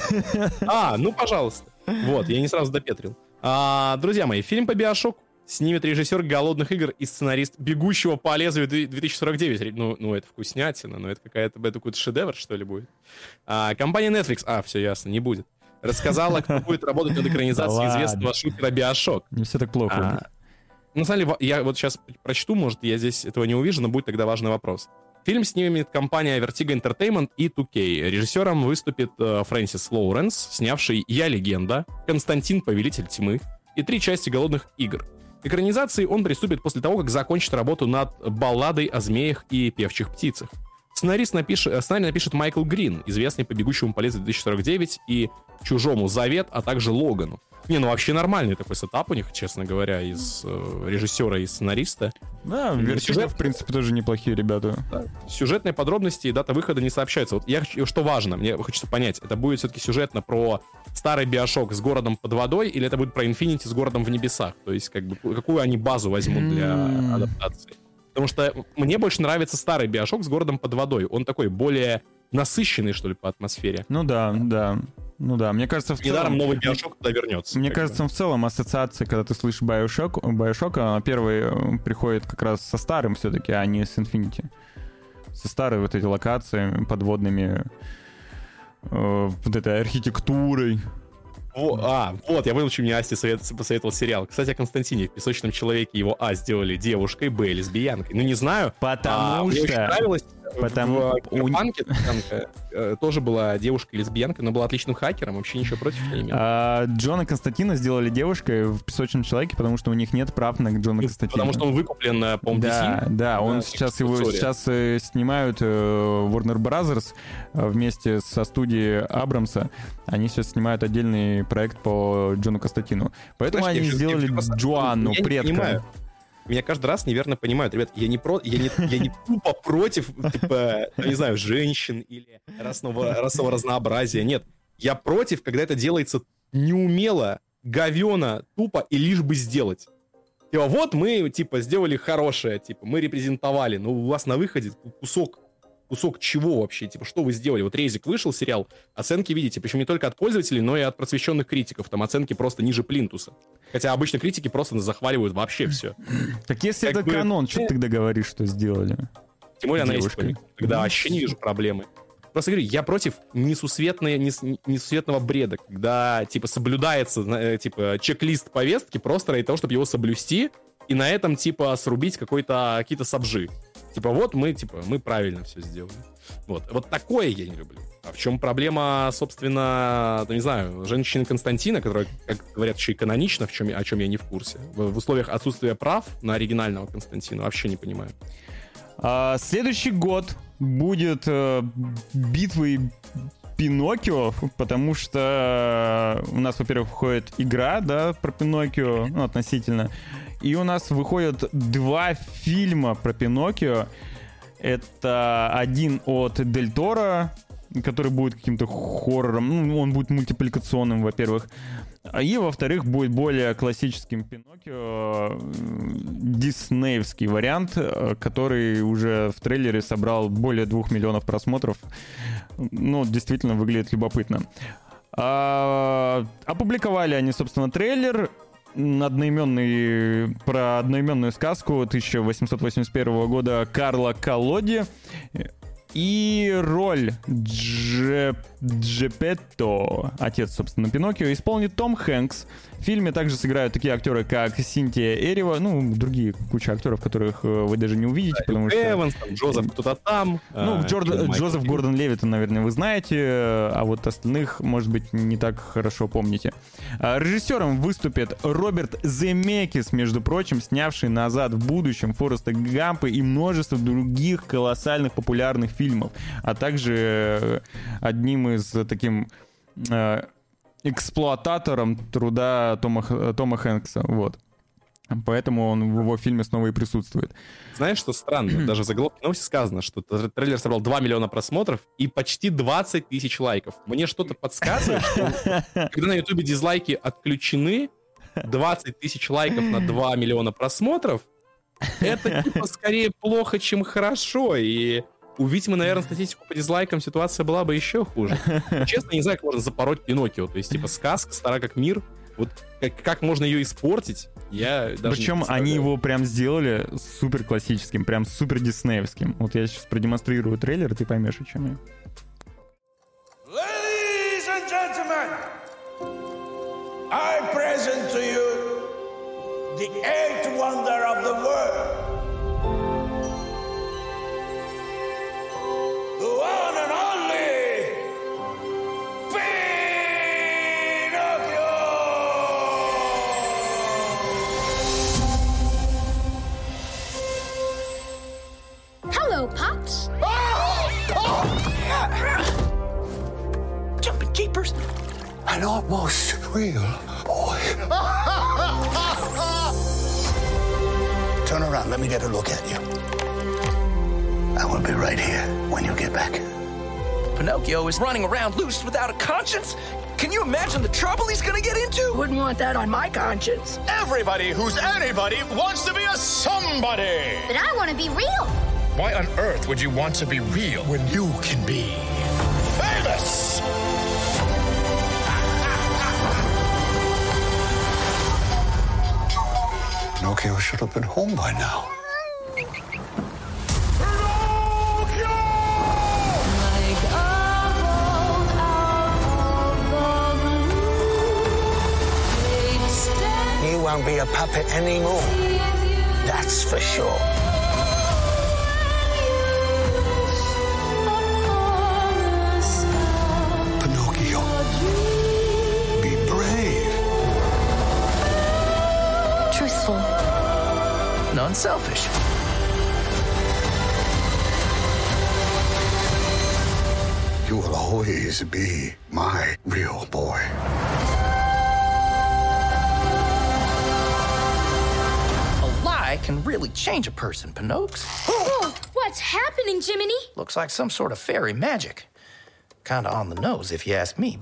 Да. Ну, пожалуйста. Вот, я не сразу допетрил. Друзья мои, фильм по Биошок снимет режиссер «Голодных игр» и сценарист «Бегущего по лезвию 2049». Ну, это вкуснятина, но это какой-то шедевр, что ли, будет. Компания Netflix, все ясно, не будет, рассказала, кто будет работать над экранизацией известного шутера Биошок. Не все так плохо. На самом деле, я вот сейчас прочту, может, я здесь этого не увижу, но будет тогда важный вопрос. Фильм снимет компания Vertigo Entertainment и 2K. Режиссером выступит Фрэнсис Лоуренс, снявший «Я легенда», «Константин. Повелитель тьмы» и 3 части «Голодных игр». К экранизации он приступит после того, как закончит работу над «Балладой о змеях и певчих птицах». Сценарий напишет Майкл Грин, известный по «Бегущему по лезвию 2049» и «Чужому завет», а также «Логану». Ну вообще нормальный такой сетап у них, честно говоря, из режиссера и сценариста. Да, Vertigo, в принципе, тоже неплохие ребята. Да. Сюжетные подробности и дата выхода не сообщаются. Вот что важно, мне хочется понять, это будет все-таки сюжетно про старый Биошок с городом под водой, или это будет про Infinity с городом в небесах? То есть, какую они базу возьмут для адаптации? Потому что мне больше нравится старый Биошок с городом под водой. Он такой более насыщенный, что ли, по атмосфере. Ну да. Мне кажется, в целом... Недаром новый Биошок туда вернется. Мне кажется, в целом ассоциация, когда ты слышишь Биошок, первый приходит как раз со старым все-таки, а не с Infinity. Со старой вот эти локациями подводными, вот этой архитектурой. Вот, я понял, что мне Асти посоветовал сериал. Кстати, о Константине. В «Песочном человеке» его сделали девушкой, лесбиянкой. Ну, не знаю. Потому что... Мне очень нравилось. В «Панке» тоже была девушка-лесбиянка, но была отличным хакером, вообще ничего против не имел. Джона Константина сделали девушкой в «Песочном человеке», потому что у них нет прав на Джона Константина. Потому что он выкуплен, по-моему, DC. Да, он сейчас снимают Warner Brothers вместе со студией Абрамса. Они сейчас снимают отдельный проект по Джону Константину. Поэтому они сделали Джоанну, предка. Меня каждый раз неверно понимают. Ребят, я не тупо против, типа, не знаю, женщин или расового разнообразия. Нет, я против, когда это делается неумело, говёно, тупо и лишь бы сделать. Типа, вот мы, типа, сделали хорошее, типа, мы репрезентовали, но у вас на выходе кусок чего вообще? Типа, что вы сделали? Вот «Резик» вышел, сериал, оценки видите, причем не только от пользователей, но и от просвещенных критиков. Там оценки просто ниже плинтуса. Хотя обычно критики просто захваливают вообще все. Так если это канон, что ты тогда говоришь, что сделали? Тем более она есть, тогда вообще не вижу проблемы. просто говорю, я против несусветного бреда, когда, типа, соблюдается, типа, чек-лист повестки просто ради того, чтобы его соблюсти, и на этом, типа, срубить какие-то сабжи. Типа, вот мы правильно все сделали. Вот такое я не люблю. А в чем проблема, собственно, не знаю, женщины Константина, которая, как говорят, еще и канонична, о чем я не в курсе. В условиях отсутствия прав на оригинального Константина вообще не понимаю. Следующий год будет битвой Пиноккио, потому что у нас, во-первых, выходит игра, да, про Пиноккио, ну, относительно, и у нас выходят 2 фильма про Пиноккио. Это один от Дель Торо, который будет каким-то хоррором, ну, он будет мультипликационным, во-первых, и, во-вторых, будет более классическим Пиноккио, диснеевский вариант, который уже в трейлере собрал более 2 миллионов просмотров. Ну, действительно выглядит любопытно. Опубликовали они, собственно, трейлер про одноименную сказку 1881 года Карла Коллоди. И роль Джепетто, отец, собственно, Пиноккио, исполнит Том Хэнкс. В фильме также сыграют такие актеры, как Синтия Эрева, ну, другие куча актеров, которых вы даже не увидите, потому что... Эванс, Джозеф кто-то там. Ну, Джозеф Гордон-Левитт, наверное, вы знаете, а вот остальных, может быть, не так хорошо помните. Режиссером выступит Роберт Земекис, между прочим, снявший «Назад в будущем», Форреста Гампа и множество других колоссальных популярных фильмов, а также одним из таким эксплуататором труда Тома Хэнкса, вот. Поэтому он в его фильме снова и присутствует. Знаешь, что странно? Даже в заголовке новости сказано, что трейлер собрал 2 миллиона просмотров и почти 20 тысяч лайков. Мне что-то подсказывает, что когда на Ютубе дизлайки отключены, 20 тысяч лайков на 2 миллиона просмотров, это типа скорее плохо, чем хорошо. И увидеть мы, наверное, статистику по дизлайкам, ситуация была бы еще хуже. Честно, не знаю, как можно запороть Пиноккио. То есть, типа, сказка стара как мир. Вот как можно ее испортить, я даже Причем они его прям сделали супер классическим, прям супер диснеевским. Вот я сейчас продемонстрирую трейлер, и ты поймешь, о чем я. Ladies and gentlemen, I present to you the 8th wonder of the world. The one and only Pinocchio! Hello, Pops. Jumping jeepers. An almost real boy. Turn around, let me get a look at you. I will be right here when you get back. Pinocchio is running around loose without a conscience? Can you imagine the trouble he's gonna get into? Wouldn't want that on my conscience. Everybody who's anybody wants to be a somebody. But I want to be real. Why on earth would you want to be real when you can be famous? Pinocchio should have been home by now. He won't be a puppet anymore. That's for sure. Pinocchio, be brave. Truthful. And unselfish. You will always be my real boy. Can really change a person, Pinocchio. Oh, what's happening, Jiminy? Looks like some sort of fairy magic. Kinda on the nose, if you ask me.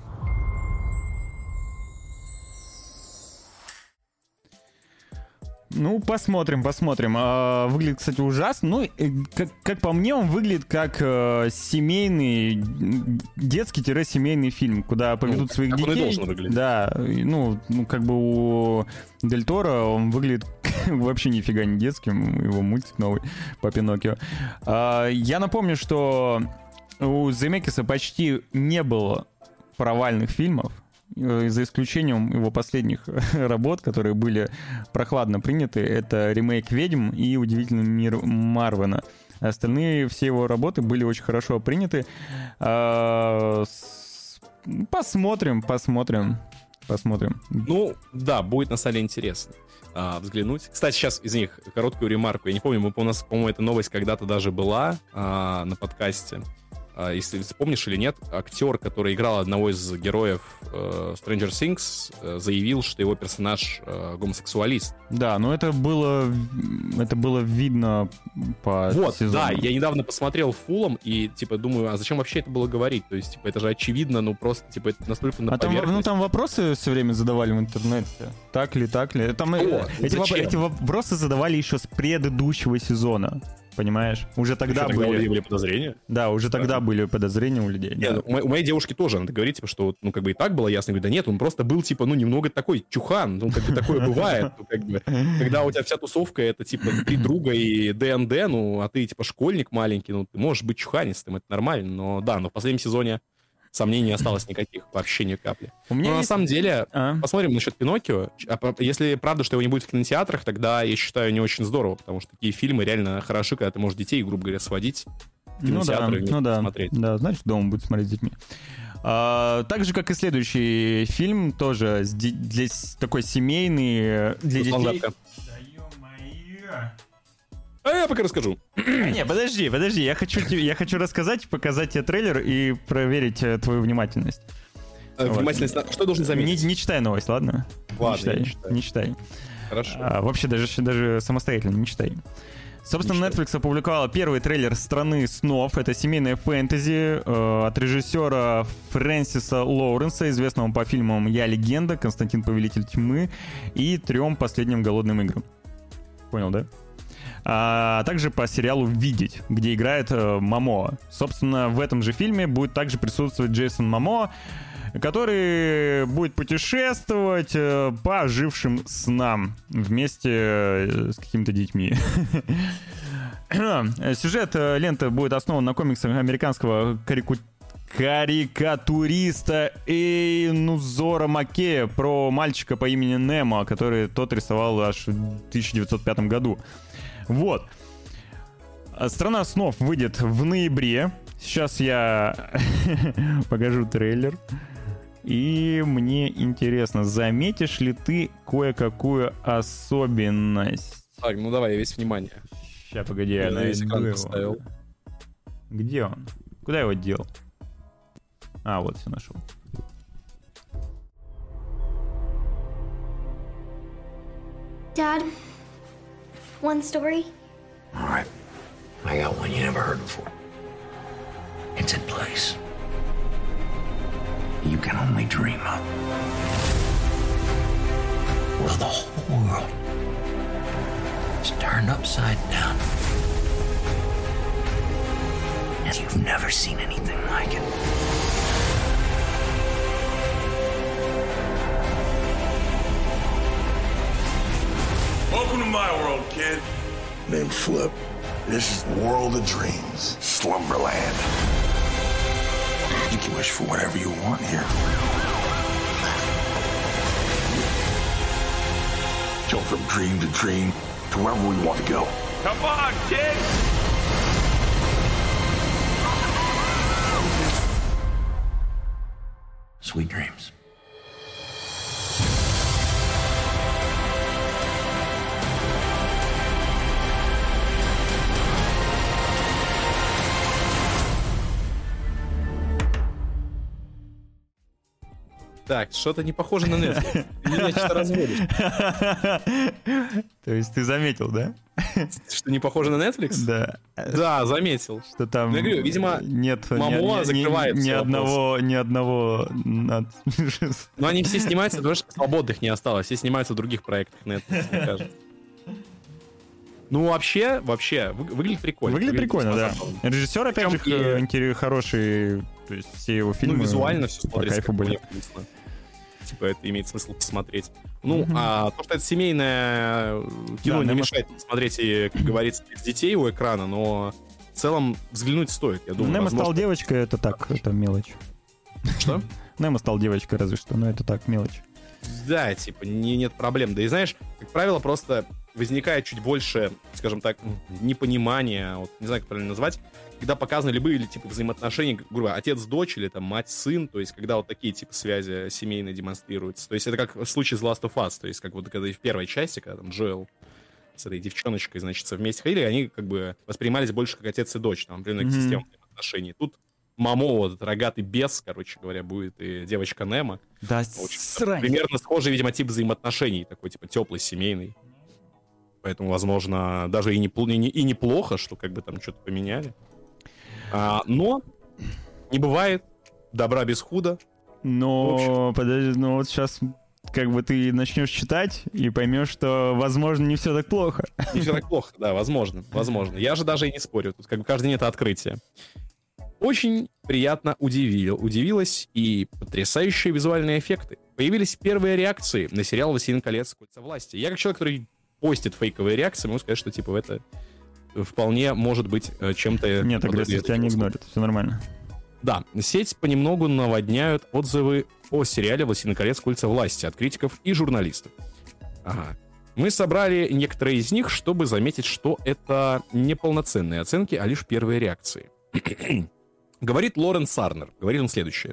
Ну, посмотрим. Выглядит, кстати, ужасно. Ну, как по мне, он выглядит как семейный, детский-семейный фильм, куда поведут своих детей. Он и должен выглядеть. Да, ну, как бы у Дель Торо он выглядит вообще нифига не детским, его мультик новый по Пиноккио. Я напомню, что у Земекиса почти не было провальных фильмов, за исключением его последних работ, которые были прохладно приняты. Это ремейк «Ведьм» и «Удивительный мир Марвена». Остальные все его работы были очень хорошо приняты. Посмотрим. Ну, да, будет на самом деле интересно взглянуть. Кстати, сейчас, извини, короткую ремарку. Я не помню, у нас, по-моему, эта новость когда-то даже была на подкасте. Если ты помнишь или нет, актер, который играл одного из героев Stranger Things, заявил, что его персонаж гомосексуалист. Да, но это было видно по сезону. Да, я недавно посмотрел фуллом и, типа, думаю, а зачем вообще это было говорить? То есть, типа, это же очевидно, ну, просто, типа, это настолько на поверхности. Там вопросы все время задавали в интернете. Так ли? Там, эти вопросы задавали еще с предыдущего сезона. Понимаешь? Уже тогда были подозрения? Да, уже тогда были подозрения у людей. Нет, да. У моей девушки тоже, она говорит, типа, что, ну, как бы и так было ясно. Я говорю, да нет, он просто был, типа, ну, немного такой чухан. Ну, как бы такое бывает. Ну, как бы, когда у тебя вся тусовка, это, типа, 3 друга и ДНД, ну, а ты, типа, школьник маленький, ну, ты можешь быть чуханистым, это нормально. Но, да, но в последнем сезоне сомнений не осталось никаких, вообще ни капли. Но на самом деле, посмотрим насчет Пиноккио. Если правда, что его не будет в кинотеатрах, тогда, я считаю, не очень здорово, потому что такие фильмы реально хороши, когда ты можешь детей, грубо говоря, сводить в кинотеатры и смотреть. Да, значит, дома будет смотреть с детьми. Так же, как и следующий фильм, тоже такой семейный, для детей. А я пока расскажу. Не, подожди, я хочу рассказать, показать тебе трейлер и проверить твою внимательность. Внимательность, вот. Что я должен заметить? Не читай новость, ладно? Ладно, не читай. Хорошо. Вообще даже самостоятельно не читай. Собственно, Netflix опубликовала первый трейлер «Страны снов». Это семейное фэнтези от режиссера Фрэнсиса Лоуренса, известного по фильмам «Я легенда», «Константин Повелитель тьмы» и 3 последним «Голодным играм». Понял, да? А также по сериалу «Видеть», где играет Момоа. Собственно, в этом же фильме будет также присутствовать Джейсон Момоа, который будет путешествовать по ожившим снам вместе с какими-то детьми. Сюжет ленты будет основан на комиксах американского карикатуриста Эйнузора Маккея про мальчика по имени Немо, который тот рисовал аж в 1905 году. Вот. «Страна снов» выйдет в ноябре. Сейчас я покажу трейлер. И мне интересно, заметишь ли ты кое-какую особенность? Так, ну давай, я весь внимание. Сейчас, погоди, я весь экран поставил. Где он? Куда я его дел? А, вот, все нашел. Dad, one story. All right. I got one you never heard before. It's in place. You can only dream of. Well, the whole world is turned upside down. And you've never seen anything like it. Welcome to my world, kid. Name's Flip. This is the world of dreams. Slumberland. You can wish for whatever you want here. Jump from dream to dream to wherever we want to go. Come on, kid! Sweet dreams. Так, что-то не похоже на Netflix. Меня что-то разводишь. То есть ты заметил, да? Что не похоже на Netflix? Да. Да, заметил. Что там... Я говорю, видимо, нет, Момоа закрывает ни одного... Но они все снимаются, потому что свободных не осталось. Все снимаются в других проектах Netflix, мне кажется. Ну, вообще, выглядит прикольно. Выглядит прикольно, да. Режиссер, опять же, хороший. То есть все его фильмы... Ну, визуально все смотрится как были. Типа, это имеет смысл посмотреть. Ну, а то, что это семейное кино, не мешает смотреть и, как говорится, с детей у экрана, но целом взглянуть стоит, я думаю. Немо стал девочкой, это так, это мелочь. Что? Немо стал девочкой разве что, но это так, мелочь. Да, типа, нет проблем. Да и знаешь, как правило, просто возникает чуть больше, скажем так, непонимания, вот, не знаю, как правильно назвать, когда показаны любые типа взаимоотношения, грубо говоря, отец-дочь или там мать-сын, то есть когда вот такие типа связи семейные демонстрируются. То есть это как в случае с Last of Us, то есть как вот когда в первой части, когда там Джоэл с этой девчоночкой, значит, вместе ходили, они как бы воспринимались больше как отец и дочь, там, определенных систем отношений. Тут Мамо, вот этот рогатый бес, короче говоря, будет, и девочка Немо. Да, примерно схожий, видимо, тип взаимоотношений, такой, типа, теплый, семейный. Поэтому, возможно, даже и неплохо, что как бы там что-то поменяли. Но не бывает добра без худа. Но, подожди, ну вот сейчас как бы ты начнешь читать и поймешь, что, возможно, не все так плохо. Не все так плохо, да, возможно. Я же даже и не спорю. Тут как бы каждый день это открытие. Очень приятно удивилась и потрясающие визуальные эффекты. Появились первые реакции на сериал «Властелин колец. Кольца власти». Я как человек, который постит фейковые реакции, могу сказать, что типа это вполне может быть чем-то... Нет, агрессия тебя не игнорит, все нормально. Да, сеть понемногу наводняют отзывы о сериале «Властелин колец. Кольца власти» от критиков и журналистов. Ага. Мы собрали некоторые из них, чтобы заметить, что это не полноценные оценки, а лишь первые реакции. Говорит Лорен Сарнер. Говорит он следующее.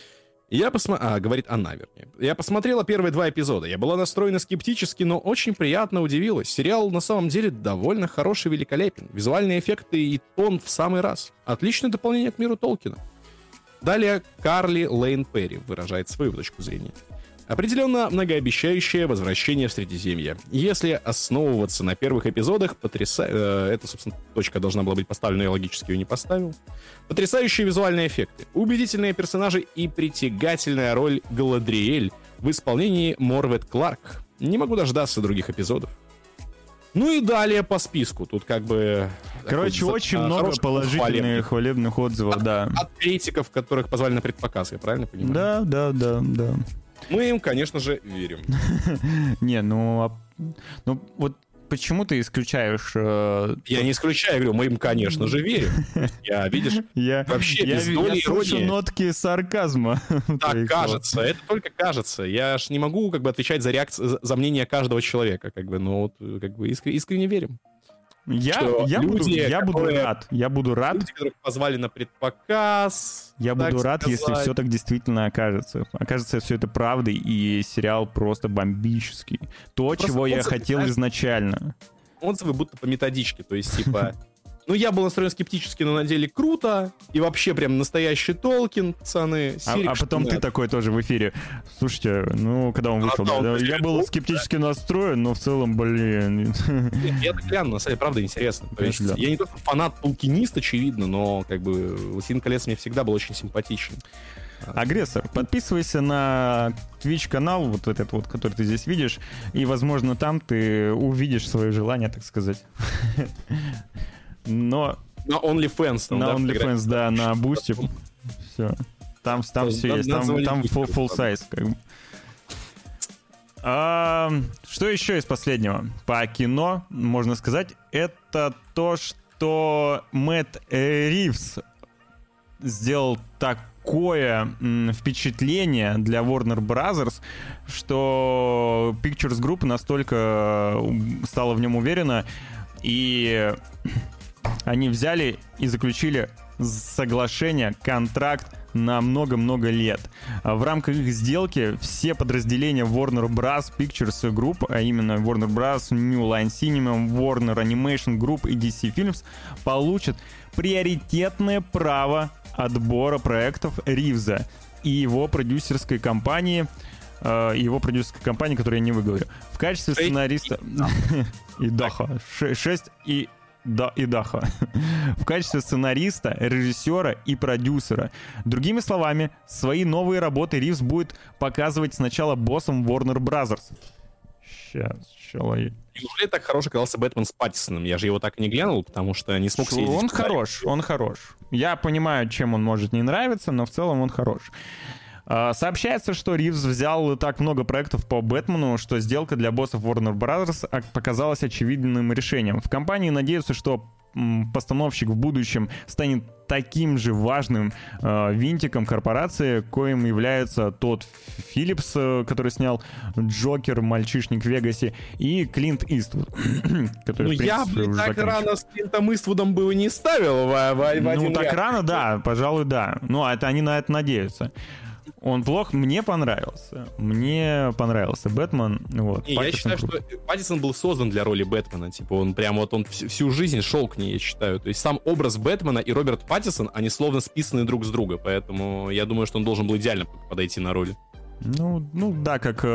Говорит она, вернее. Я посмотрела первые 2 эпизода. Я была настроена скептически, но очень приятно удивилась. Сериал на самом деле довольно хороший, великолепен. Визуальные эффекты и тон в самый раз. Отличное дополнение к миру Толкина. Далее Карли Лейн Перри выражает свою точку зрения. Определенно многообещающее возвращение в Средиземье. Если основываться на первых эпизодах, это, собственно, точка должна была быть поставлена, я логически ее не поставил. Потрясающие визуальные эффекты, убедительные персонажи и притягательная роль Галадриэль в исполнении Морвет Кларк. Не могу дождаться других эпизодов. Ну и далее по списку. Тут как бы... Короче, очень много положительных, хвалебных отзывов, да. От критиков, которых позвали на предпоказ, я правильно понимаю? Да. Мы им, конечно же, верим. Не, ну вот почему ты исключаешь... Я не исключаю, говорю, мы им, конечно же, верим. Я, видишь, вообще без доли иронии. Я слышу нотки сарказма. Так кажется, это только кажется. Я ж не могу как бы отвечать за мнение каждого человека, как бы, но вот как бы искренне верим. Я буду рад. Люди, которых позвали на предпоказ. Я буду рад, если все так действительно окажется. Окажется все это правдой, и сериал просто бомбический. То, чего я хотел изначально. Отзывы будто по методичке, то есть типа... Ну, я был настроен скептически, но на деле круто. И вообще прям настоящий Толкин, пацаны. А потом ты такой тоже в эфире. Слушайте, ну, когда он вышел, я был скептически настроен, но в целом, блин. Я так гляну, на самом деле, правда интересно. То есть я не только фанат толкинист, очевидно, но как бы «Властелин колец» мне всегда был очень симпатичен. Агрессор, подписывайся на Twitch-канал, вот этот вот, который ты здесь видишь, и, возможно, там ты увидишь свое желание, так сказать. Но... На OnlyFans. На OnlyFans, да, на Бусти. Все. Там все есть. Там full size. Как бы. Что еще из последнего? По кино, можно сказать, это то, что Мэтт Ривз сделал такое впечатление для Warner Brothers, что Pictures Group настолько стала в нем уверена, и они взяли и заключили соглашение, контракт на много-много лет. В рамках их сделки все подразделения Warner Bros. Pictures Group, а именно Warner Bros., New Line Cinema, Warner Animation Group и DC Films, получат приоритетное право отбора проектов Ривза и его продюсерской компании, которую я не выговорю. В качестве сценариста... Идаха. 6 и Даха. В качестве сценариста, режиссера и продюсера. Другими словами, свои новые работы Ривз будет показывать сначала боссом Warner Brothers. Неужели так хороший оказался Бэтмен с Паттисоном? Я же его так и не глянул, потому что не смог съездить. Он хорош. Я понимаю, чем он может не нравиться, но в целом он хорош. Сообщается, что Ривз взял так много проектов по Бэтмену, что сделка для боссов Warner Bros. Показалась очевидным решением. В компании надеются, что постановщик в будущем станет таким же важным винтиком корпорации, коим является тот Филлипс, который снял «Джокер», «Мальчишник в Вегасе», и Клинт Иствуд. Который, я бы так рано с Клинтом Иствудом бы не ставил в один так ряд. рано, да, пожалуй, да. Ну, это они на это надеются. Он плох, мне понравился. Мне понравился Бэтмен. Вот, я считаю, что Паттинсон был создан для роли Бэтмена. Типа он прям вот он всю жизнь шел к ней, я считаю. То есть сам образ Бэтмена и Роберт Паттинсон, они словно списаны друг с друга. Поэтому я думаю, что он должен был идеально подойти на роль. Ну да, как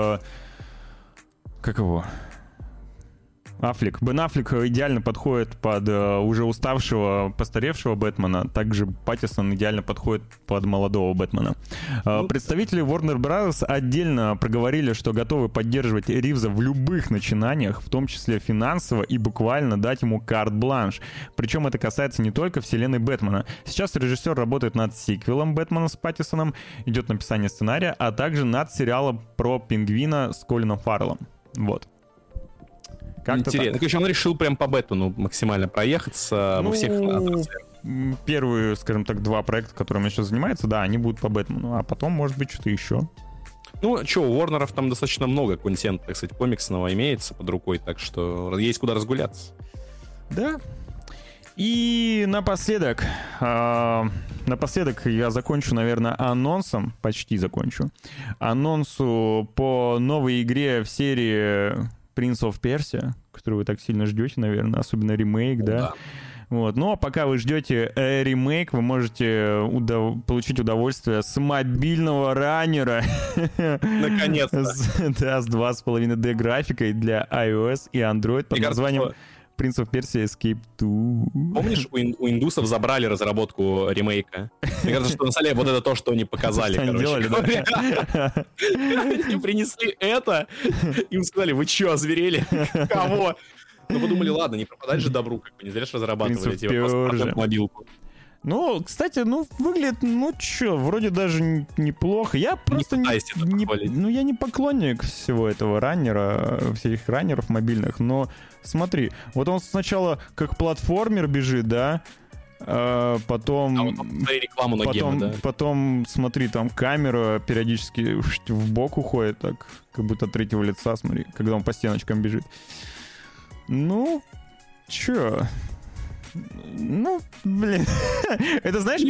его... Аффлек. Бен Аффлек идеально подходит под уже уставшего, постаревшего Бэтмена. Также Паттинсон идеально подходит под молодого Бэтмена. Представители Warner Bros. Отдельно проговорили, что готовы поддерживать Ривза в любых начинаниях, в том числе финансово, и буквально дать ему карт-бланш. Причем это касается не только вселенной Бэтмена. Сейчас режиссер работает над сиквелом Бэтмена с Паттинсоном, идет написание сценария, а также над сериалом про Пингвина с Колином Фарреллом. Вот. Как-то интересно. Короче, он решил прям по Бэтмену максимально проехаться во всех отраслях. Первые, скажем так, 2 проекта, которыми он сейчас занимается, да, они будут по Бэтмену, а потом, может быть, что-то еще. Ну, что, у Уорнеров там достаточно много контента, так сказать, комиксного имеется под рукой, так что есть куда разгуляться. Да. И напоследок я закончу, наверное, анонсом, почти закончу, анонсу по новой игре в серии Prince of Persia, которую вы так сильно ждете, наверное, особенно ремейк, да? Вот. Но пока вы ждете ремейк, вы можете получить удовольствие с мобильного раннера. Наконец-то. Да, с 2,5D графикой для iOS и Android под названием Prince of Persia Escape 2. Помнишь, у индусов забрали разработку ремейка? Мне кажется, что на самом деле вот это то, что они показали. Они делали, да? Они принесли это, им сказали, вы что, озверели? Кого? Ну, подумали, ладно, не пропадать же добру, как бы не зря же разрабатывали, типа, просто мобилку. Ну, кстати, выглядит, вроде даже неплохо. Я просто я не поклонник всего этого раннера, всех раннеров мобильных, но смотри, вот он сначала как платформер бежит, да, потом... смотри, рекламу на гейм, да. Потом, смотри, там камера периодически в бок уходит, так, как будто от третьего лица, смотри, когда он по стеночкам бежит. Ну, чё... Ну, блин, это, знаешь,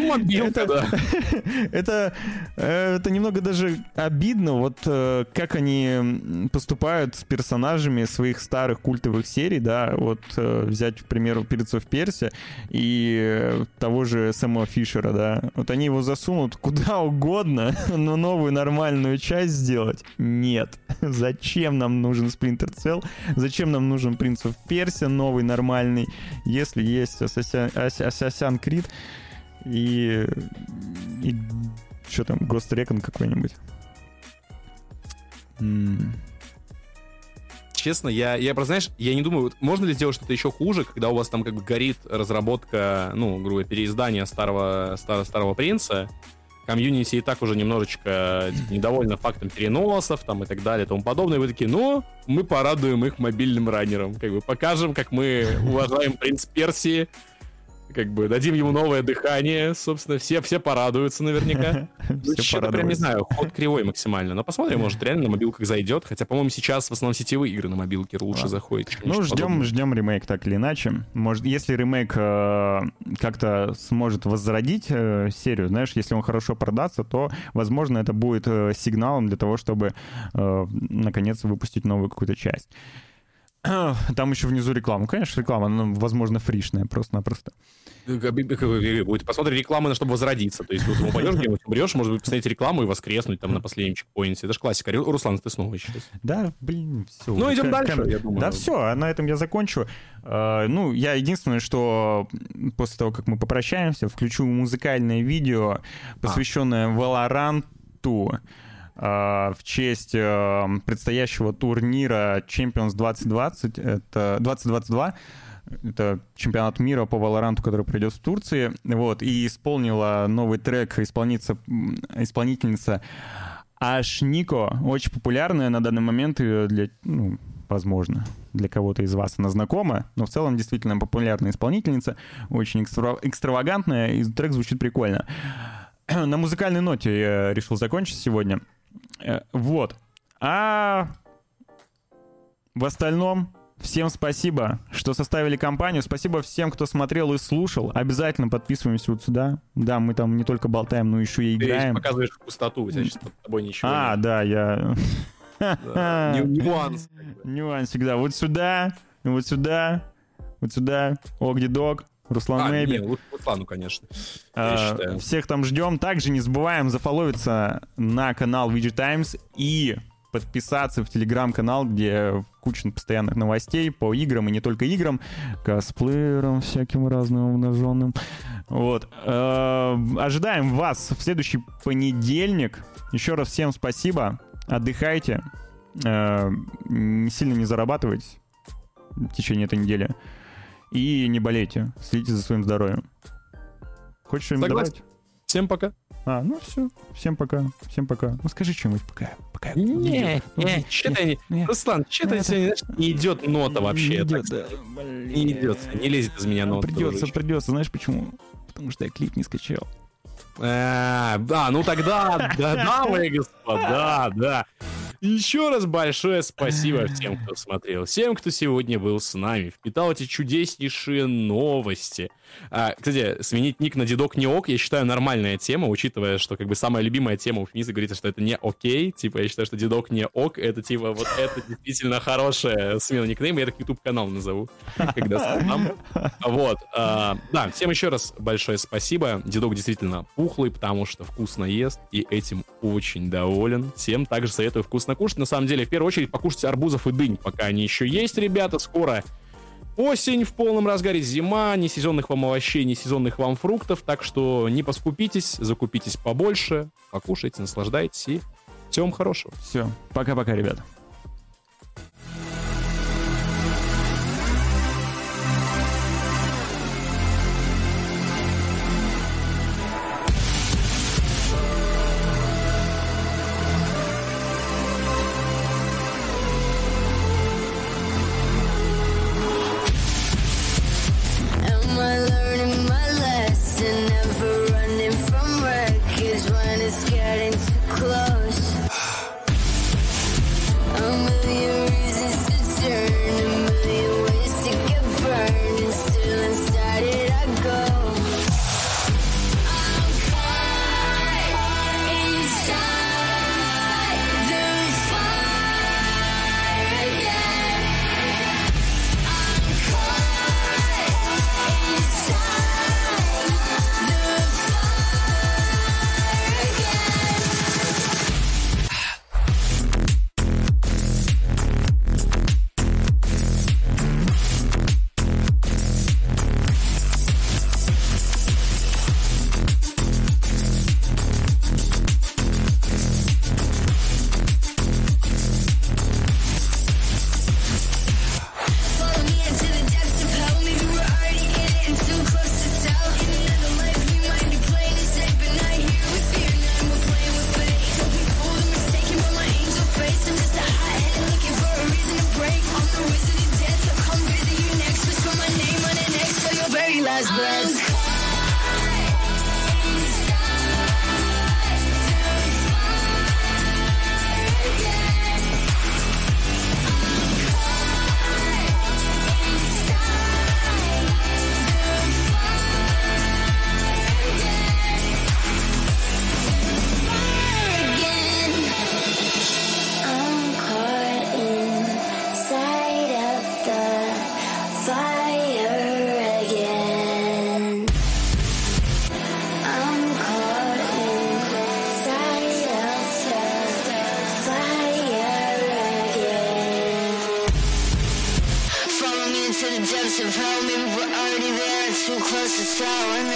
это немного даже обидно, вот как они поступают с персонажами своих старых культовых серий, да, вот взять, к примеру, Prince of Persia и того же Сэма Фишера, да, вот они его засунут куда угодно, но новую нормальную часть сделать нет. Зачем нам нужен Splinter Cell? Зачем нам нужен Prince of Persia новый, нормальный, если есть Assassin's Creed и что там, Ghost Recon какой-нибудь. Честно, я просто, знаешь, я не думаю, вот можно ли сделать что-то еще хуже, когда у вас там как бы горит разработка, ну, грубо говоря, переиздания старого принца. Комьюнити и так уже немножечко недовольно фактом переносов там и так далее и тому подобное. И вы такие, мы порадуем их мобильным раннером. Как бы покажем, как мы уважаем Принц Персии. Как бы дадим ему новое дыхание. Собственно, все порадуются наверняка. Что-то прям, не знаю, ход кривой максимально. Но посмотрим, может, реально на мобилках зайдет. Хотя, по-моему, сейчас в основном сетевые игры на мобилке лучше заходят. Ну, ждем ремейк так или иначе. Может, если ремейк как-то сможет возродить серию, знаешь, если он хорошо продастся, то, возможно, это будет сигналом для того, чтобы наконец выпустить новую какую-то часть. Там еще внизу реклама. Конечно, реклама, она, возможно, фришная просто-напросто. Посмотри рекламу, на чтобы возродиться. То есть, вот упадешь где-нибудь, умрешь, может быть, посмотреть рекламу и воскреснуть там на последнем чекпоинте. Это же классика. Руслан, ты снова сейчас. Да, блин, все. Ну, идем дальше, я думаю. Да, все, на этом я закончу. Ну, я единственное, что после того, как мы попрощаемся, включу музыкальное видео, посвященное Valorant'у, в честь предстоящего турнира Champions 2020, это 2022, это чемпионат мира по Valorant'у, который пройдет в Турции, вот, и исполнила новый трек исполнительница Ашнико, очень популярная на данный момент, возможно, для кого-то из вас она знакома, но в целом действительно популярная исполнительница, очень экстравагантная, и трек звучит прикольно. На музыкальной ноте я решил закончить сегодня. Вот. А в остальном... Всем спасибо, что составили компанию. Спасибо всем, кто смотрел и слушал. Обязательно подписываемся вот сюда. Да, мы там не только болтаем, но еще и играем. Ты показываешь пустоту, у тебя сейчас под тобой ничего нет. Да, я... Нюанс. Нюансик, да. Вот сюда, вот сюда, вот сюда. Огди-дог, Руслан Мэйби. Руслану, конечно. Всех там ждем. Также не забываем зафоловиться на канал VG Times и подписаться в телеграм-канал, где куча постоянных новостей по играм, и не только играм, косплеерам всяким разным умноженным. Вот. Ожидаем вас в следующий понедельник. Еще раз всем спасибо. Отдыхайте. Сильно не зарабатывайте в течение этой недели. И не болейте. Следите за своим здоровьем. Хочешь что-нибудь добавить? Всем пока. Ну все. Всем пока. Всем пока. Ну скажи что-нибудь пока. Руслан, что-то не идет нота вообще. Не идет. Не лезет из меня нота. Придется. Знаешь почему? Потому что я клип не скачал. Да, ну тогда, дамы и господа, да. Еще раз большое спасибо всем, кто смотрел, всем, кто сегодня был с нами, впитал эти чудеснейшие новости. Кстати, сменить ник на дедок не ок, я считаю, нормальная тема, учитывая, что как бы самая любимая тема у феминистов говорится, что это не окей, типа, я считаю, что дедок не ок, это типа, вот это действительно хорошая смена никнейма, я так YouTube-канал назову, когда создам. Вот, да, всем еще раз большое спасибо, дедок действительно пухлый, потому что вкусно ест, и этим очень доволен. Всем также советую вкусно кушать, на самом деле, в первую очередь, покушайте арбузов и дынь, пока они еще есть, ребята, скоро осень в полном разгаре, зима, ни сезонных вам овощей, ни сезонных вам фруктов, так что не поскупитесь, закупитесь побольше, покушайте, наслаждайтесь и всего вам хорошего. Все, пока-пока, ребята.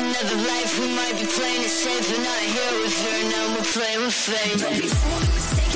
Life we might be playing it safe, but not here with her. Now we'll play with fate.